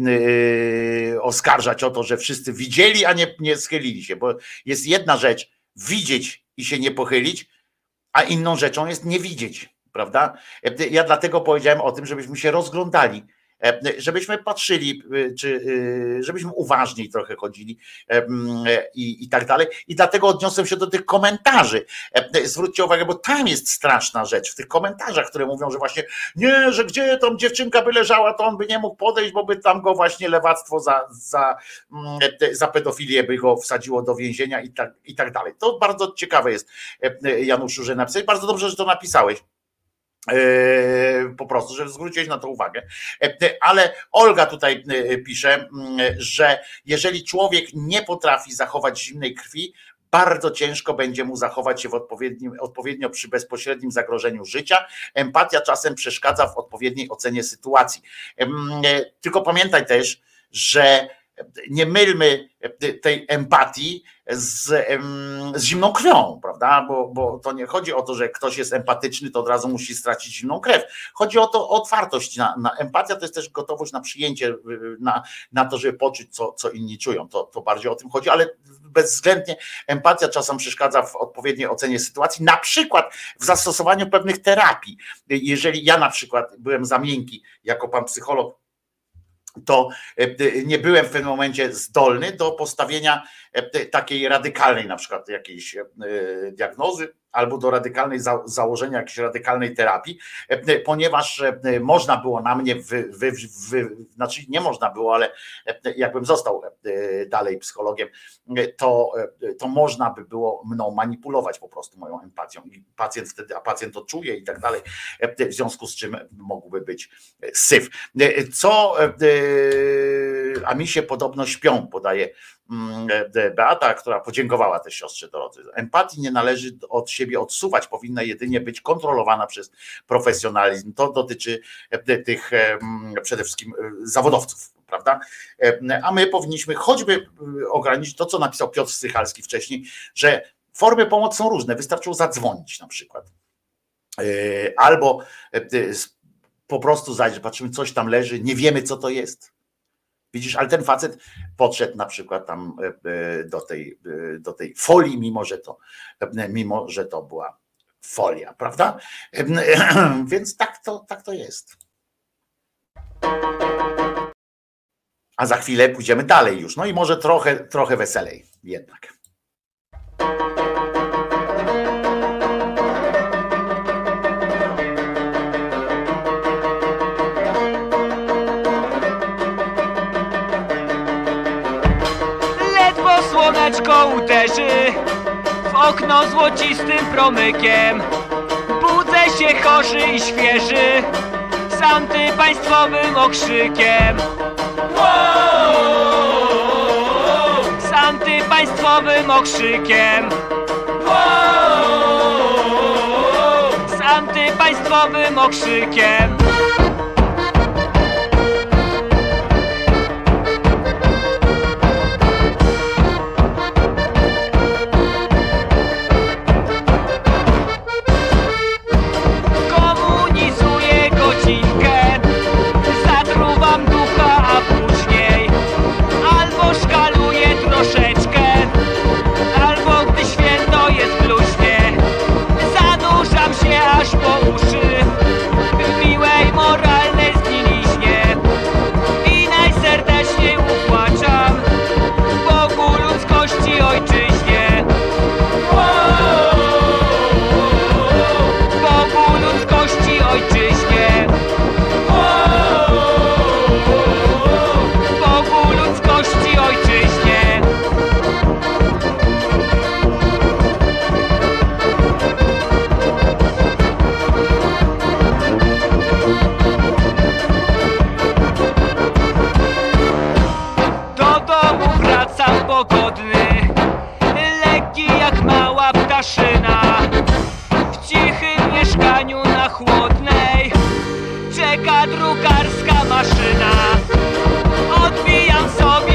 Speaker 2: oskarżać o to, że wszyscy widzieli, a nie schylili się, bo jest jedna rzecz widzieć i się nie pochylić, a inną rzeczą jest nie widzieć, prawda? Ja dlatego powiedziałem o tym, żebyśmy się rozglądali, żebyśmy patrzyli, żebyśmy uważniej trochę chodzili i tak dalej. I dlatego odniosłem się do tych komentarzy. Zwróćcie uwagę, bo tam jest straszna rzecz w tych komentarzach, które mówią, że właśnie nie, że gdzie tam dziewczynka by leżała, to on by nie mógł podejść, bo by tam go właśnie lewactwo za pedofilię by go wsadziło do więzienia i tak dalej. To bardzo ciekawe jest, Januszu, że napisałeś. Bardzo dobrze, że to napisałeś. Po prostu, żeby zwrócić na to uwagę. Ale Olga tutaj pisze, że jeżeli człowiek nie potrafi zachować zimnej krwi, bardzo ciężko będzie mu zachować się odpowiednio przy bezpośrednim zagrożeniu życia. Empatia czasem przeszkadza w odpowiedniej ocenie sytuacji. Tylko pamiętaj też, że nie mylmy tej empatii z zimną krwią, prawda? Bo to nie chodzi o to, że ktoś jest empatyczny, to od razu musi stracić zimną krew. Chodzi o to, o otwartość na empatia, to jest też gotowość na przyjęcie, na to, żeby poczuć, co inni czują. To bardziej o tym chodzi, ale bezwzględnie empatia czasem przeszkadza w odpowiedniej ocenie sytuacji, na przykład w zastosowaniu pewnych terapii. Jeżeli ja na przykład byłem za miękki jako pan psycholog, to nie byłem w pewnym momencie zdolny do postawienia takiej radykalnej na przykład jakiejś diagnozy, albo do radykalnej założenia jakiejś radykalnej terapii, ponieważ można było na mnie, znaczy nie można było, ale jakbym został dalej psychologiem, to można by było mną manipulować po prostu moją empatią i pacjent wtedy, a pacjent to czuje i tak dalej, w związku z czym mógłby być syf. A mi się podobno śpią, podaje Beata, która podziękowała też siostrze Drodze. Empatii nie należy od siebie odsuwać, powinna jedynie być kontrolowana przez profesjonalizm. To dotyczy tych przede wszystkim zawodowców, prawda? A my powinniśmy choćby ograniczyć to, co napisał Piotr Strychalski wcześniej, że formy pomocy są różne, wystarczyło zadzwonić na przykład. Albo po prostu zajrzeć, patrzymy, coś tam leży, nie wiemy, co to jest. Widzisz, ale ten facet podszedł na przykład tam do tej folii, mimo że to była folia, prawda? Więc tak to jest. A za chwilę pójdziemy dalej już. No i może trochę weselej jednak.
Speaker 3: Słoneczko uderzy w okno złocistym promykiem. Budzę się chorzy i świeży z antypaństwowym okrzykiem. Z antypaństwowym okrzykiem. Z antypaństwowym okrzykiem. W cichym mieszkaniu na Chłodnej czeka drukarska maszyna. Odbijam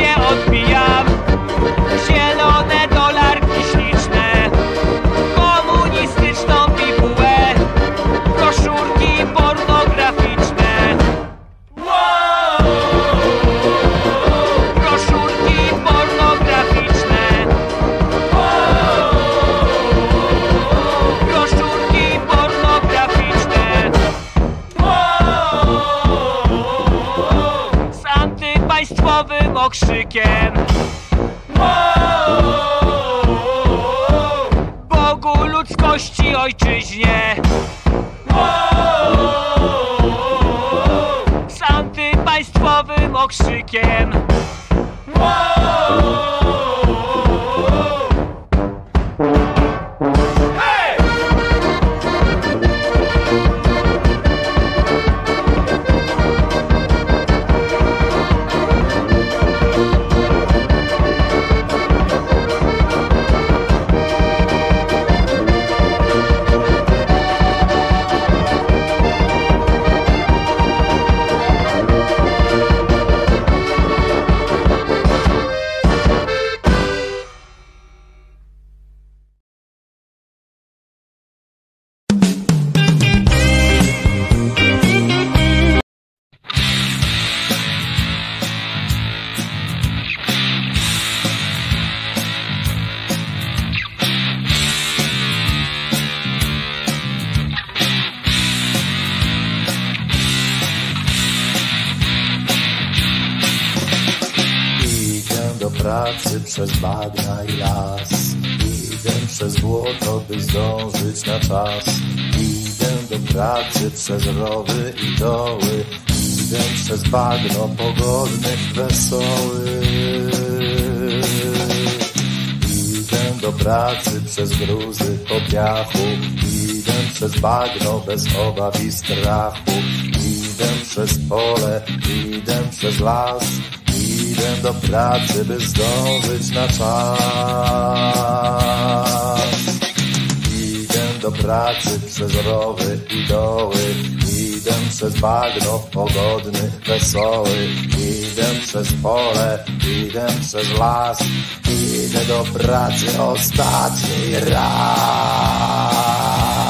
Speaker 3: zielone dolarki śliczne, komunistyczną bibułę, broszurki pornograficzne. Broszurki pornograficzne. Broszurki pornograficzne. Z antypaństwowym okrzykiem. Bogu, ludzkości, ojczyźnie. Z antypaństwowym okrzykiem.
Speaker 5: Przez bagna i las, idę
Speaker 9: przez błoto, by zdążyć na czas. Idę do pracy przez rowy i doły, idę przez bagno pogodnych, wesołych. Idę do pracy przez gruzy po piachu, idę przez bagno bez obaw i strachu. Idę przez pole, idę przez las, idę do pracy, by zdążyć na czas. Idę do pracy przez rowy i doły, idę przez bagno pogodny, wesoły. Idę przez pole, idę przez las, idę do pracy ostatni raz.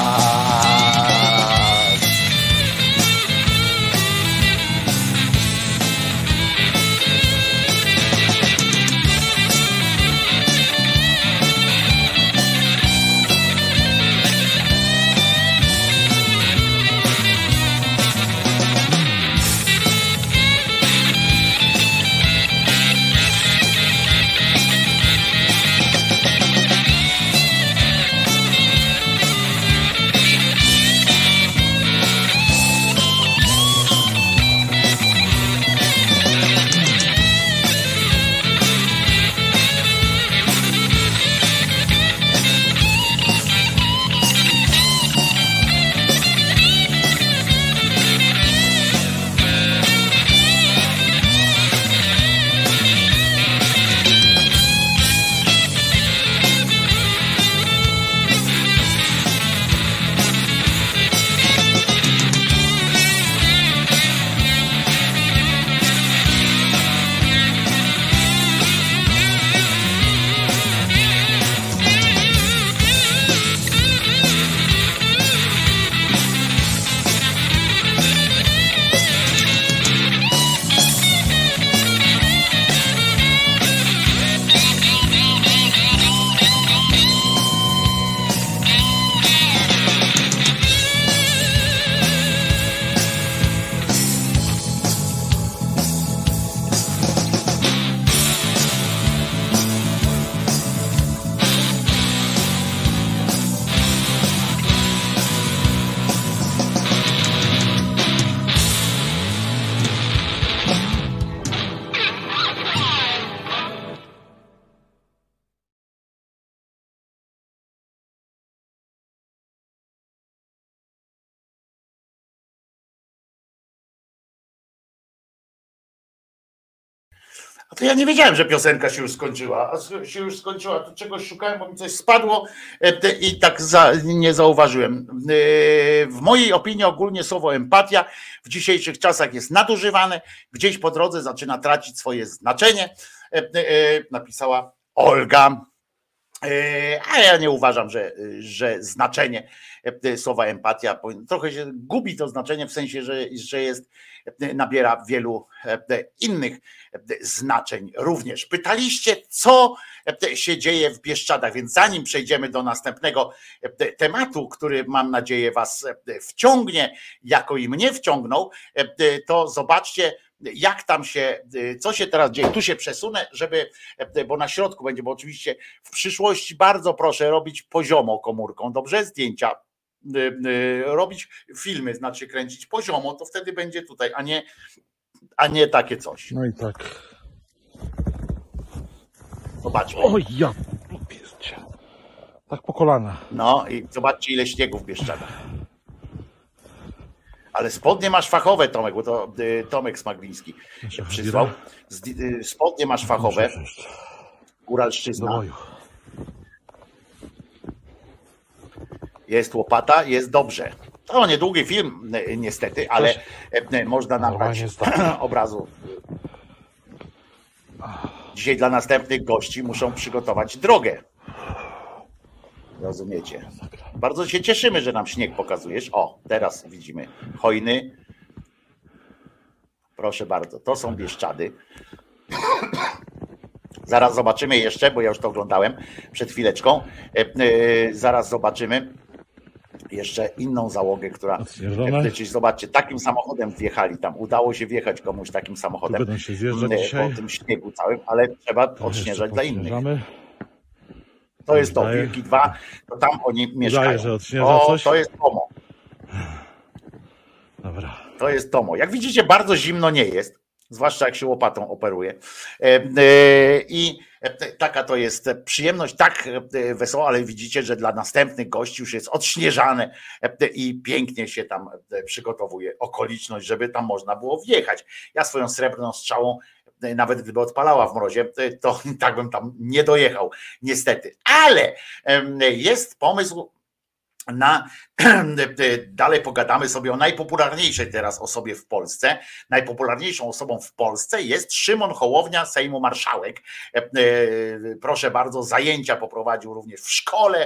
Speaker 2: A to ja nie wiedziałem, że piosenka się już skończyła. A się już skończyła, to czegoś szukałem, bo mi coś spadło i tak nie zauważyłem. W mojej opinii ogólnie słowo empatia w dzisiejszych czasach jest nadużywane, gdzieś po drodze zaczyna tracić swoje znaczenie, napisała Olga. A ja nie uważam, że znaczenie słowa empatia trochę się gubi to znaczenie, w sensie, że nabiera wielu innych znaczeń również. Pytaliście, co się dzieje w Bieszczadach, więc zanim przejdziemy do następnego tematu, który mam nadzieję was wciągnie, jako i mnie wciągnął, to zobaczcie, jak tam się, co się teraz dzieje. Tu się przesunę, bo na środku będzie, bo oczywiście w przyszłości bardzo proszę robić poziomo komórką, dobrze? Zdjęcia, robić filmy, znaczy kręcić poziomo, to wtedy będzie tutaj, a nie takie coś.
Speaker 10: No i tak.
Speaker 2: Zobaczmy.
Speaker 10: Oj, ja pierdzie. Tak po kolana.
Speaker 2: No i zobaczcie, ile śniegu w Bieszczadach. Ale spodnie masz fachowe, Tomek, bo to Tomek Smagliński przysłał. Spodnie masz fachowe. Góralszczyzna. Jest łopata, jest dobrze. To niedługi film niestety, ale można nabrać obrazu. Dzisiaj dla następnych gości muszą przygotować drogę. Rozumiecie? Bardzo się cieszymy, że nam śnieg pokazujesz. O, teraz widzimy hojny. Proszę bardzo, to są Bieszczady. Zaraz zobaczymy jeszcze, bo ja już to oglądałem przed chwileczką. Zaraz zobaczymy jeszcze inną załogę, która przecież zobaczcie, takim samochodem wjechali tam. Udało się wjechać komuś takim samochodem po tym śniegu całym, ale trzeba odśnieżać dla innych. To jest to, Wilki 2, to tam oni mieszkają.
Speaker 10: Że odśnieża coś?
Speaker 2: To jest Tomo.
Speaker 10: Dobra.
Speaker 2: To jest Tomo. Jak widzicie, bardzo zimno nie jest, zwłaszcza jak się łopatą operuje. I taka to jest przyjemność, tak wesoła, ale widzicie, że dla następnych gości już jest odśnieżane i pięknie się tam przygotowuje okoliczność, żeby tam można było wjechać. Ja swoją srebrną strzałą, nawet gdyby odpalała w mrozie, to tak bym tam nie dojechał, niestety. Ale jest pomysł dalej pogadamy sobie o najpopularniejszej teraz osobie w Polsce. Najpopularniejszą osobą w Polsce jest Szymon Hołownia, Sejmu marszałek. Proszę bardzo, zajęcia poprowadził również w szkole,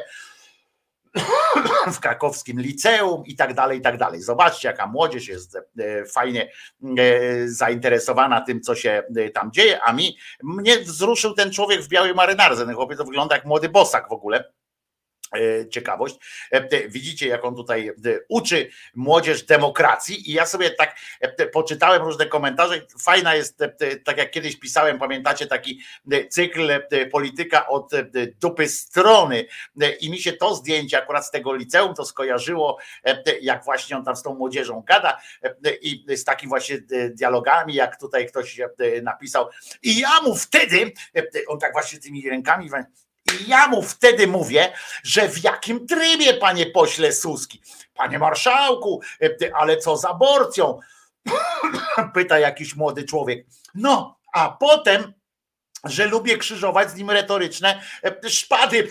Speaker 2: w krakowskim liceum i tak dalej, i tak dalej. Zobaczcie, jaka młodzież jest fajnie zainteresowana tym, co się tam dzieje, a mnie wzruszył ten człowiek w białej marynarce. Ten chłopiec to wygląda jak młody bosak w ogóle. Ciekawość. Widzicie, jak on tutaj uczy młodzież demokracji i ja sobie tak poczytałem różne komentarze. Fajna jest, tak jak kiedyś pisałem, pamiętacie, taki cykl polityka od dupy strony i mi się to zdjęcie akurat z tego liceum to skojarzyło, jak właśnie on tam z tą młodzieżą gada i z takimi właśnie dialogami, jak tutaj ktoś napisał i ja mu wtedy, on tak właśnie tymi rękami, i ja mu wtedy mówię, że w jakim trybie, panie pośle Suski, panie marszałku, ale co z aborcją? Pyta jakiś młody człowiek. No, a potem, że lubię krzyżować z nim retoryczne szpady.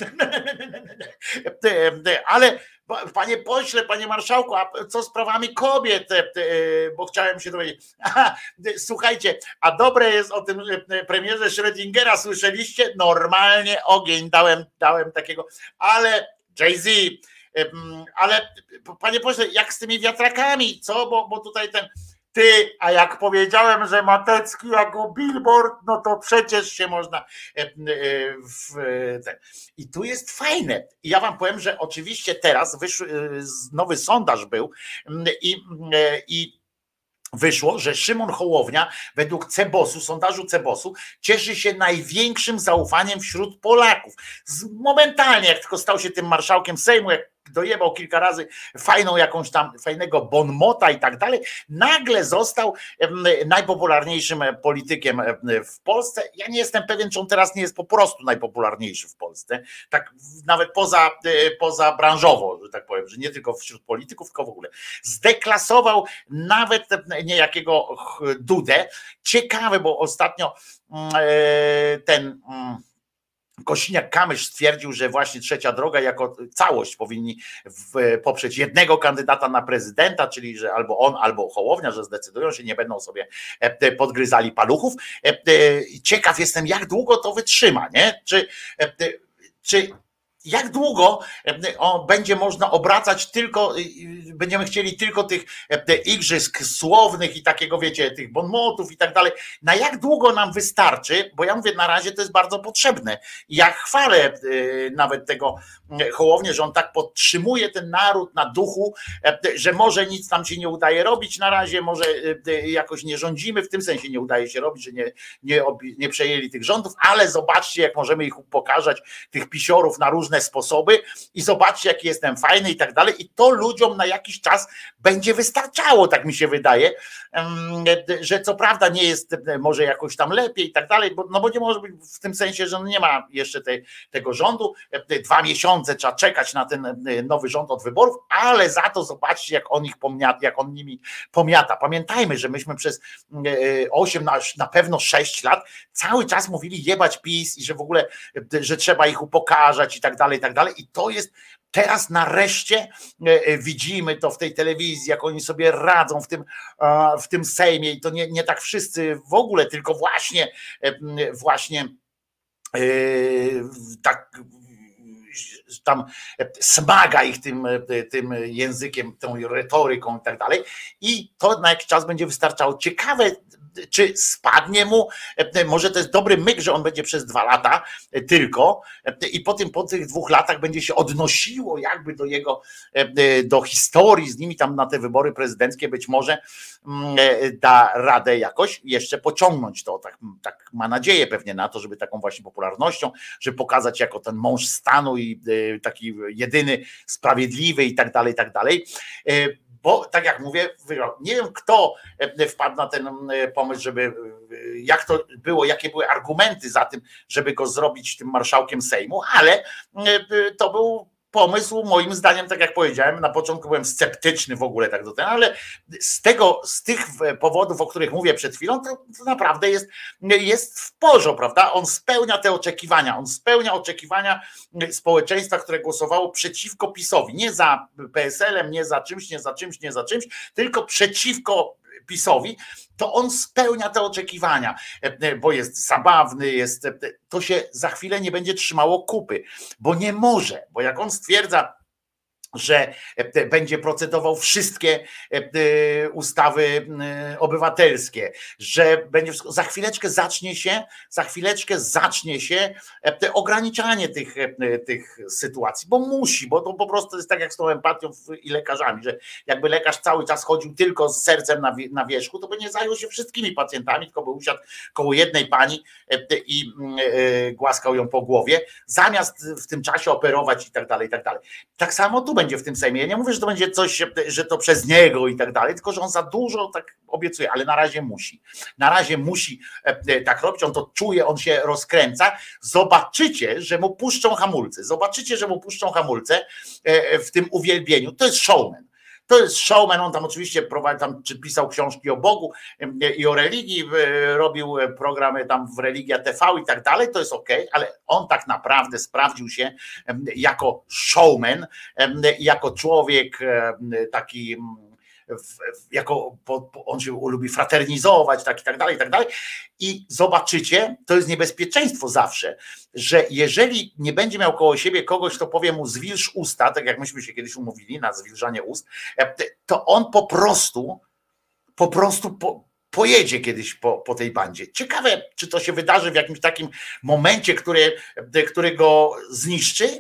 Speaker 2: Ale panie pośle, panie marszałku, a co z prawami kobiet? Bo chciałem się dowiedzieć. Słuchajcie, a dobre jest o tym premierze Schrödingera, słyszeliście? Normalnie ogień dałem takiego, ale Jay-Z, ale panie pośle, jak z tymi wiatrakami, co? Bo tutaj a jak powiedziałem, że Matecki jako billboard, no to przecież się można I tu jest fajne. I ja wam powiem, że oczywiście teraz nowy sondaż był i wyszło, że Szymon Hołownia według Cebosu, sondażu Cebosu, cieszy się największym zaufaniem wśród Polaków. Momentalnie, jak tylko stał się tym marszałkiem Sejmu, jak dojebał kilka razy fajną jakąś tam, fajnego bonmota i tak dalej, nagle został najpopularniejszym politykiem w Polsce. Ja nie jestem pewien, czy on teraz nie jest po prostu najpopularniejszy w Polsce, tak nawet poza branżowo, że tak powiem, że nie tylko wśród polityków, tylko w ogóle. Zdeklasował nawet niejakiego Dudę. Ciekawe, bo ostatnio ten Kosiniak-Kamysz stwierdził, że właśnie Trzecia Droga jako całość powinni poprzeć jednego kandydata na prezydenta, czyli że albo on, albo Hołownia, że zdecydują się, nie będą sobie podgryzali paluchów. Ciekaw jestem, jak długo to wytrzyma, nie? Czy jak długo będzie można obracać będziemy chcieli tylko tych igrzysk słownych i takiego, wiecie, tych bonmotów i tak dalej. Na jak długo nam wystarczy, bo ja mówię, na razie to jest bardzo potrzebne. Ja chwalę nawet tego Hołownię, że on tak podtrzymuje ten naród na duchu, że może nic nam się nie udaje robić na razie, może jakoś nie rządzimy, w tym sensie nie udaje się robić, że nie przejęli tych rządów, ale zobaczcie, jak możemy ich upokarzać, tych pisiorów na różne sposoby i zobaczcie, jaki jestem fajny i tak dalej, i to ludziom na jakiś czas będzie wystarczało, tak mi się wydaje, że co prawda nie jest może jakoś tam lepiej i tak dalej, bo nie może być w tym sensie, że nie ma jeszcze tego rządu, 2 miesiące trzeba czekać na ten nowy rząd od wyborów, ale za to zobaczcie, jak on nimi pomiata. Pamiętajmy, że myśmy przez 8, na pewno 6 lat cały czas mówili jebać PiS i że w ogóle, że trzeba ich upokarzać i tak dalej, i to jest teraz nareszcie widzimy to w tej telewizji, jak oni sobie radzą w tym Sejmie i to nie tak wszyscy w ogóle, tylko właśnie tak tam smaga ich tym językiem, tą retoryką i tak dalej, i to na jakiś czas będzie wystarczało. Ciekawe czy spadnie mu, może to jest dobry myk, że on będzie przez 2 lata tylko i po tych 2 latach będzie się odnosiło jakby do historii z nimi tam na te wybory prezydenckie, być może da radę jakoś jeszcze pociągnąć to, tak ma nadzieję pewnie na to, żeby taką właśnie popularnością, żeby pokazać jako ten mąż stanu i taki jedyny, sprawiedliwy i tak dalej, bo tak jak mówię, nie wiem kto wpadł na ten pomysł, żeby jak to było, jakie były argumenty za tym, żeby go zrobić tym marszałkiem Sejmu, ale to był pomysł, moim zdaniem, tak jak powiedziałem, na początku byłem sceptyczny w ogóle tak do tego, ale z tych powodów, o których mówię przed chwilą, to naprawdę jest w porządku, prawda? On spełnia te oczekiwania, on spełnia oczekiwania społeczeństwa, które głosowało przeciwko PiS-owi, nie za PSL-em, nie za czymś, tylko przeciwko PiS-owi, to on spełnia te oczekiwania, bo jest zabawny, to się za chwilę nie będzie trzymało kupy, bo nie może, bo jak on stwierdza, że będzie procedował wszystkie ustawy obywatelskie, że będzie za chwileczkę zacznie się ograniczanie tych sytuacji, bo musi, bo to po prostu jest tak jak z tą empatią i lekarzami, że jakby lekarz cały czas chodził tylko z sercem na wierzchu, to by nie zajął się wszystkimi pacjentami, tylko by usiadł koło jednej pani i głaskał ją po głowie, zamiast w tym czasie operować i tak dalej, i tak dalej. Tak samo tu będzie w tym Sejmie. Ja nie mówię, że to będzie coś, że to przez niego i tak dalej, tylko że on za dużo tak obiecuje, ale na razie musi. Na razie musi tak robić, on to czuje, on się rozkręca. Zobaczycie, że mu puszczą hamulce w tym uwielbieniu. To jest showman. To jest showman, on tam oczywiście prowadzi, czy pisał książki o Bogu i o religii, robił programy tam w Religia TV i tak dalej, to jest okej, ale on tak naprawdę sprawdził się jako showman, jako człowiek taki, on się lubi fraternizować, tak i tak dalej, i tak dalej. I zobaczycie, to jest niebezpieczeństwo zawsze, że jeżeli nie będzie miał koło siebie kogoś, kto powie mu zwilż usta, tak jak myśmy się kiedyś umówili na zwilżanie ust, to on po prostu pojedzie kiedyś po tej bandzie. Ciekawe, czy to się wydarzy w jakimś takim momencie, który go zniszczy,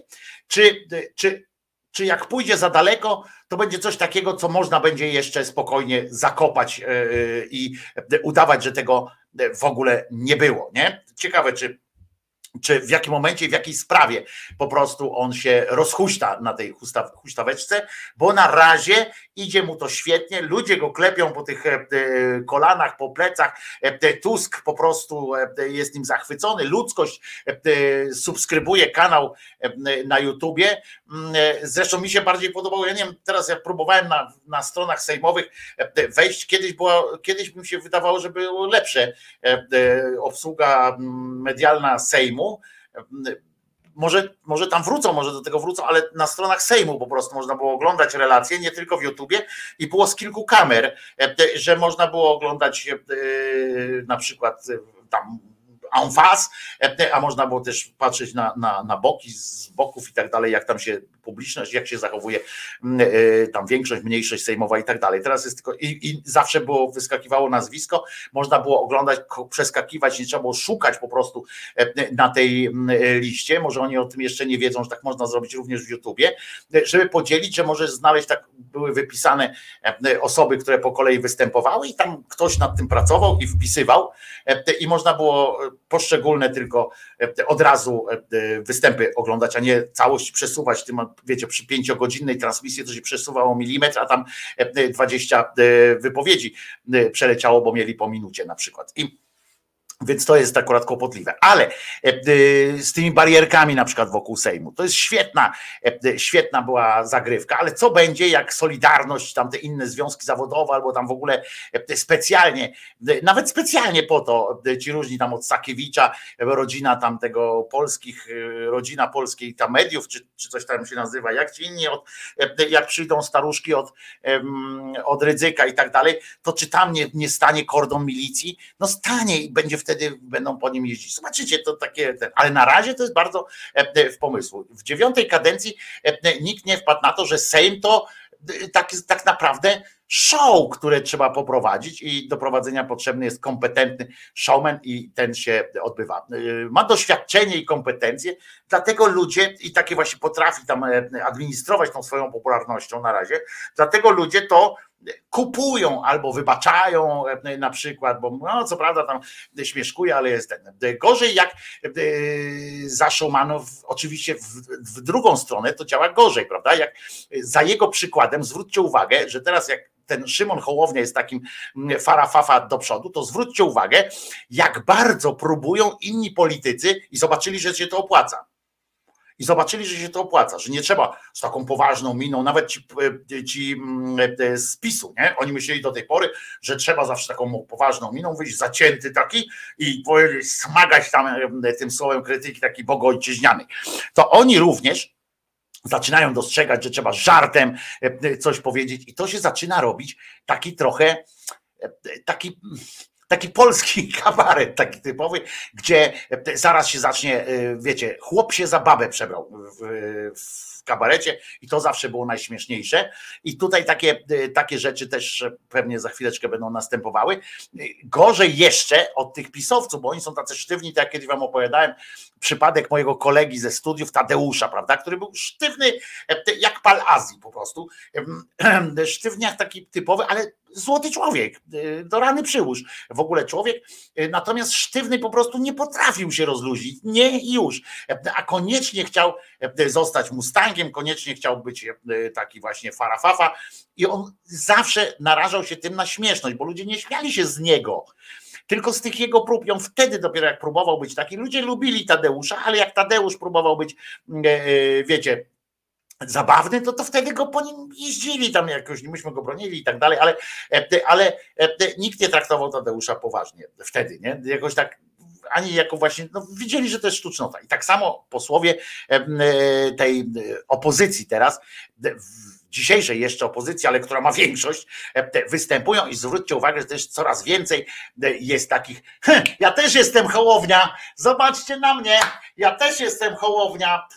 Speaker 2: czy jak pójdzie za daleko, to będzie coś takiego, co można będzie jeszcze spokojnie zakopać i udawać, że tego w ogóle nie było. Nie? Ciekawe, czy w jakim momencie, w jakiej sprawie po prostu on się rozhuśta na tej huśtaweczce, bo na razie idzie mu to świetnie, ludzie go klepią po tych kolanach, po plecach, Tusk po prostu jest nim zachwycony, ludzkość subskrybuje kanał na YouTubie, zresztą mi się bardziej podobało, ja nie wiem, teraz jak próbowałem na stronach sejmowych wejść, kiedyś mi się wydawało, że było lepsze obsługa medialna Sejmu, może tam wrócą, może do tego wrócą, ale na stronach Sejmu po prostu można było oglądać relacje, nie tylko w YouTubie i było z kilku kamer, że można było oglądać na przykład tam en face, a można było też patrzeć na boki, z boków i tak dalej, jak tam się publiczność, jak się zachowuje tam większość, mniejszość sejmowa i tak dalej. Teraz jest tylko i zawsze wyskakiwało nazwisko, można było oglądać, przeskakiwać, nie trzeba było szukać po prostu na tej liście, może oni o tym jeszcze nie wiedzą, że tak można zrobić również w YouTubie, żeby podzielić, że możesz znaleźć, tak były wypisane osoby, które po kolei występowały i tam ktoś nad tym pracował i wpisywał i można było poszczególne tylko od razu występy oglądać, a nie całość przesuwać tym, wiecie, przy 5-godzinnej transmisji to się przesuwało milimetr, a tam 20 wypowiedzi przeleciało, bo mieli po minucie na przykład. Więc to jest akurat kłopotliwe, ale z tymi barierkami na przykład wokół Sejmu, to jest świetna była zagrywka, ale co będzie jak Solidarność, tam te inne związki zawodowe albo tam w ogóle specjalnie, nawet specjalnie po to ci różni tam od Sakiewicza, rodzina tam tego rodzina polskiej tam mediów, czy coś tam się nazywa, jak ci inni, jak przyjdą staruszki od Rydzyka i tak dalej, to czy tam nie stanie kordon milicji? No stanie i wtedy będą po nim jeździć. Zobaczycie, to takie, ale na razie to jest bardzo w pomysłu. W 9. kadencji nikt nie wpadł na to, że Sejm to tak naprawdę show, które trzeba poprowadzić i do prowadzenia potrzebny jest kompetentny showman i ten się odbywa. Ma doświadczenie i kompetencje, dlatego ludzie i takie właśnie potrafi tam administrować tą swoją popularnością na razie, dlatego ludzie to kupują albo wybaczają na przykład, bo no, co prawda tam śmieszkuje, ale jest ten. Gorzej jak za showmanów, oczywiście w drugą stronę to działa gorzej, prawda? Jak za jego przykładem zwróćcie uwagę, że teraz jak ten Szymon Hołownia jest takim farafafa do przodu, to zwróćcie uwagę, jak bardzo próbują inni politycy i zobaczyli, że się to opłaca. Że nie trzeba z taką poważną miną, nawet ci z PiS-u, nie? Oni myśleli do tej pory, że trzeba zawsze taką poważną miną wyjść, zacięty taki i powiedzieć, smagać tam tym słowem krytyki taki bogojczyźniany. To oni również zaczynają dostrzegać, że trzeba żartem coś powiedzieć i to się zaczyna robić taki trochę, taki polski kabaret, taki typowy, gdzie zaraz się zacznie, wiecie, chłop się za babę przebrał w kabarecie i to zawsze było najśmieszniejsze. I tutaj takie rzeczy też pewnie za chwileczkę będą następowały. Gorzej jeszcze od tych pisowców, bo oni są tacy sztywni, tak jak kiedyś wam opowiadałem, przypadek mojego kolegi ze studiów, Tadeusza, prawda, który był sztywny jak pal Azji po prostu. Sztywniak taki typowy, ale złoty człowiek, do rany przyłóż w ogóle człowiek, natomiast sztywny po prostu nie potrafił się rozluźnić, nie już, a koniecznie chciał zostać Mustangiem, koniecznie chciał być taki właśnie farafafa i on zawsze narażał się tym na śmieszność, bo ludzie nie śmiali się z niego, tylko z tych jego prób. I on wtedy dopiero jak próbował być taki, ludzie lubili Tadeusza, ale jak Tadeusz próbował być, wiecie, zabawny, to wtedy go po nim jeździli tam jakoś, myśmy go bronili i tak dalej, ale nikt nie traktował Tadeusza poważnie wtedy, nie? Jakoś tak, ani jako właśnie, no widzieli, że to jest sztucznota. I tak samo posłowie tej opozycji teraz, dzisiejszej jeszcze opozycji, ale która ma większość, występują i zwróćcie uwagę, że też coraz więcej jest takich, ja też jestem Hołownia, zobaczcie na mnie, ja też jestem Hołownia.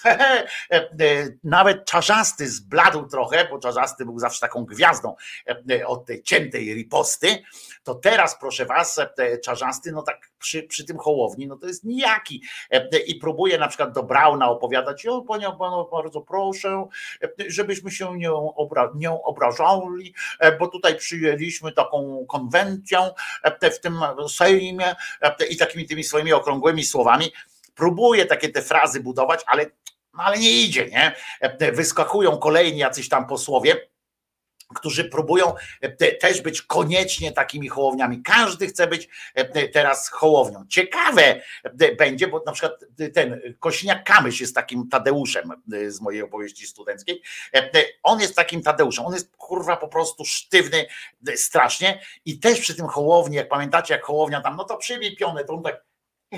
Speaker 2: Nawet Czarzasty zbladł trochę, bo Czarzasty był zawsze taką gwiazdą od tej ciętej riposty, to teraz proszę was, Czarzasty, no tak przy tym Hołowni, no to jest nijaki i próbuje na przykład do Brauna opowiadać, o panie, bardzo proszę, żebyśmy się nie obrażali, bo tutaj przyjęliśmy taką konwencję w tym Sejmie i takimi tymi swoimi okrągłymi słowami. Próbuje takie te frazy budować, ale nie idzie, nie? Wyskakują kolejni jacyś tam posłowie, którzy próbują też być koniecznie takimi Hołowniami. Każdy chce być teraz Hołownią. Ciekawe będzie, bo na przykład ten Kosiniak-Kamysz jest takim Tadeuszem z mojej opowieści studenckiej. On jest takim Tadeuszem. On jest kurwa po prostu sztywny strasznie i też przy tym Hołowni, jak pamiętacie, jak Hołownia tam, no to przybij pionę, to on tak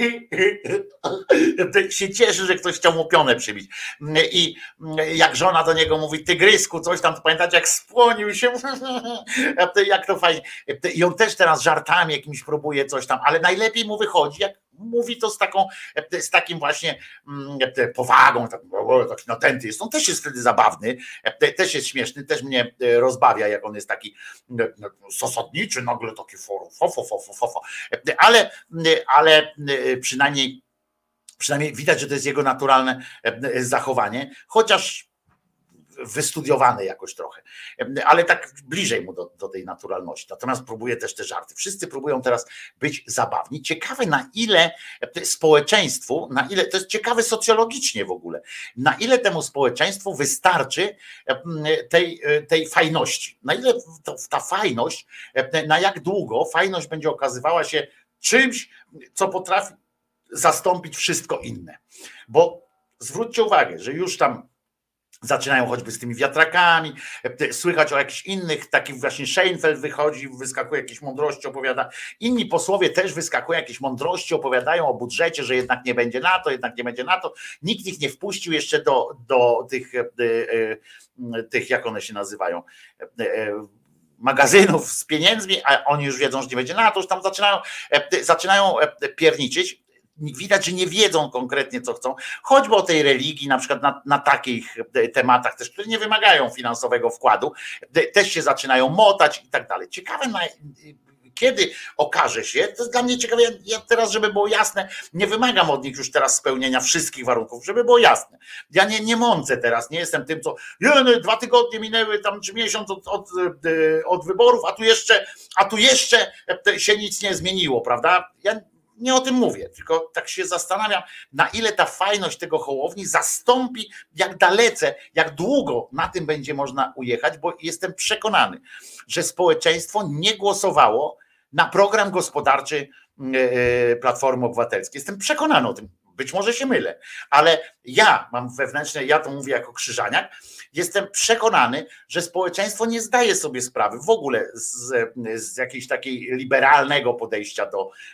Speaker 2: się cieszy, że ktoś chciał mu pionę przybić. I jak żona do niego mówi, tygrysku, coś tam, to pamiętacie, jak spłonił się, jak to fajnie. I on też teraz żartami jakimś próbuje coś tam, ale najlepiej mu wychodzi, jak mówi to z takim właśnie powagą, taki natenty jest. On też jest wtedy zabawny, też jest śmieszny, też mnie rozbawia, jak on jest taki zasadniczy, nagle taki ale przynajmniej widać, że to jest jego naturalne zachowanie, chociaż wystudiowane jakoś trochę, ale tak bliżej mu do tej naturalności. Natomiast próbuje też te żarty. Wszyscy próbują teraz być zabawni. Ciekawe, na ile społeczeństwu, na ile, to jest ciekawe socjologicznie w ogóle, na ile temu społeczeństwu wystarczy tej fajności. Na ile ta fajność, na jak długo fajność będzie okazywała się czymś, co potrafi zastąpić wszystko inne. Bo zwróćcie uwagę, że już tam zaczynają choćby z tymi wiatrakami, słychać o jakichś innych, takich właśnie Szejnfeld wychodzi, wyskakuje jakieś mądrości, opowiada. Inni posłowie też wyskakują jakieś mądrości, opowiadają o budżecie, że jednak nie będzie na to, jednak nie będzie na to. Nikt ich nie wpuścił jeszcze do tych, jak one się nazywają, magazynów z pieniędzmi, a oni już wiedzą, że nie będzie na to, już tam zaczynają pierniczyć. widać, że nie wiedzą konkretnie, co chcą, choćby o tej religii, na przykład na takich tematach też, które nie wymagają finansowego wkładu, też się zaczynają motać i tak dalej. Ciekawe, kiedy okaże się, to jest dla mnie ciekawe, ja teraz, żeby było jasne, nie wymagam od nich już teraz spełnienia wszystkich warunków, żeby było jasne. Ja nie mącę teraz, nie jestem tym, co 2 tygodnie minęły, tam czy miesiąc od wyborów, a tu jeszcze się nic nie zmieniło, prawda? Ja nie o tym mówię, tylko tak się zastanawiam, na ile ta fajność tego Hołowni zastąpi, jak dalece, jak długo na tym będzie można ujechać, bo jestem przekonany, że społeczeństwo nie głosowało na program gospodarczy Platformy Obywatelskiej. Jestem przekonany o tym. Być może się mylę, ale ja mam wewnętrzne, ja to mówię jako Krzyżaniak, jestem przekonany, że społeczeństwo nie zdaje sobie sprawy w ogóle z jakiejś takiej liberalnego podejścia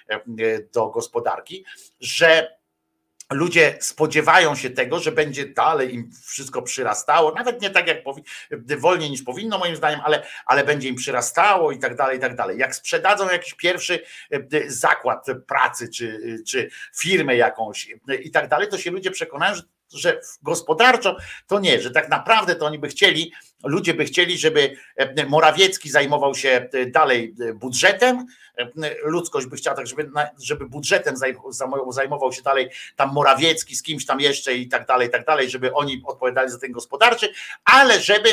Speaker 2: do gospodarki, że ludzie spodziewają się tego, że będzie dalej im wszystko przyrastało, nawet nie tak jak wolniej niż powinno moim zdaniem, ale będzie im przyrastało i tak dalej, i tak dalej. Jak sprzedadzą jakiś pierwszy zakład pracy czy firmę jakąś i tak dalej, to się ludzie przekonają, że gospodarczo to nie, że tak naprawdę to ludzie by chcieli, żeby Morawiecki zajmował się dalej budżetem, ludzkość by chciała tak, żeby budżetem zajmował się dalej tam Morawiecki z kimś tam jeszcze i tak dalej, żeby oni odpowiadali za ten gospodarczy, ale żeby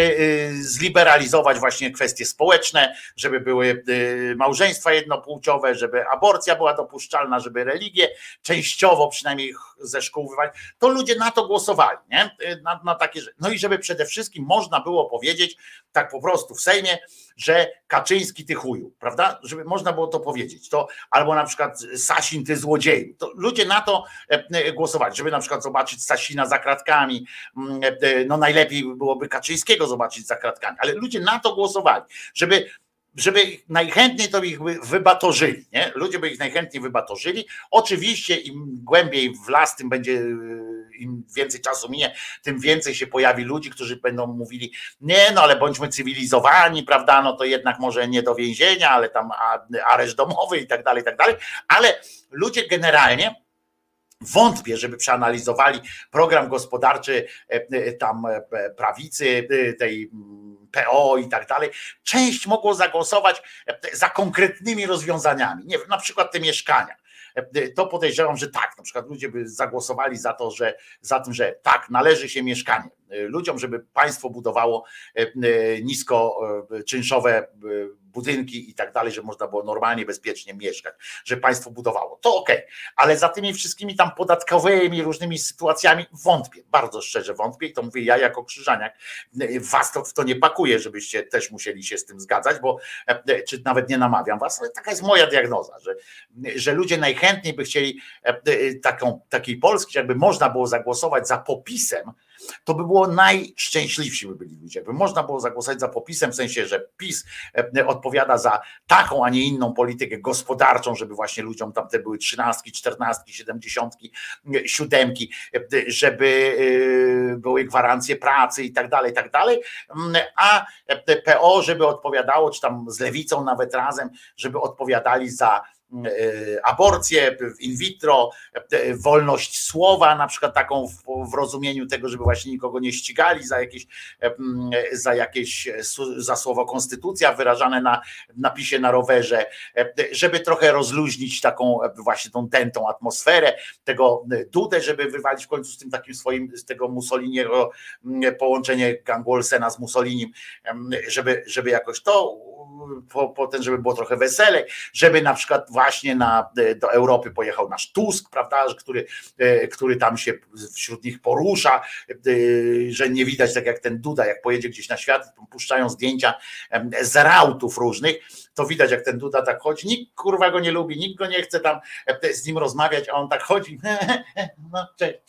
Speaker 2: zliberalizować właśnie kwestie społeczne, żeby były małżeństwa jednopłciowe, żeby aborcja była dopuszczalna, żeby religię częściowo przynajmniej ze szkół wywalić, to ludzie na to głosowali, nie? Na takie rzeczy. No i żeby przede wszystkim można było powiedzieć tak po prostu w Sejmie, że Kaczyński ty chuju, prawda? Żeby można było to powiedzieć. To albo na przykład Sasin ty złodzieju. To ludzie na to głosowali, żeby na przykład zobaczyć Sasina za kratkami. No najlepiej byłoby Kaczyńskiego zobaczyć za kratkami, ale ludzie na to głosowali, żeby najchętniej to ich wybatorzyli, nie? Ludzie by ich najchętniej wybatorzyli. Oczywiście im głębiej w las, tym będzie, im więcej czasu minie, tym więcej się pojawi ludzi, którzy będą mówili, nie, no ale bądźmy cywilizowani, prawda, no to jednak może nie do więzienia, ale tam areszt domowy i tak dalej, ale ludzie generalnie wątpię, żeby przeanalizowali program gospodarczy tam prawicy, tej PO i tak dalej. Część mogło zagłosować za konkretnymi rozwiązaniami, nie wiem, na przykład te mieszkania. To podejrzewam, że tak, na przykład ludzie by zagłosowali za tym, że tak, należy się mieszkanie ludziom, żeby państwo budowało niskoczynszowe budynki i tak dalej, że można było normalnie, bezpiecznie mieszkać, że państwo budowało. To okej, ale za tymi wszystkimi tam podatkowymi różnymi sytuacjami wątpię, bardzo szczerze wątpię i to mówię ja jako Krzyżaniak, was to w to nie pakuję, żebyście też musieli się z tym zgadzać, bo czy nawet nie namawiam was, ale taka jest moja diagnoza, że ludzie najchętniej by chcieli takiej Polski, jakby można było zagłosować za popisem, to by było najszczęśliwsi by byli ludzie. Jakby można było zagłosować za popisem, w sensie, że PiS odpowiada za taką, a nie inną politykę gospodarczą, żeby właśnie ludziom tam te były 13, 14, 70, 7, żeby były gwarancje pracy i tak dalej, a PO, żeby odpowiadało, czy tam z Lewicą nawet razem, żeby odpowiadali za aborcję in vitro, wolność słowa, na przykład taką w rozumieniu tego, żeby właśnie nikogo nie ścigali za słowo konstytucja wyrażane na napisie na rowerze, żeby trochę rozluźnić taką właśnie tą atmosferę, tego Dudę, żeby wywalić w końcu z tym takim swoim, z tego Mussoliniego, połączenie gangu Olsena z Mussolinim, żeby jakoś to potem, żeby było trochę weselej, żeby na przykład właśnie do Europy pojechał nasz Tusk, prawda, który tam się wśród nich porusza, że nie widać tak jak ten Duda, jak pojedzie gdzieś na świat, puszczają zdjęcia z rautów różnych, to widać jak ten Duda tak chodzi, nikt kurwa go nie lubi, nikt go nie chce tam z nim rozmawiać, a on tak chodzi, no cześć.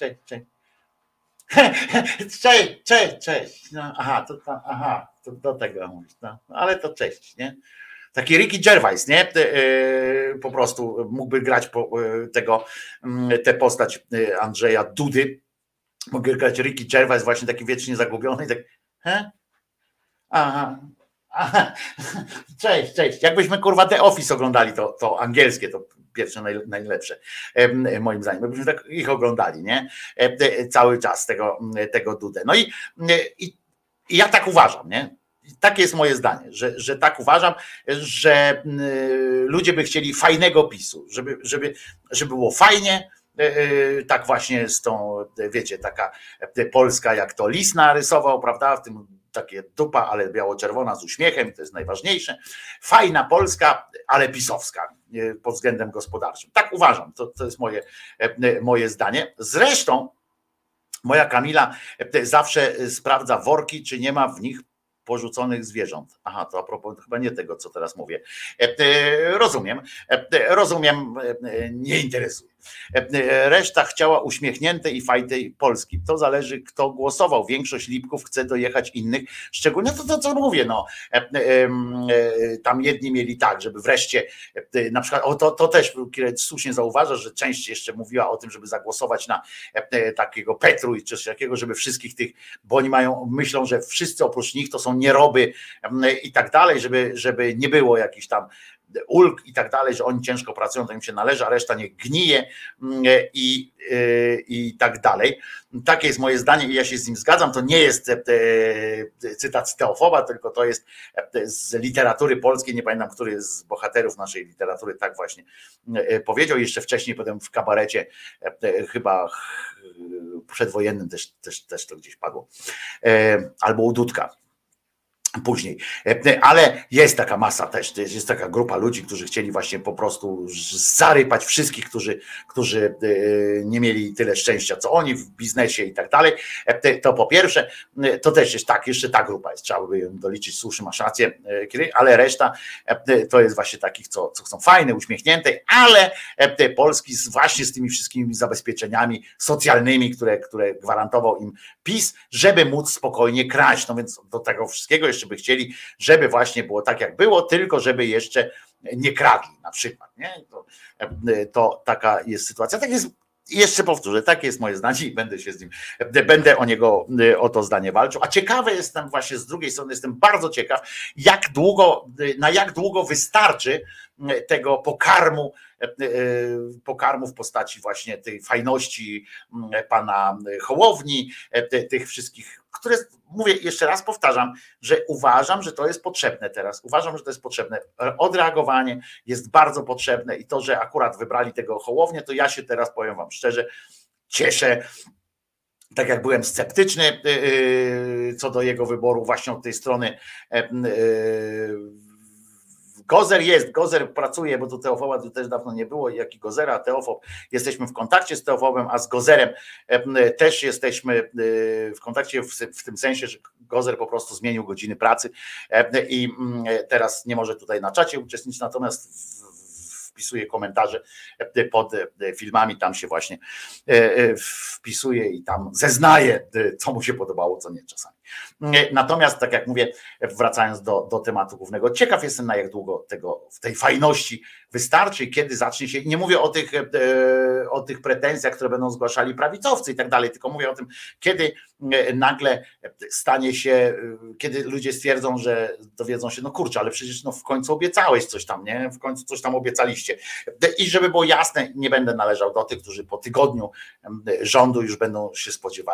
Speaker 2: Cześć. No, to do tego mówisz, no, ale to cześć, nie? Taki Ricky Gervais, nie? Po prostu mógłby grać tę postać Andrzeja Dudy, mógłby grać Ricky Gervais, właśnie taki wiecznie zagubiony, tak, Cześć. Jakbyśmy kurwa The Office oglądali, to angielskie, to pierwsze najlepsze, moim zdaniem. Jakbyśmy tak ich oglądali, nie? Cały czas tego Dudę. No i ja tak uważam, nie? Takie jest moje zdanie, że tak uważam, że ludzie by chcieli fajnego PiS-u, żeby było fajnie. Tak właśnie z tą, wiecie, taka Polska, jak to Lis narysował, prawda? W tym takie dupa, ale biało-czerwona z uśmiechem, to jest najważniejsze. Fajna Polska, ale pisowska pod względem gospodarczym. Tak uważam, to jest moje zdanie. Zresztą moja Kamila zawsze sprawdza worki, czy nie ma w nich porzuconych zwierząt. Aha, to a propos chyba nie tego, co teraz mówię. Rozumiem, nie interesuje. Reszta chciała uśmiechniętej i fajnej Polski. To zależy, kto głosował. Większość lipków chce dojechać innych. Szczególnie to co mówię, no. Tam jedni mieli tak, żeby wreszcie na przykład, to też słusznie zauważasz, że część jeszcze mówiła o tym, żeby zagłosować na takiego Petru i coś takiego, żeby wszystkich tych, bo oni myślą, że wszyscy oprócz nich to są nieroby i tak dalej, żeby nie było jakichś tam ulg i tak dalej, że oni ciężko pracują, to im się należy, a reszta nie gnije i tak dalej. Takie jest moje zdanie i ja się z nim zgadzam. To nie jest cytat z Teofoba, tylko to jest z literatury polskiej. Nie pamiętam, który z bohaterów naszej literatury tak właśnie powiedział. Jeszcze wcześniej, potem w kabarecie chyba przedwojennym też to gdzieś padło. Albo u Dudka. Później, ale jest taka masa też, jest taka grupa ludzi, którzy chcieli właśnie po prostu zarypać wszystkich, którzy nie mieli tyle szczęścia, co oni w biznesie i tak dalej. To po pierwsze, to też jest tak, jeszcze ta grupa jest, trzeba by ją doliczyć, słusznie, masz rację, ale reszta to jest właśnie takich, co chcą fajne, uśmiechnięte, ale Polski właśnie z tymi wszystkimi zabezpieczeniami socjalnymi, które gwarantował im PiS, żeby móc spokojnie kraść. No więc do tego wszystkiego jeszcze by chcieli, żeby właśnie było tak, jak było, tylko żeby jeszcze nie kradli na przykład. Nie? To taka jest sytuacja. Tak jest, jeszcze powtórzę, takie jest moje zdanie i będę o to zdanie walczył. A ciekawy jestem właśnie z drugiej strony, jestem bardzo ciekaw, na jak długo wystarczy tego pokarmu w postaci właśnie tej fajności pana Hołowni, tych wszystkich, które mówię, jeszcze raz powtarzam, że uważam, że to jest potrzebne teraz. Uważam, że to jest potrzebne. Odreagowanie jest bardzo potrzebne i to, że akurat wybrali tego Hołownię, to ja się teraz, powiem wam szczerze, cieszę. Tak jak byłem sceptyczny co do jego wyboru właśnie od tej strony. Gozer pracuje, bo tu Teofoba też dawno nie było, jak i Gozera, Teofob. Jesteśmy w kontakcie z Teofobem, a z Gozerem też jesteśmy w kontakcie w tym sensie, że Gozer po prostu zmienił godziny pracy i teraz nie może tutaj na czacie uczestniczyć, natomiast wpisuje komentarze pod filmami, tam się właśnie wpisuje i tam zeznaje, co mu się podobało, co nie czasami. Natomiast, tak jak mówię, wracając do tematu głównego, ciekaw jestem, na jak długo w tej fajności wystarczy i kiedy zacznie się, nie mówię o tych pretensjach, które będą zgłaszali prawicowcy i tak dalej, tylko mówię o tym, kiedy nagle stanie się, kiedy ludzie stwierdzą, że dowiedzą się, no kurczę, ale przecież w końcu obiecałeś coś tam, nie? W końcu coś tam obiecaliście. I żeby było jasne, nie będę należał do tych, którzy po tygodniu rządu już będą się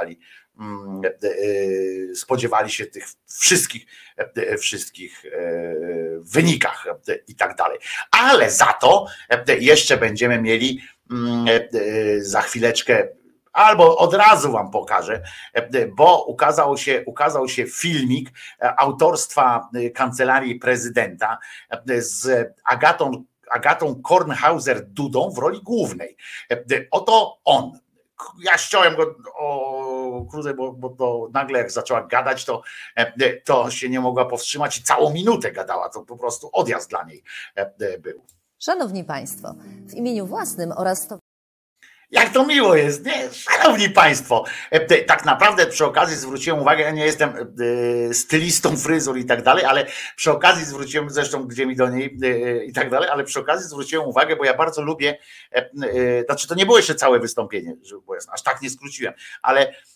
Speaker 2: spodziewali się tych wszystkich wynikach i tak dalej. Ale za to jeszcze będziemy mieli za chwileczkę, albo od razu wam pokażę, bo ukazał się filmik autorstwa Kancelarii Prezydenta z Agatą Kornhauser-Dudą w roli głównej. Oto on. Ja ściąłem go krócej, bo to nagle jak zaczęła gadać, to się nie mogła powstrzymać i całą minutę gadała. To po prostu odjazd dla niej był.
Speaker 11: Szanowni Państwo, w imieniu własnym oraz
Speaker 2: Jak to miło jest, nie? Szanowni Państwo, tak naprawdę przy okazji zwróciłem uwagę, ja nie jestem stylistą fryzur i tak dalej, ale przy okazji zwróciłem, zresztą gdzie mi do niej i tak dalej, ale przy okazji zwróciłem uwagę, bo ja bardzo lubię, znaczy to nie było jeszcze całe wystąpienie, żeby było jasne, aż tak nie skróciłem, ale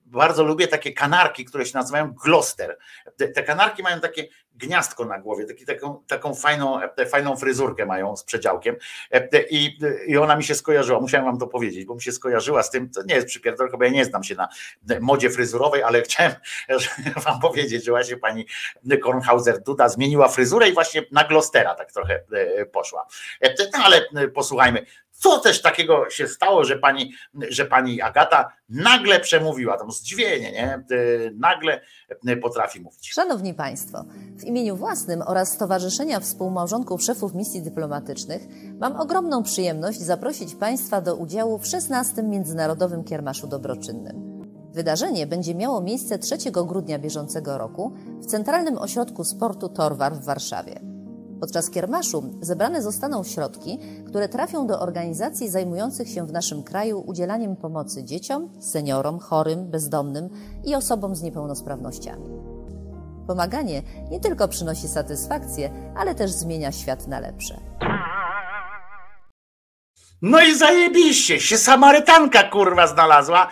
Speaker 2: bardzo lubię takie kanarki, które się nazywają Gloucester. Te kanarki mają takie gniazdko na głowie, taką fajną fryzurkę mają z przedziałkiem i ona mi się skojarzyła, musiałem wam to powiedzieć, bo mi się skojarzyła z tym, to nie jest przypierdolka, bo ja nie znam się na modzie fryzurowej, ale chciałem wam powiedzieć, że właśnie pani Kornhauser-Duda zmieniła fryzurę i właśnie na Gloucestera tak trochę poszła. No ale posłuchajmy, co też takiego się stało, że pani Agata nagle przemówiła, tam zdziwienie, nie? Nagle potrafi mówić.
Speaker 11: Szanowni Państwo, w imieniu własnym oraz Stowarzyszenia Współmałżonków Szefów Misji Dyplomatycznych mam ogromną przyjemność zaprosić Państwa do udziału w 16. Międzynarodowym Kiermaszu Dobroczynnym. Wydarzenie będzie miało miejsce 3 grudnia bieżącego roku w Centralnym Ośrodku Sportu Torwar w Warszawie. Podczas kiermaszu zebrane zostaną środki, które trafią do organizacji zajmujących się w naszym kraju udzielaniem pomocy dzieciom, seniorom, chorym, bezdomnym i osobom z niepełnosprawnościami. Pomaganie nie tylko przynosi satysfakcję, ale też zmienia świat na lepsze.
Speaker 2: No i zajebiście, się Samarytanka kurwa znalazła,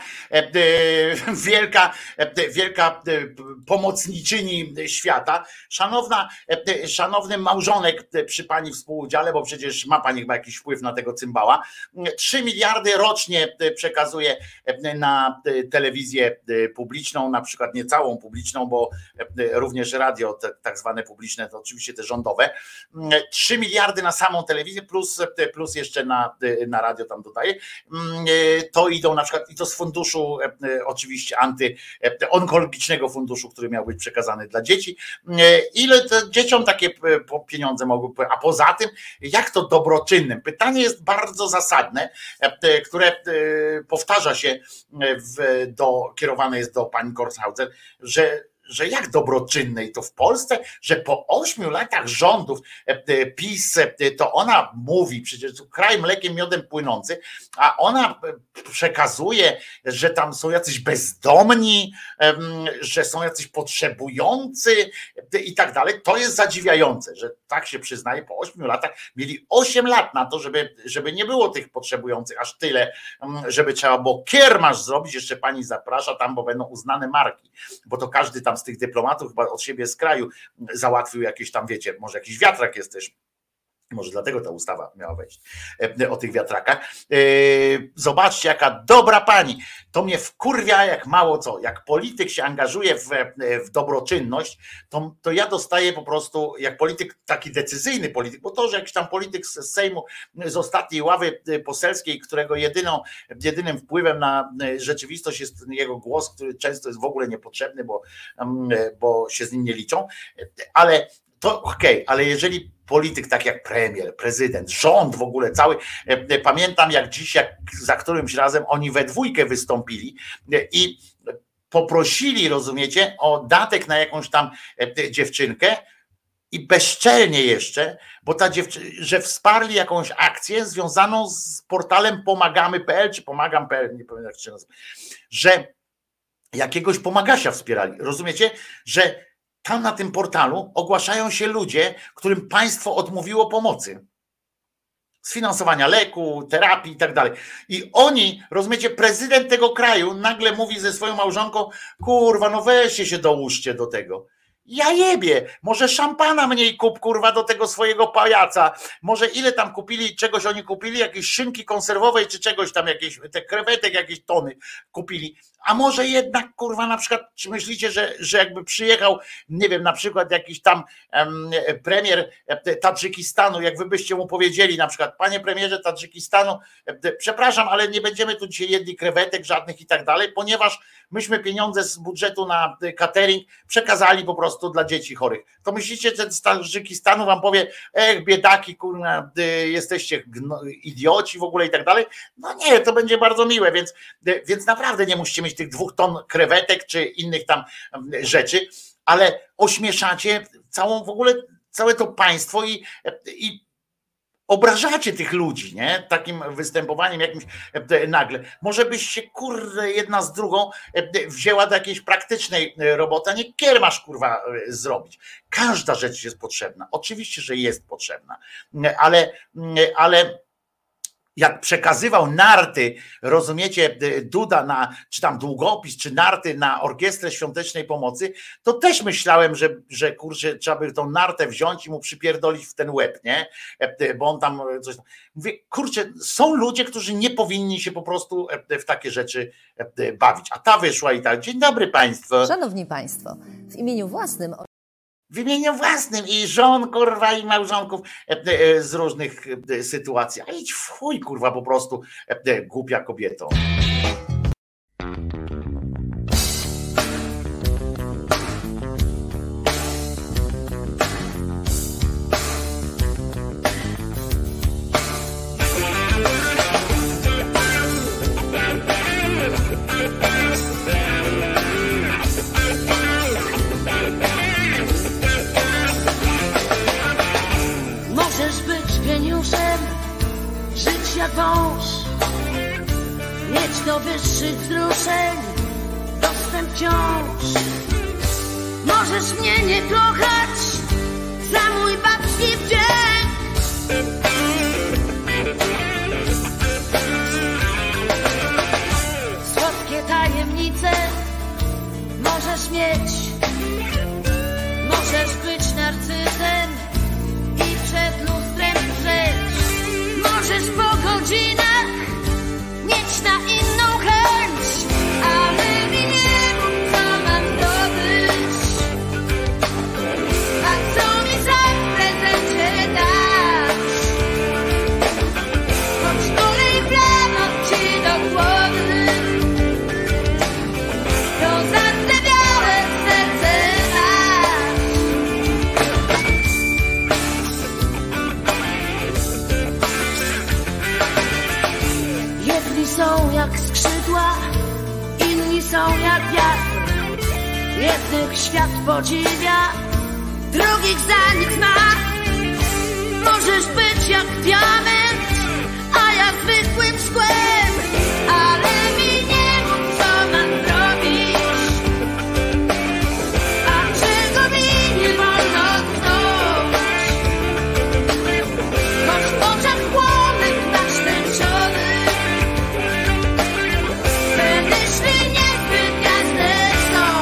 Speaker 2: wielka pomocniczyni świata, szanowny małżonek przy pani współudziale, bo przecież ma pani chyba jakiś wpływ na tego cymbała, 3 miliardy rocznie przekazuje na telewizję publiczną, na przykład nie całą publiczną, bo również radio tak zwane publiczne, to oczywiście te rządowe, 3 miliardy na samą telewizję plus jeszcze na radio tam dodaje, to idą na przykład i to z funduszu oczywiście antyonkologicznego funduszu, który miał być przekazany dla dzieci. Ile to dzieciom takie pieniądze mogły, a poza tym jak to dobroczynnym? Pytanie jest bardzo zasadne, które powtarza się, kierowane jest do pani Kornhauser, że jak dobroczynnej to w Polsce, że po 8 latach rządów PiS, to ona mówi, przecież to kraj mlekiem miodem płynący, a ona przekazuje, że tam są jacyś bezdomni, że są jacyś potrzebujący i tak dalej. To jest zadziwiające, że tak się przyznaje, po 8 latach mieli 8 lat na to, żeby nie było tych potrzebujących aż tyle, żeby trzeba było kiermasz zrobić, jeszcze pani zaprasza tam, bo będą uznane marki, bo to każdy tam z tych dyplomatów chyba od siebie z kraju załatwił jakieś tam, wiecie, może jakiś wiatrak jest też, może dlatego ta ustawa miała wejść o tych wiatrakach. Zobaczcie, jaka dobra pani. To mnie wkurwia jak mało co. Jak polityk się angażuje w dobroczynność, to ja dostaję po prostu, jak polityk, taki decyzyjny polityk, bo to, że jakiś tam polityk z Sejmu, z ostatniej ławy poselskiej, którego jedynym wpływem na rzeczywistość jest jego głos, który często jest w ogóle niepotrzebny, bo się z nim nie liczą, ale to okej, ale jeżeli polityk tak jak premier, prezydent, rząd w ogóle cały, pamiętam jak dziś, jak za którymś razem oni we dwójkę wystąpili i poprosili, rozumiecie, o datek na jakąś tam dziewczynkę i bezczelnie jeszcze, bo ta że wsparli jakąś akcję związaną z portalem pomagamy.pl czy pomagam.pl, nie pamiętam jak się nazywa, że jakiegoś pomagasia wspierali, rozumiecie, że tam na tym portalu ogłaszają się ludzie, którym państwo odmówiło pomocy. Sfinansowania leku, terapii i tak dalej. I oni, rozumiecie, prezydent tego kraju nagle mówi ze swoją małżonką, kurwa, no weźcie się dołóżcie do tego. Ja jebie, może szampana mniej kup, kurwa, do tego swojego pajaca, może ile tam kupili, czegoś oni kupili, jakieś szynki konserwowej, czy czegoś tam, jakieś, te krewetek, jakieś tony kupili, a może jednak, kurwa, na przykład, czy myślicie, że jakby przyjechał, nie wiem, na przykład jakiś tam premier Tadżykistanu, jak wy byście mu powiedzieli, na przykład, panie premierze Tadżykistanu, przepraszam, ale nie będziemy tu dzisiaj jedli krewetek żadnych i tak dalej, ponieważ myśmy pieniądze z budżetu na catering przekazali po prostu dla dzieci chorych. To myślicie, że z Tadżykistanu wam powie, biedaki, kurwa, jesteście idioci w ogóle i tak dalej? No nie, to będzie bardzo miłe, więc naprawdę nie musicie mieć tych 2 ton krewetek czy innych tam rzeczy, ale ośmieszacie w ogóle całe to państwo i obrażacie tych ludzi, nie? Takim występowaniem jakimś nagle. Może byś się, kurde, jedna z drugą wzięła do jakiejś praktycznej roboty, a nie kiermasz, kurwa, zrobić. Każda rzecz jest potrzebna. Oczywiście, że jest potrzebna, ale jak przekazywał narty, rozumiecie, Duda czy tam długopis, czy narty na Orkiestrę Świątecznej Pomocy, to też myślałem, że kurczę, trzeba by tą nartę wziąć i mu przypierdolić w ten łeb, nie? Bo on tam coś... Mówię, kurczę, są ludzie, którzy nie powinni się po prostu w takie rzeczy bawić. A ta wyszła i tak, dzień dobry państwu.
Speaker 11: Szanowni państwo, w imieniu własnym
Speaker 2: i żon, kurwa, i małżonków z różnych sytuacji. A idź w chuj, kurwa, po prostu głupia kobieto.
Speaker 12: Wąż, mieć do wyższych wzruszeń dostęp wciąż. Możesz mnie nie kochać za mój babski wdzięk. Słodkie tajemnice możesz mieć. Możesz być narcyzem i przed lustrem drzeć. Możesz po godzinach mieć na inną chęć, ale mi nie mów, co mam zdobyć, a co mi za prezencie dać. Choć olej wlano ci do głowy, to zardzewiałe serce masz. Jedni są jak skrzydła, inni są jak wiatr. Jednych świat podziwia, drugich za nich ma. Możesz być jak diament, a ja zwykłym szkłem, ale mi nie mów, co mam zrobić, a czego mi nie wolno tknąć. Choć w oczach płonek masz tęczony, myśli niezbyt jasne są.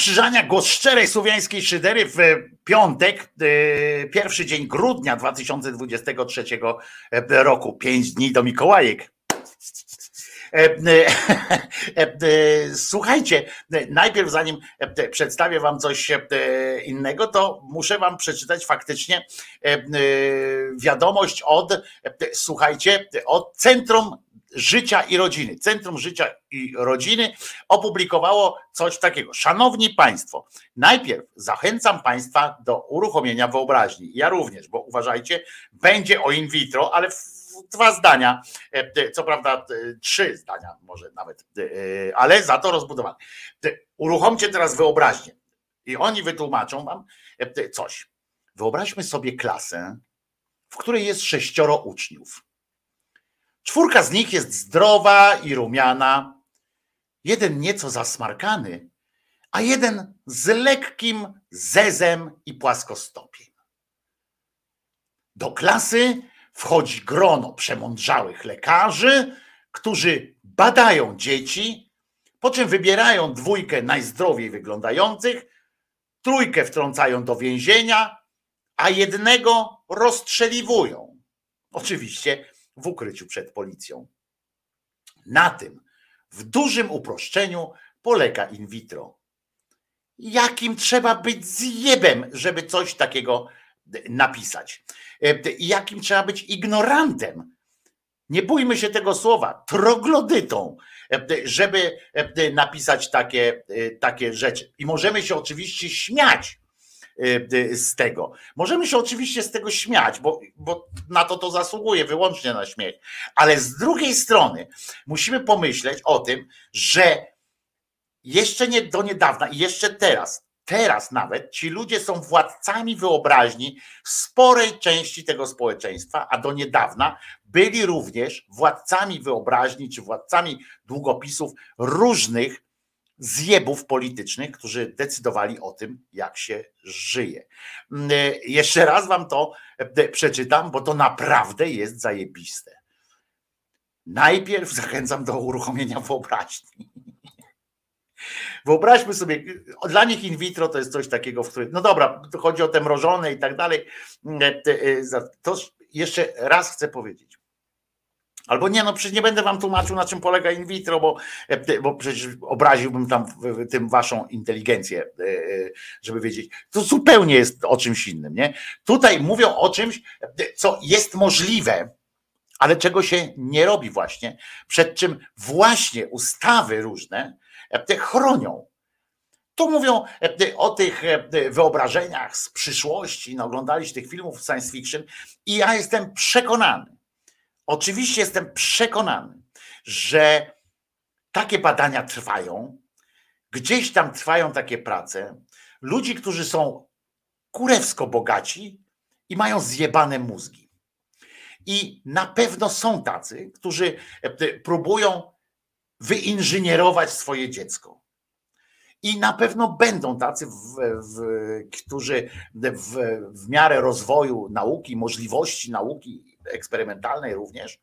Speaker 2: Krzyżaniak, głos szczerej słowiańskiej szydery w piątek, pierwszy dzień grudnia 2023 roku, 5 dni do Mikołajek. Słuchajcie, najpierw zanim przedstawię wam coś innego, to muszę wam przeczytać faktycznie wiadomość słuchajcie, od Centrum Życia i Rodziny. Centrum Życia i Rodziny opublikowało coś takiego. Szanowni Państwo, najpierw zachęcam Państwa do uruchomienia wyobraźni. Ja również, bo uważajcie, będzie o in vitro, ale 2 zdania, co prawda 3 zdania może nawet, ale za to rozbudowane. Uruchomcie teraz wyobraźnię i oni wytłumaczą wam coś. Wyobraźmy sobie klasę, w której jest 6 uczniów. 4 z nich jest zdrowa i rumiana, 1 nieco zasmarkany, a 1 z lekkim zezem i płaskostopiem. Do klasy wchodzi grono przemądrzałych lekarzy, którzy badają dzieci, po czym wybierają 2 najzdrowiej wyglądających, 3 wtrącają do więzienia, a 1 rozstrzeliwują. Oczywiście w ukryciu przed policją. Na tym, w dużym uproszczeniu, polega in vitro. Jakim trzeba być zjebem, żeby coś takiego napisać? Jakim trzeba być ignorantem? Nie bójmy się tego słowa, troglodytą, żeby napisać takie rzeczy. I możemy się oczywiście śmiać z tego. Możemy się oczywiście z tego śmiać, bo na to zasługuje wyłącznie na śmiech. Ale z drugiej strony musimy pomyśleć o tym, że jeszcze nie do niedawna i jeszcze teraz nawet ci ludzie są władcami wyobraźni sporej części tego społeczeństwa, a do niedawna byli również władcami wyobraźni czy władcami długopisów różnych zjebów politycznych, którzy decydowali o tym, jak się żyje. Jeszcze raz wam to przeczytam, bo to naprawdę jest zajebiste. Najpierw zachęcam do uruchomienia wyobraźni. Wyobraźmy sobie, dla nich in vitro to jest coś takiego, w którym, no dobra, to chodzi o te mrożone i tak dalej. To jeszcze raz chcę powiedzieć. Albo nie, no przecież nie będę wam tłumaczył, na czym polega in vitro, bo przecież obraziłbym tam tym waszą inteligencję, żeby wiedzieć. To zupełnie jest o czymś innym, nie? Tutaj mówią o czymś, co jest możliwe, ale czego się nie robi właśnie, przed czym właśnie ustawy różne chronią. Tu mówią o tych wyobrażeniach z przyszłości, no, oglądaliście tych filmów science fiction i ja jestem przekonany, oczywiście jestem przekonany, że takie badania trwają, gdzieś tam trwają takie prace, ludzi, którzy są kurewsko bogaci i mają zjebane mózgi. I na pewno są tacy, którzy próbują wyinżynierować swoje dziecko. I na pewno będą tacy, którzy w miarę rozwoju nauki, możliwości nauki eksperymentalnej również,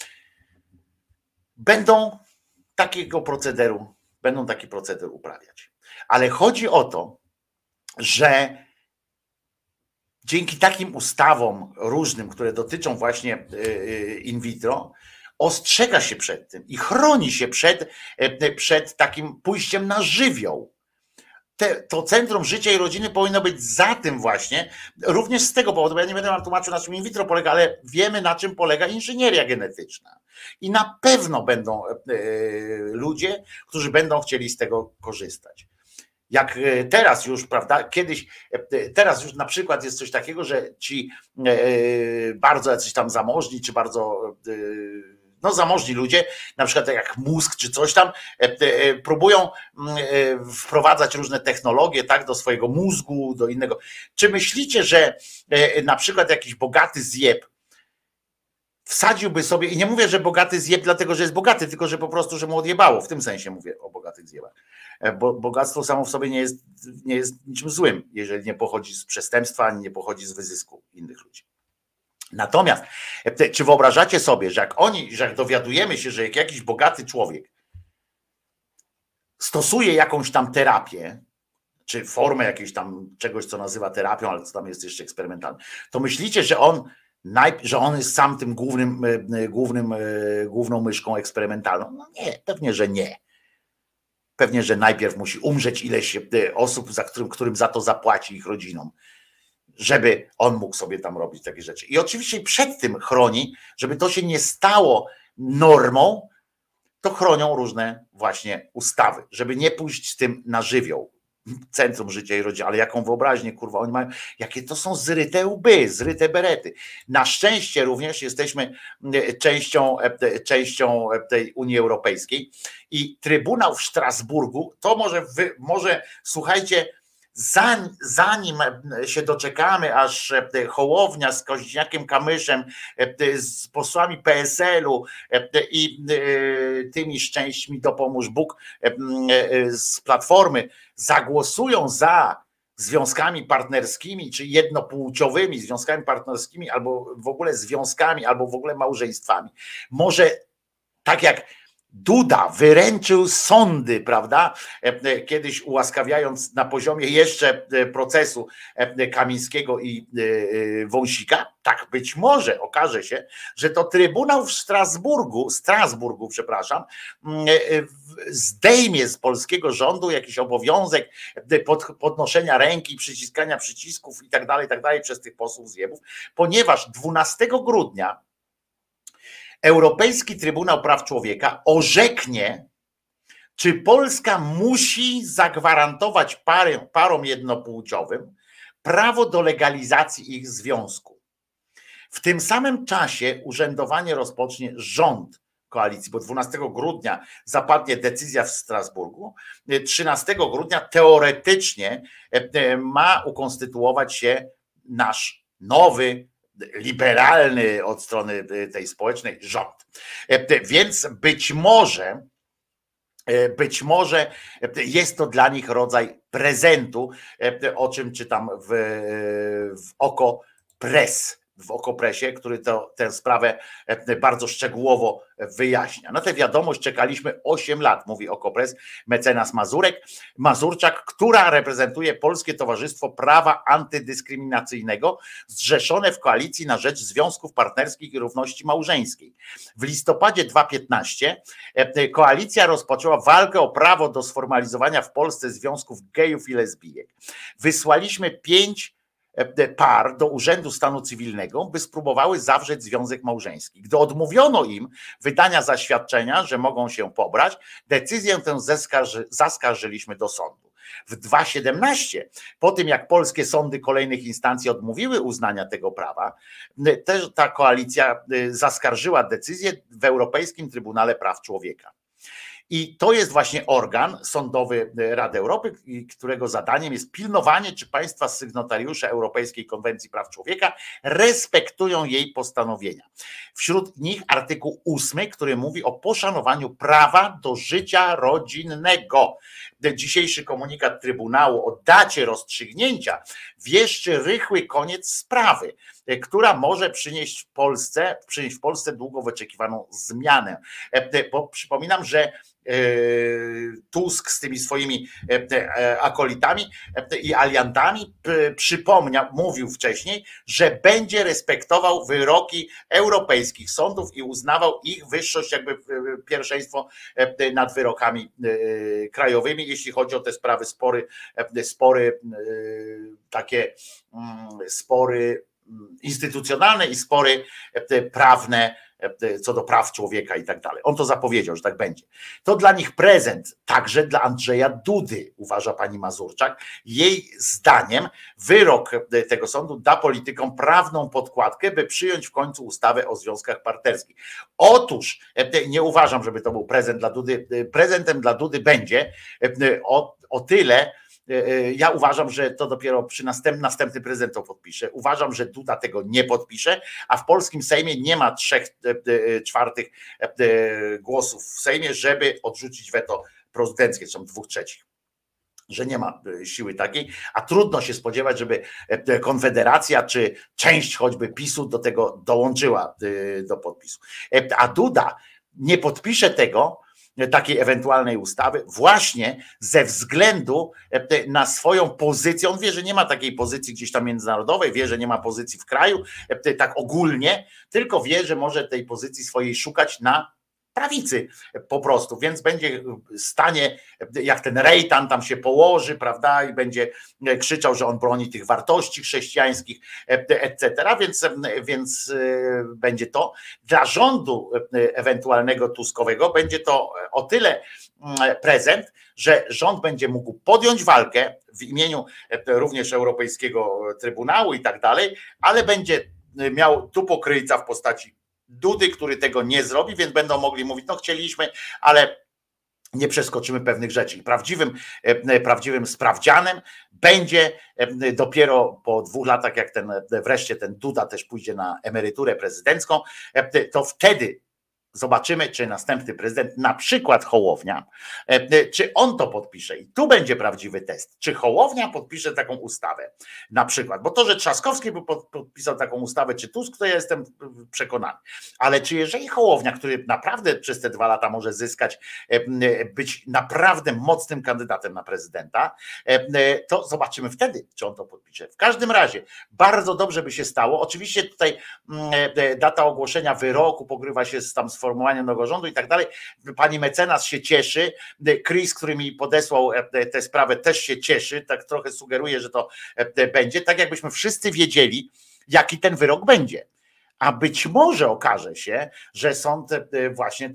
Speaker 2: będą taki proceder uprawiać. Ale chodzi o to, że dzięki takim ustawom różnym, które dotyczą właśnie in vitro, ostrzega się przed tym i chroni się przed takim pójściem na żywioł. To Centrum Życia i Rodziny powinno być za tym właśnie, również z tego powodu, bo ja nie będę wam tłumaczył, na czym in vitro polega, ale wiemy, na czym polega inżynieria genetyczna. I na pewno będą ludzie, którzy będą chcieli z tego korzystać. Jak teraz już, prawda, teraz już na przykład jest coś takiego, że ci bardzo jacyś tam zamożni, czy bardzo zamożni ludzie, na przykład jak mózg czy coś tam, próbują wprowadzać różne technologie, tak, do swojego mózgu, do innego. Czy myślicie, że na przykład jakiś bogaty zjeb wsadziłby sobie, i nie mówię, że bogaty zjeb dlatego, że jest bogaty, tylko że po prostu, że mu odjebało, w tym sensie mówię o bogatych zjebach. Bo bogactwo samo w sobie nie jest niczym złym, jeżeli nie pochodzi z przestępstwa, ani nie pochodzi z wyzysku innych ludzi. Natomiast, czy wyobrażacie sobie, że jak dowiadujemy się, że jakiś bogaty człowiek stosuje jakąś tam terapię, czy formę jakiegoś tam czegoś, co nazywa terapią, ale co tam jest jeszcze eksperymentalne, to myślicie, że on jest sam tym główną myszką eksperymentalną? No nie, pewnie, że nie. Pewnie, że najpierw musi umrzeć ileś osób, którym za to zapłaci ich rodzinom, żeby on mógł sobie tam robić takie rzeczy. I oczywiście przed tym chroni, żeby to się nie stało normą, to chronią różne właśnie ustawy, żeby nie pójść z tym na żywioł. Centrum Życia i Rodziny, ale jaką wyobraźnię, kurwa, oni mają, jakie to są zryte łby, zryte berety. Na szczęście również jesteśmy częścią tej Unii Europejskiej i Trybunał w Strasburgu, to może słuchajcie, zanim się doczekamy, aż Hołownia z Koźniakiem-Kamyszem, z posłami PSL-u i tymi z częśćmi dopomóż Bóg z Platformy zagłosują za związkami partnerskimi, czy jednopłciowymi związkami partnerskimi, albo w ogóle związkami, albo w ogóle małżeństwami. Może tak jak Duda wyręczył sądy, prawda? Kiedyś ułaskawiając na poziomie jeszcze procesu Kamińskiego i Wąsika, tak być może okaże się, że to Trybunał w Strasburgu, zdejmie z polskiego rządu jakiś obowiązek podnoszenia ręki, przyciskania przycisków i tak dalej przez tych posłów zjebów, ponieważ 12 grudnia Europejski Trybunał Praw Człowieka orzeknie, czy Polska musi zagwarantować parom jednopłciowym prawo do legalizacji ich związku. W tym samym czasie urzędowanie rozpocznie rząd koalicji, bo 12 grudnia zapadnie decyzja w Strasburgu, 13 grudnia teoretycznie ma ukonstytuować się nasz nowy, liberalny od strony tej społecznej rząd. Więc być może jest to dla nich rodzaj prezentu, o czym czytam w Okopresie, który tę sprawę bardzo szczegółowo wyjaśnia. Na tę wiadomość czekaliśmy 8 lat, mówi Okopres, mecenas Mazurczak, która reprezentuje Polskie Towarzystwo Prawa Antydyskryminacyjnego, zrzeszone w Koalicji na rzecz Związków Partnerskich i Równości Małżeńskiej. W listopadzie 2015 koalicja rozpoczęła walkę o prawo do sformalizowania w Polsce związków gejów i lesbijek. Wysłaliśmy 5 par do Urzędu Stanu Cywilnego, by spróbowały zawrzeć związek małżeński. Gdy odmówiono im wydania zaświadczenia, że mogą się pobrać, decyzję tę zaskarżyliśmy do sądu. W 2017, po tym jak polskie sądy kolejnych instancji odmówiły uznania tego prawa, też ta koalicja zaskarżyła decyzję w Europejskim Trybunale Praw Człowieka. I to jest właśnie organ sądowy Rady Europy, którego zadaniem jest pilnowanie, czy państwa sygnatariusze Europejskiej Konwencji Praw Człowieka respektują jej postanowienia. Wśród nich artykuł 8, który mówi o poszanowaniu prawa do życia rodzinnego. Dzisiejszy komunikat Trybunału o dacie rozstrzygnięcia wieszczy rychły koniec sprawy, która może przynieść w Polsce długo wyczekiwaną zmianę. Bo przypominam, że Tusk z tymi swoimi akolitami i aliantami mówił wcześniej, że będzie respektował wyroki europejskich sądów i uznawał ich wyższość, jakby pierwszeństwo nad wyrokami krajowymi, jeśli chodzi o te sprawy, spory instytucjonalne i spory prawne co do praw człowieka i tak dalej. On to zapowiedział, że tak będzie. To dla nich prezent, także dla Andrzeja Dudy, uważa pani Mazurczak. Jej zdaniem wyrok tego sądu da politykom prawną podkładkę, by przyjąć w końcu ustawę o związkach partnerskich. Otóż nie uważam, żeby to był prezent dla Dudy. Prezentem dla Dudy będzie o tyle, ja uważam, że to dopiero przy następny prezydent to podpisze. Uważam, że Duda tego nie podpisze, a w polskim Sejmie nie ma 3/4 głosów w Sejmie, żeby odrzucić weto prezydenckie, są 2/3. Że nie ma siły takiej, a trudno się spodziewać, żeby Konfederacja czy część choćby PiS-u do tego dołączyła do podpisu. A Duda nie podpisze tego, takiej ewentualnej ustawy właśnie ze względu na swoją pozycję. On wie, że nie ma takiej pozycji gdzieś tam międzynarodowej, wie, że nie ma pozycji w kraju, tak ogólnie, tylko wie, że może tej pozycji swojej szukać na prawicy po prostu, więc będzie stanie, jak ten Rejtan tam się położy, prawda, i będzie krzyczał, że on broni tych wartości chrześcijańskich, etc., więc będzie to dla rządu ewentualnego tuskowego, będzie to o tyle prezent, że rząd będzie mógł podjąć walkę w imieniu również Europejskiego Trybunału i tak dalej, ale będzie miał tu pokryjca w postaci Dudy, który tego nie zrobi, więc będą mogli mówić, no chcieliśmy, ale nie przeskoczymy pewnych rzeczy. I prawdziwym sprawdzianem będzie dopiero po 2 latach, jak wreszcie ten Duda też pójdzie na emeryturę prezydencką, to wtedy zobaczymy, czy następny prezydent, na przykład Hołownia, czy on to podpisze. I tu będzie prawdziwy test. Czy Hołownia podpisze taką ustawę? Na przykład. Bo to, że Trzaskowski by podpisał taką ustawę, czy Tusk, to ja jestem przekonany. Ale czy jeżeli Hołownia, który naprawdę przez te 2 lata może zyskać, być naprawdę mocnym kandydatem na prezydenta, to zobaczymy wtedy, czy on to podpisze. W każdym razie bardzo dobrze by się stało. Oczywiście tutaj data ogłoszenia wyroku pogrywa się z sformułowaniem nowego rządu i tak dalej. Pani mecenas się cieszy. Chris, który mi podesłał tę sprawę, też się cieszy. Tak trochę sugeruje, że to będzie. Tak jakbyśmy wszyscy wiedzieli, jaki ten wyrok będzie. A być może okaże się, że sąd właśnie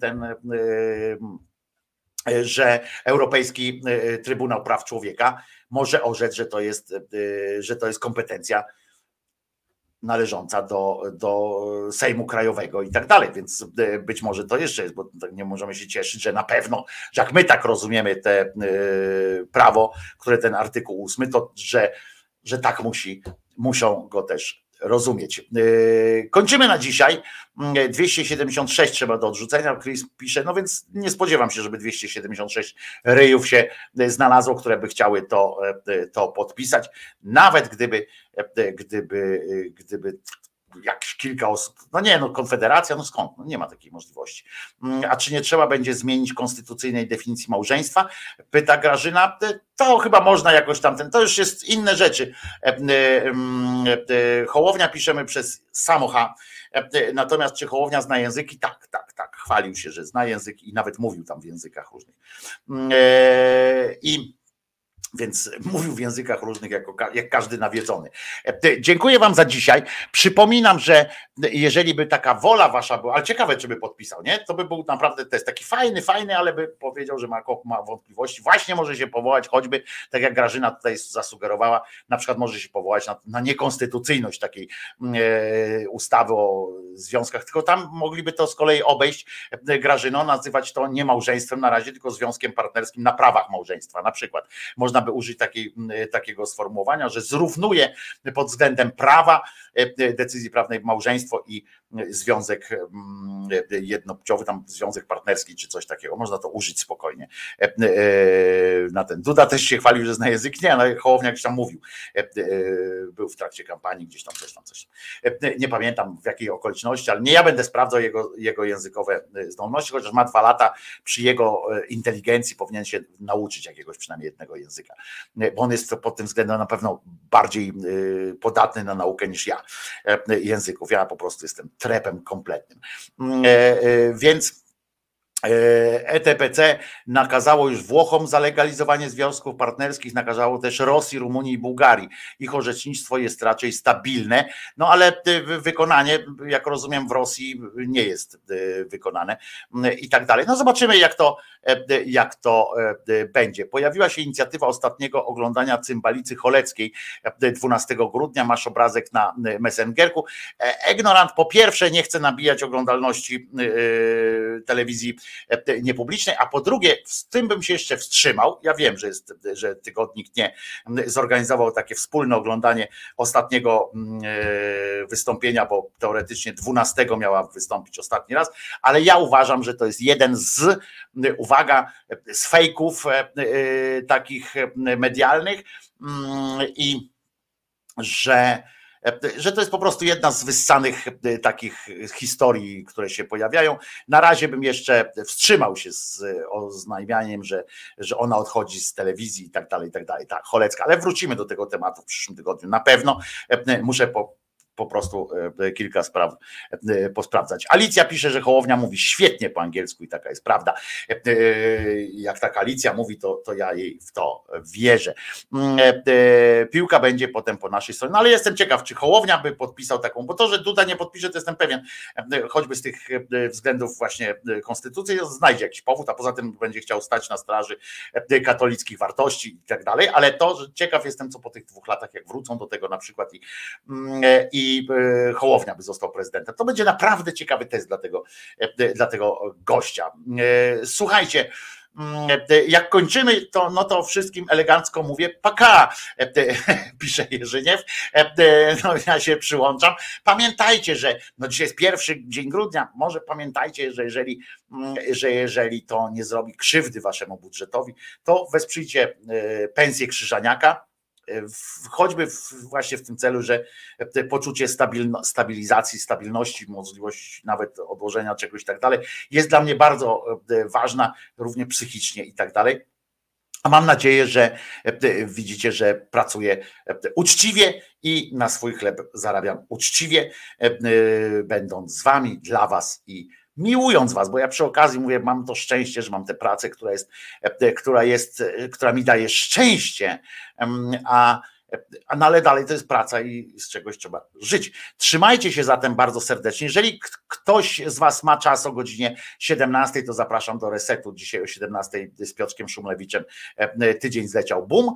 Speaker 2: że Europejski Trybunał Praw Człowieka może orzec, że to jest kompetencja należąca do Sejmu Krajowego i tak dalej, więc być może to jeszcze jest, bo nie możemy się cieszyć, że na pewno, że jak my tak rozumiemy te prawo, które ten artykuł 8, to że tak muszą go też rozumieć. Kończymy na dzisiaj. 276 trzeba do odrzucenia. Chris pisze, no więc nie spodziewam się, żeby 276 ryjów się znalazło, które by chciały to podpisać. Nawet gdyby jakieś kilka osób, Konfederacja, skąd? Nie ma takiej możliwości. A czy nie trzeba będzie zmienić konstytucyjnej definicji małżeństwa? Pyta Grażyna. To chyba można jakoś to już jest inne rzeczy. Hołownia piszemy przez samocha, natomiast czy Hołownia zna języki? Tak, chwalił się, że zna języki i nawet mówił tam w językach różnych. Więc mówił w językach różnych jak każdy nawiedzony. Dziękuję wam za dzisiaj. Przypominam, że jeżeli by taka wola wasza była, ale ciekawe, czy by podpisał, nie? To by był naprawdę test taki fajny, ale by powiedział, że ma wątpliwości. Właśnie może się powołać choćby, tak jak Grażyna tutaj zasugerowała, na przykład może się powołać na niekonstytucyjność takiej ustawy o związkach, tylko tam mogliby to z kolei obejść, Grażyno, nazywać to nie małżeństwem na razie, tylko związkiem partnerskim na prawach małżeństwa. Na przykład można by użyć takiego sformułowania, że zrównuje pod względem prawa, decyzji prawnej małżeństwo i związek jednopłciowy, tam związek partnerski czy coś takiego. Można to użyć spokojnie. Na ten Duda też się chwalił, że zna język, nie, ale Hołownia gdzieś tam mówił. Był w trakcie kampanii gdzieś tam coś. Nie pamiętam w jakiej okoliczności, ale nie ja będę sprawdzał jego językowe zdolności, chociaż ma 2 lata, przy jego inteligencji powinien się nauczyć jakiegoś przynajmniej jednego języka, bo on jest pod tym względem na pewno bardziej podatny na naukę niż ja języków. Ja po prostu jestem trepem kompletnym. Więc ETPC nakazało już Włochom zalegalizowanie związków partnerskich, nakazało też Rosji, Rumunii i Bułgarii. Ich orzecznictwo jest raczej stabilne, ale wykonanie, jak rozumiem, w Rosji nie jest wykonane i tak dalej. Zobaczymy, jak to będzie. Pojawiła się inicjatywa ostatniego oglądania Cymbalicy Choleckiej 12 grudnia. Masz obrazek na Messengerku. Ignorant po pierwsze nie chce nabijać oglądalności telewizji niepublicznej, a po drugie, z tym bym się jeszcze wstrzymał. Ja wiem, że Tygodnik nie zorganizował takie wspólne oglądanie ostatniego wystąpienia, bo teoretycznie 12 miała wystąpić ostatni raz, ale ja uważam, że to jest jeden z fejków takich medialnych i że że to jest po prostu jedna z wyssanych takich historii, które się pojawiają. Na razie bym jeszcze wstrzymał się z oznajmianiem, że ona odchodzi z telewizji i tak dalej, tak, Cholecka, ale wrócimy do tego tematu w przyszłym tygodniu. Na pewno muszę po prostu kilka spraw posprawdzać. Alicja pisze, że Hołownia mówi świetnie po angielsku i taka jest prawda. Jak taka Alicja mówi, to ja jej w to wierzę. Piłka będzie potem po naszej stronie, no ale jestem ciekaw, czy Hołownia by podpisał taką, bo to, że Duda nie podpisze, to jestem pewien, choćby z tych względów właśnie konstytucji, znajdzie jakiś powód, a poza tym będzie chciał stać na straży katolickich wartości i tak dalej, ale to, że ciekaw jestem, co po tych 2 latach, jak wrócą do tego na przykład i Hołownia by został prezydentem. To będzie naprawdę ciekawy test dla tego gościa. Słuchajcie, jak kończymy, to wszystkim elegancko mówię paka, pisze Jerzyniew, no ja się przyłączam. Pamiętajcie, że dzisiaj jest pierwszy dzień grudnia, może pamiętajcie, że jeżeli to nie zrobi krzywdy waszemu budżetowi, to wesprzyjcie pensję Krzyżaniaka, choćby właśnie w tym celu, że poczucie stabilizacji, stabilności, możliwość nawet odłożenia czegoś i tak dalej jest dla mnie bardzo ważna, równie psychicznie i tak dalej. A mam nadzieję, że widzicie, że pracuję uczciwie i na swój chleb zarabiam uczciwie, będąc z wami, dla was i miłując was, bo ja przy okazji mówię, mam to szczęście, że mam tę pracę, która mi daje szczęście, ale dalej to jest praca i z czegoś trzeba żyć. Trzymajcie się zatem bardzo serdecznie. Jeżeli ktoś z was ma czas o godzinie 17, to zapraszam do Resetu dzisiaj o 17 z Piotrkiem Szumlewiczem. Tydzień zleciał bum.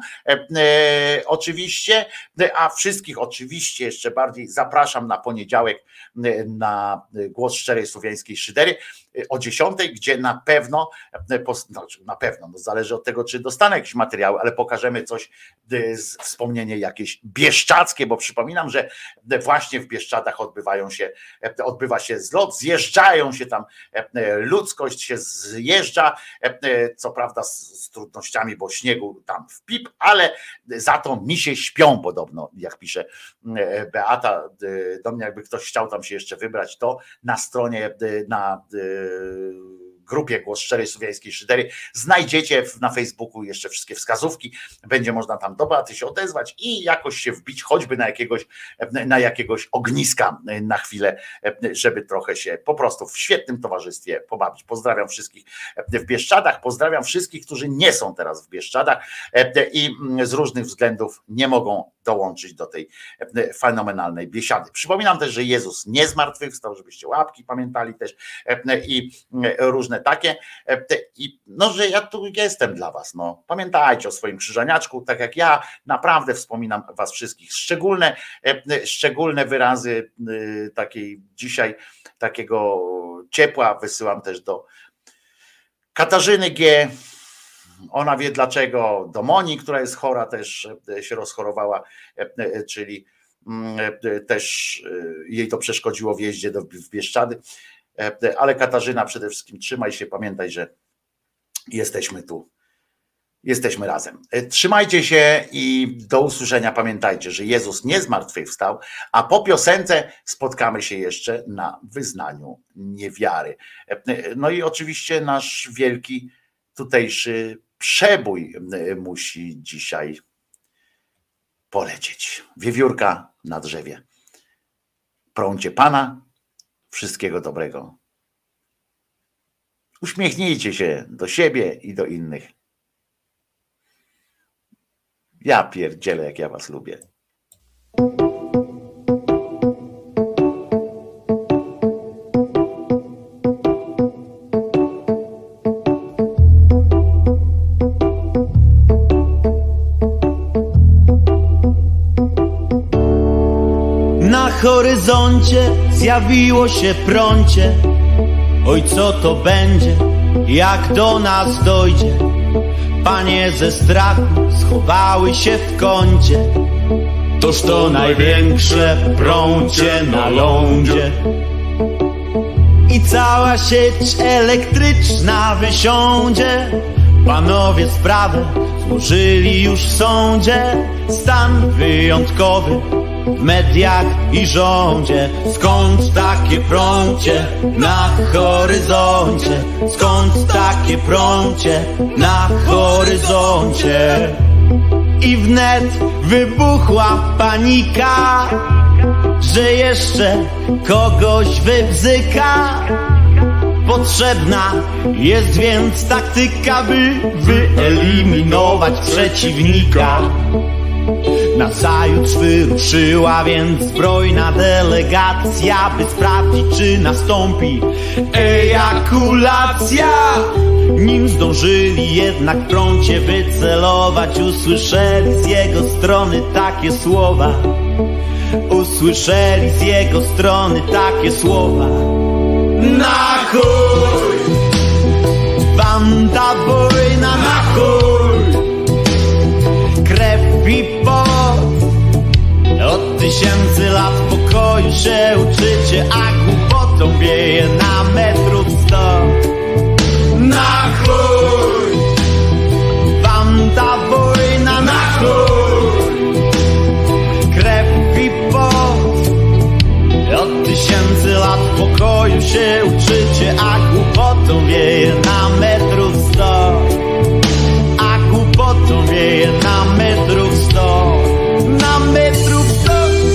Speaker 2: Oczywiście, a wszystkich oczywiście jeszcze bardziej zapraszam na poniedziałek na Głos Szczerej Słowiańskiej Szydery o 10, gdzie na pewno, zależy od tego, czy dostanę jakieś materiały, ale pokażemy coś, wspomnienie jakieś bieszczackie, bo przypominam, że właśnie w Bieszczadach odbywa się zlot, zjeżdżają się tam, ludzkość się zjeżdża, co prawda z trudnościami, bo śniegu tam w pip, ale za to misie śpią podobno, jak pisze Beata do mnie, jakby ktoś chciał tam się jeszcze wybrać, to na stronie, na grupie Głos Szczerej Słowiańskiej Szydery znajdziecie na Facebooku jeszcze wszystkie wskazówki, będzie można tam do Beaty się odezwać i jakoś się wbić choćby na jakiegoś ogniska na chwilę, żeby trochę się po prostu w świetnym towarzystwie pobawić. Pozdrawiam wszystkich w Bieszczadach, pozdrawiam wszystkich, którzy nie są teraz w Bieszczadach i z różnych względów nie mogą dołączyć do tej fenomenalnej biesiady. Przypominam też, że Jezus nie zmartwychwstał, żebyście łapki pamiętali też i różne takie, i no, że ja tu jestem dla was, no pamiętajcie o swoim krzyżaniaczku, tak jak ja naprawdę wspominam was wszystkich, szczególne wyrazy takiej dzisiaj, takiego ciepła wysyłam też do Katarzyny G., ona wie dlaczego, do Moni, która jest chora, też się rozchorowała, czyli też jej to przeszkodziło w jeździe w Bieszczady, ale Katarzyna, przede wszystkim trzymaj się, pamiętaj, że jesteśmy tu, jesteśmy razem. Trzymajcie się i do usłyszenia. Pamiętajcie, że Jezus nie zmartwychwstał, a po piosence spotkamy się jeszcze na wyznaniu niewiary. No i oczywiście nasz wielki tutejszy przebój musi dzisiaj polecieć. Wiewiórka na drzewie. Prącie Pana, wszystkiego dobrego. Uśmiechnijcie się do siebie i do innych. Ja pierdzielę, jak ja was lubię.
Speaker 5: Na horyzoncie zjawiło się prącie. Oj, co to będzie, jak do nas dojdzie? Panie ze strachu schowały się w kącie. Toż to największe prącie na lądzie. I cała sieć elektryczna wysiądzie. Panowie sprawę złożyli już w sądzie. Stan wyjątkowy
Speaker 13: w mediach i rządzie. Skąd takie prącie na horyzoncie? Skąd takie prącie na horyzoncie? I wnet wybuchła panika, że jeszcze kogoś wybzyka. Potrzebna jest więc taktyka, by wyeliminować przeciwnika. Nazajutrz wyruszyła więc zbrojna delegacja, by sprawdzić, czy nastąpi ejakulacja. Nim zdążyli jednak w prącie wycelować, usłyszeli z jego strony takie słowa. Usłyszeli z jego strony takie słowa. Na chuj! Banda wojna na chuj! Krew i pot! Od 1000 lat pokoju się uczycie, a głupotą wieje na metrów 100. Na chuj! Banda wojna na chuj! Krew i pot! Od 1000 lat pokoju się uczycie, a głupotą wieje na metrów 100. A głupotą wieje na metrów 100. Na metrów 100.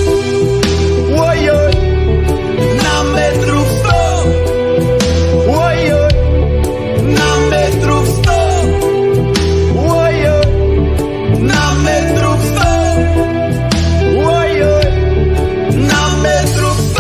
Speaker 13: Ojoj. Na metrów 100. Ojoj. Na metrów 100. Ojoj. Na metrów 100. Ojoj. Na metrów 100.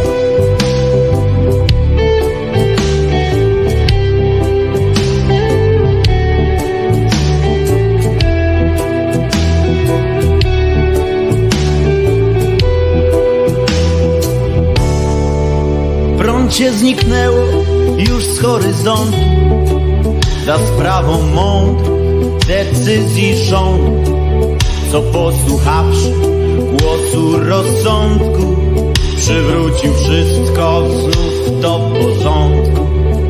Speaker 13: Prącie zniknęło już z horyzontu za sprawą mądrych decyzji rządu, co posłuchawszy głosu rozsądku przywrócił wszystko znów do porządku.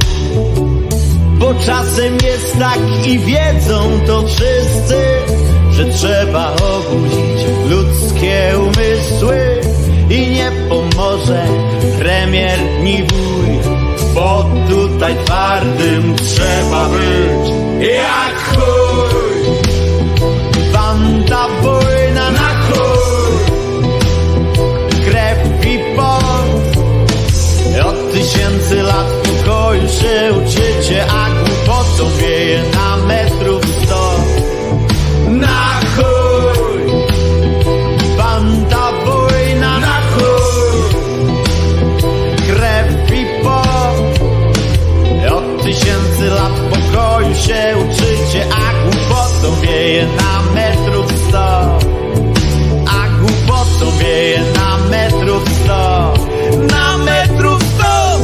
Speaker 13: Bo czasem jest tak i wiedzą to wszyscy, że trzeba obudzić ludzkie umysły. I nie pomoże premier ni wuj, bo tutaj twardym trzeba być jak chuj. Banda wojna na chuj. Krew i pot. Od 1000 lat pokoju się uczycie, a głupotą wieje na metrów 100. Na chuj. Banda wojna na chuj. Krew i pot. Od 1000 lat pokoju się uczycie, a głupotą wieje na metrów 100. A głupotą wieje na metrów 100. Na metrów 100.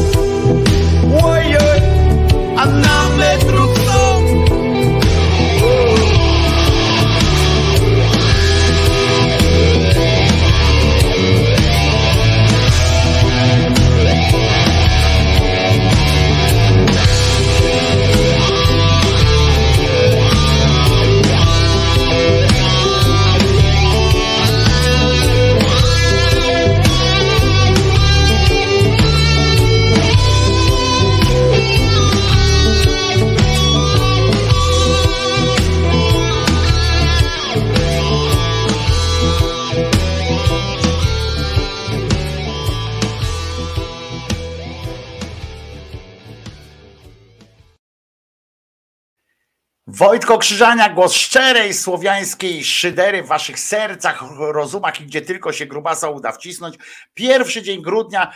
Speaker 13: Ojoj. A na metrów 100.
Speaker 2: Wojtko Krzyżaniak, głos szczerej słowiańskiej szydery w waszych sercach, rozumach i gdzie tylko się grubasa uda wcisnąć. Pierwszy dzień grudnia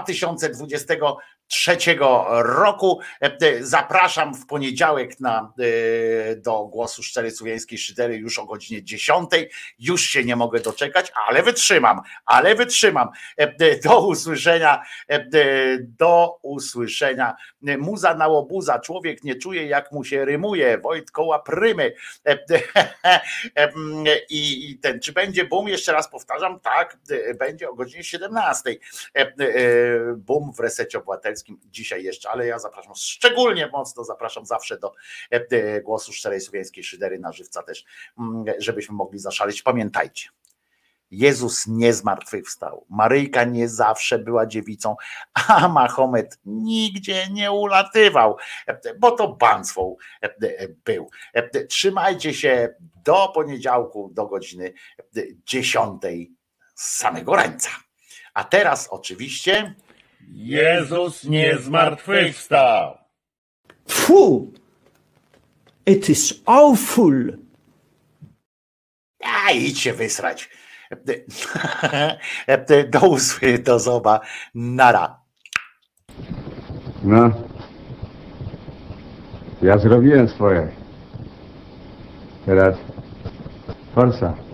Speaker 2: 2023 roku. Zapraszam w poniedziałek do głosu szczerej słowiańskiej szydery już o godzinie 10. Już się nie mogę doczekać, ale wytrzymam. Do usłyszenia. Muza na łobuza. Człowiek nie czuje, jak mu się rymuje. Wojtko łaprymy. Czy będzie boom? Jeszcze raz powtarzam, tak, będzie o godzinie 17. Boom w Resecie Obywatelskim dzisiaj jeszcze, ale ja zapraszam szczególnie mocno, zapraszam zawsze do głosu szczerej słowiańskiej szydery na żywca też, żebyśmy mogli zaszaleć. Pamiętajcie, Jezus nie zmartwychwstał. Maryjka nie zawsze była dziewicą, a Mahomet nigdzie nie ulatywał, bo to państwo był. Trzymajcie się do poniedziałku, do godziny 10 z samego rańca. A teraz oczywiście
Speaker 1: Jezus nie zmartwychwstał.
Speaker 14: Pfu! It is awful.
Speaker 2: A idź się wysrać. Do zoba. Nara.
Speaker 15: No. Ja zrobiłem swoje. Teraz forsa.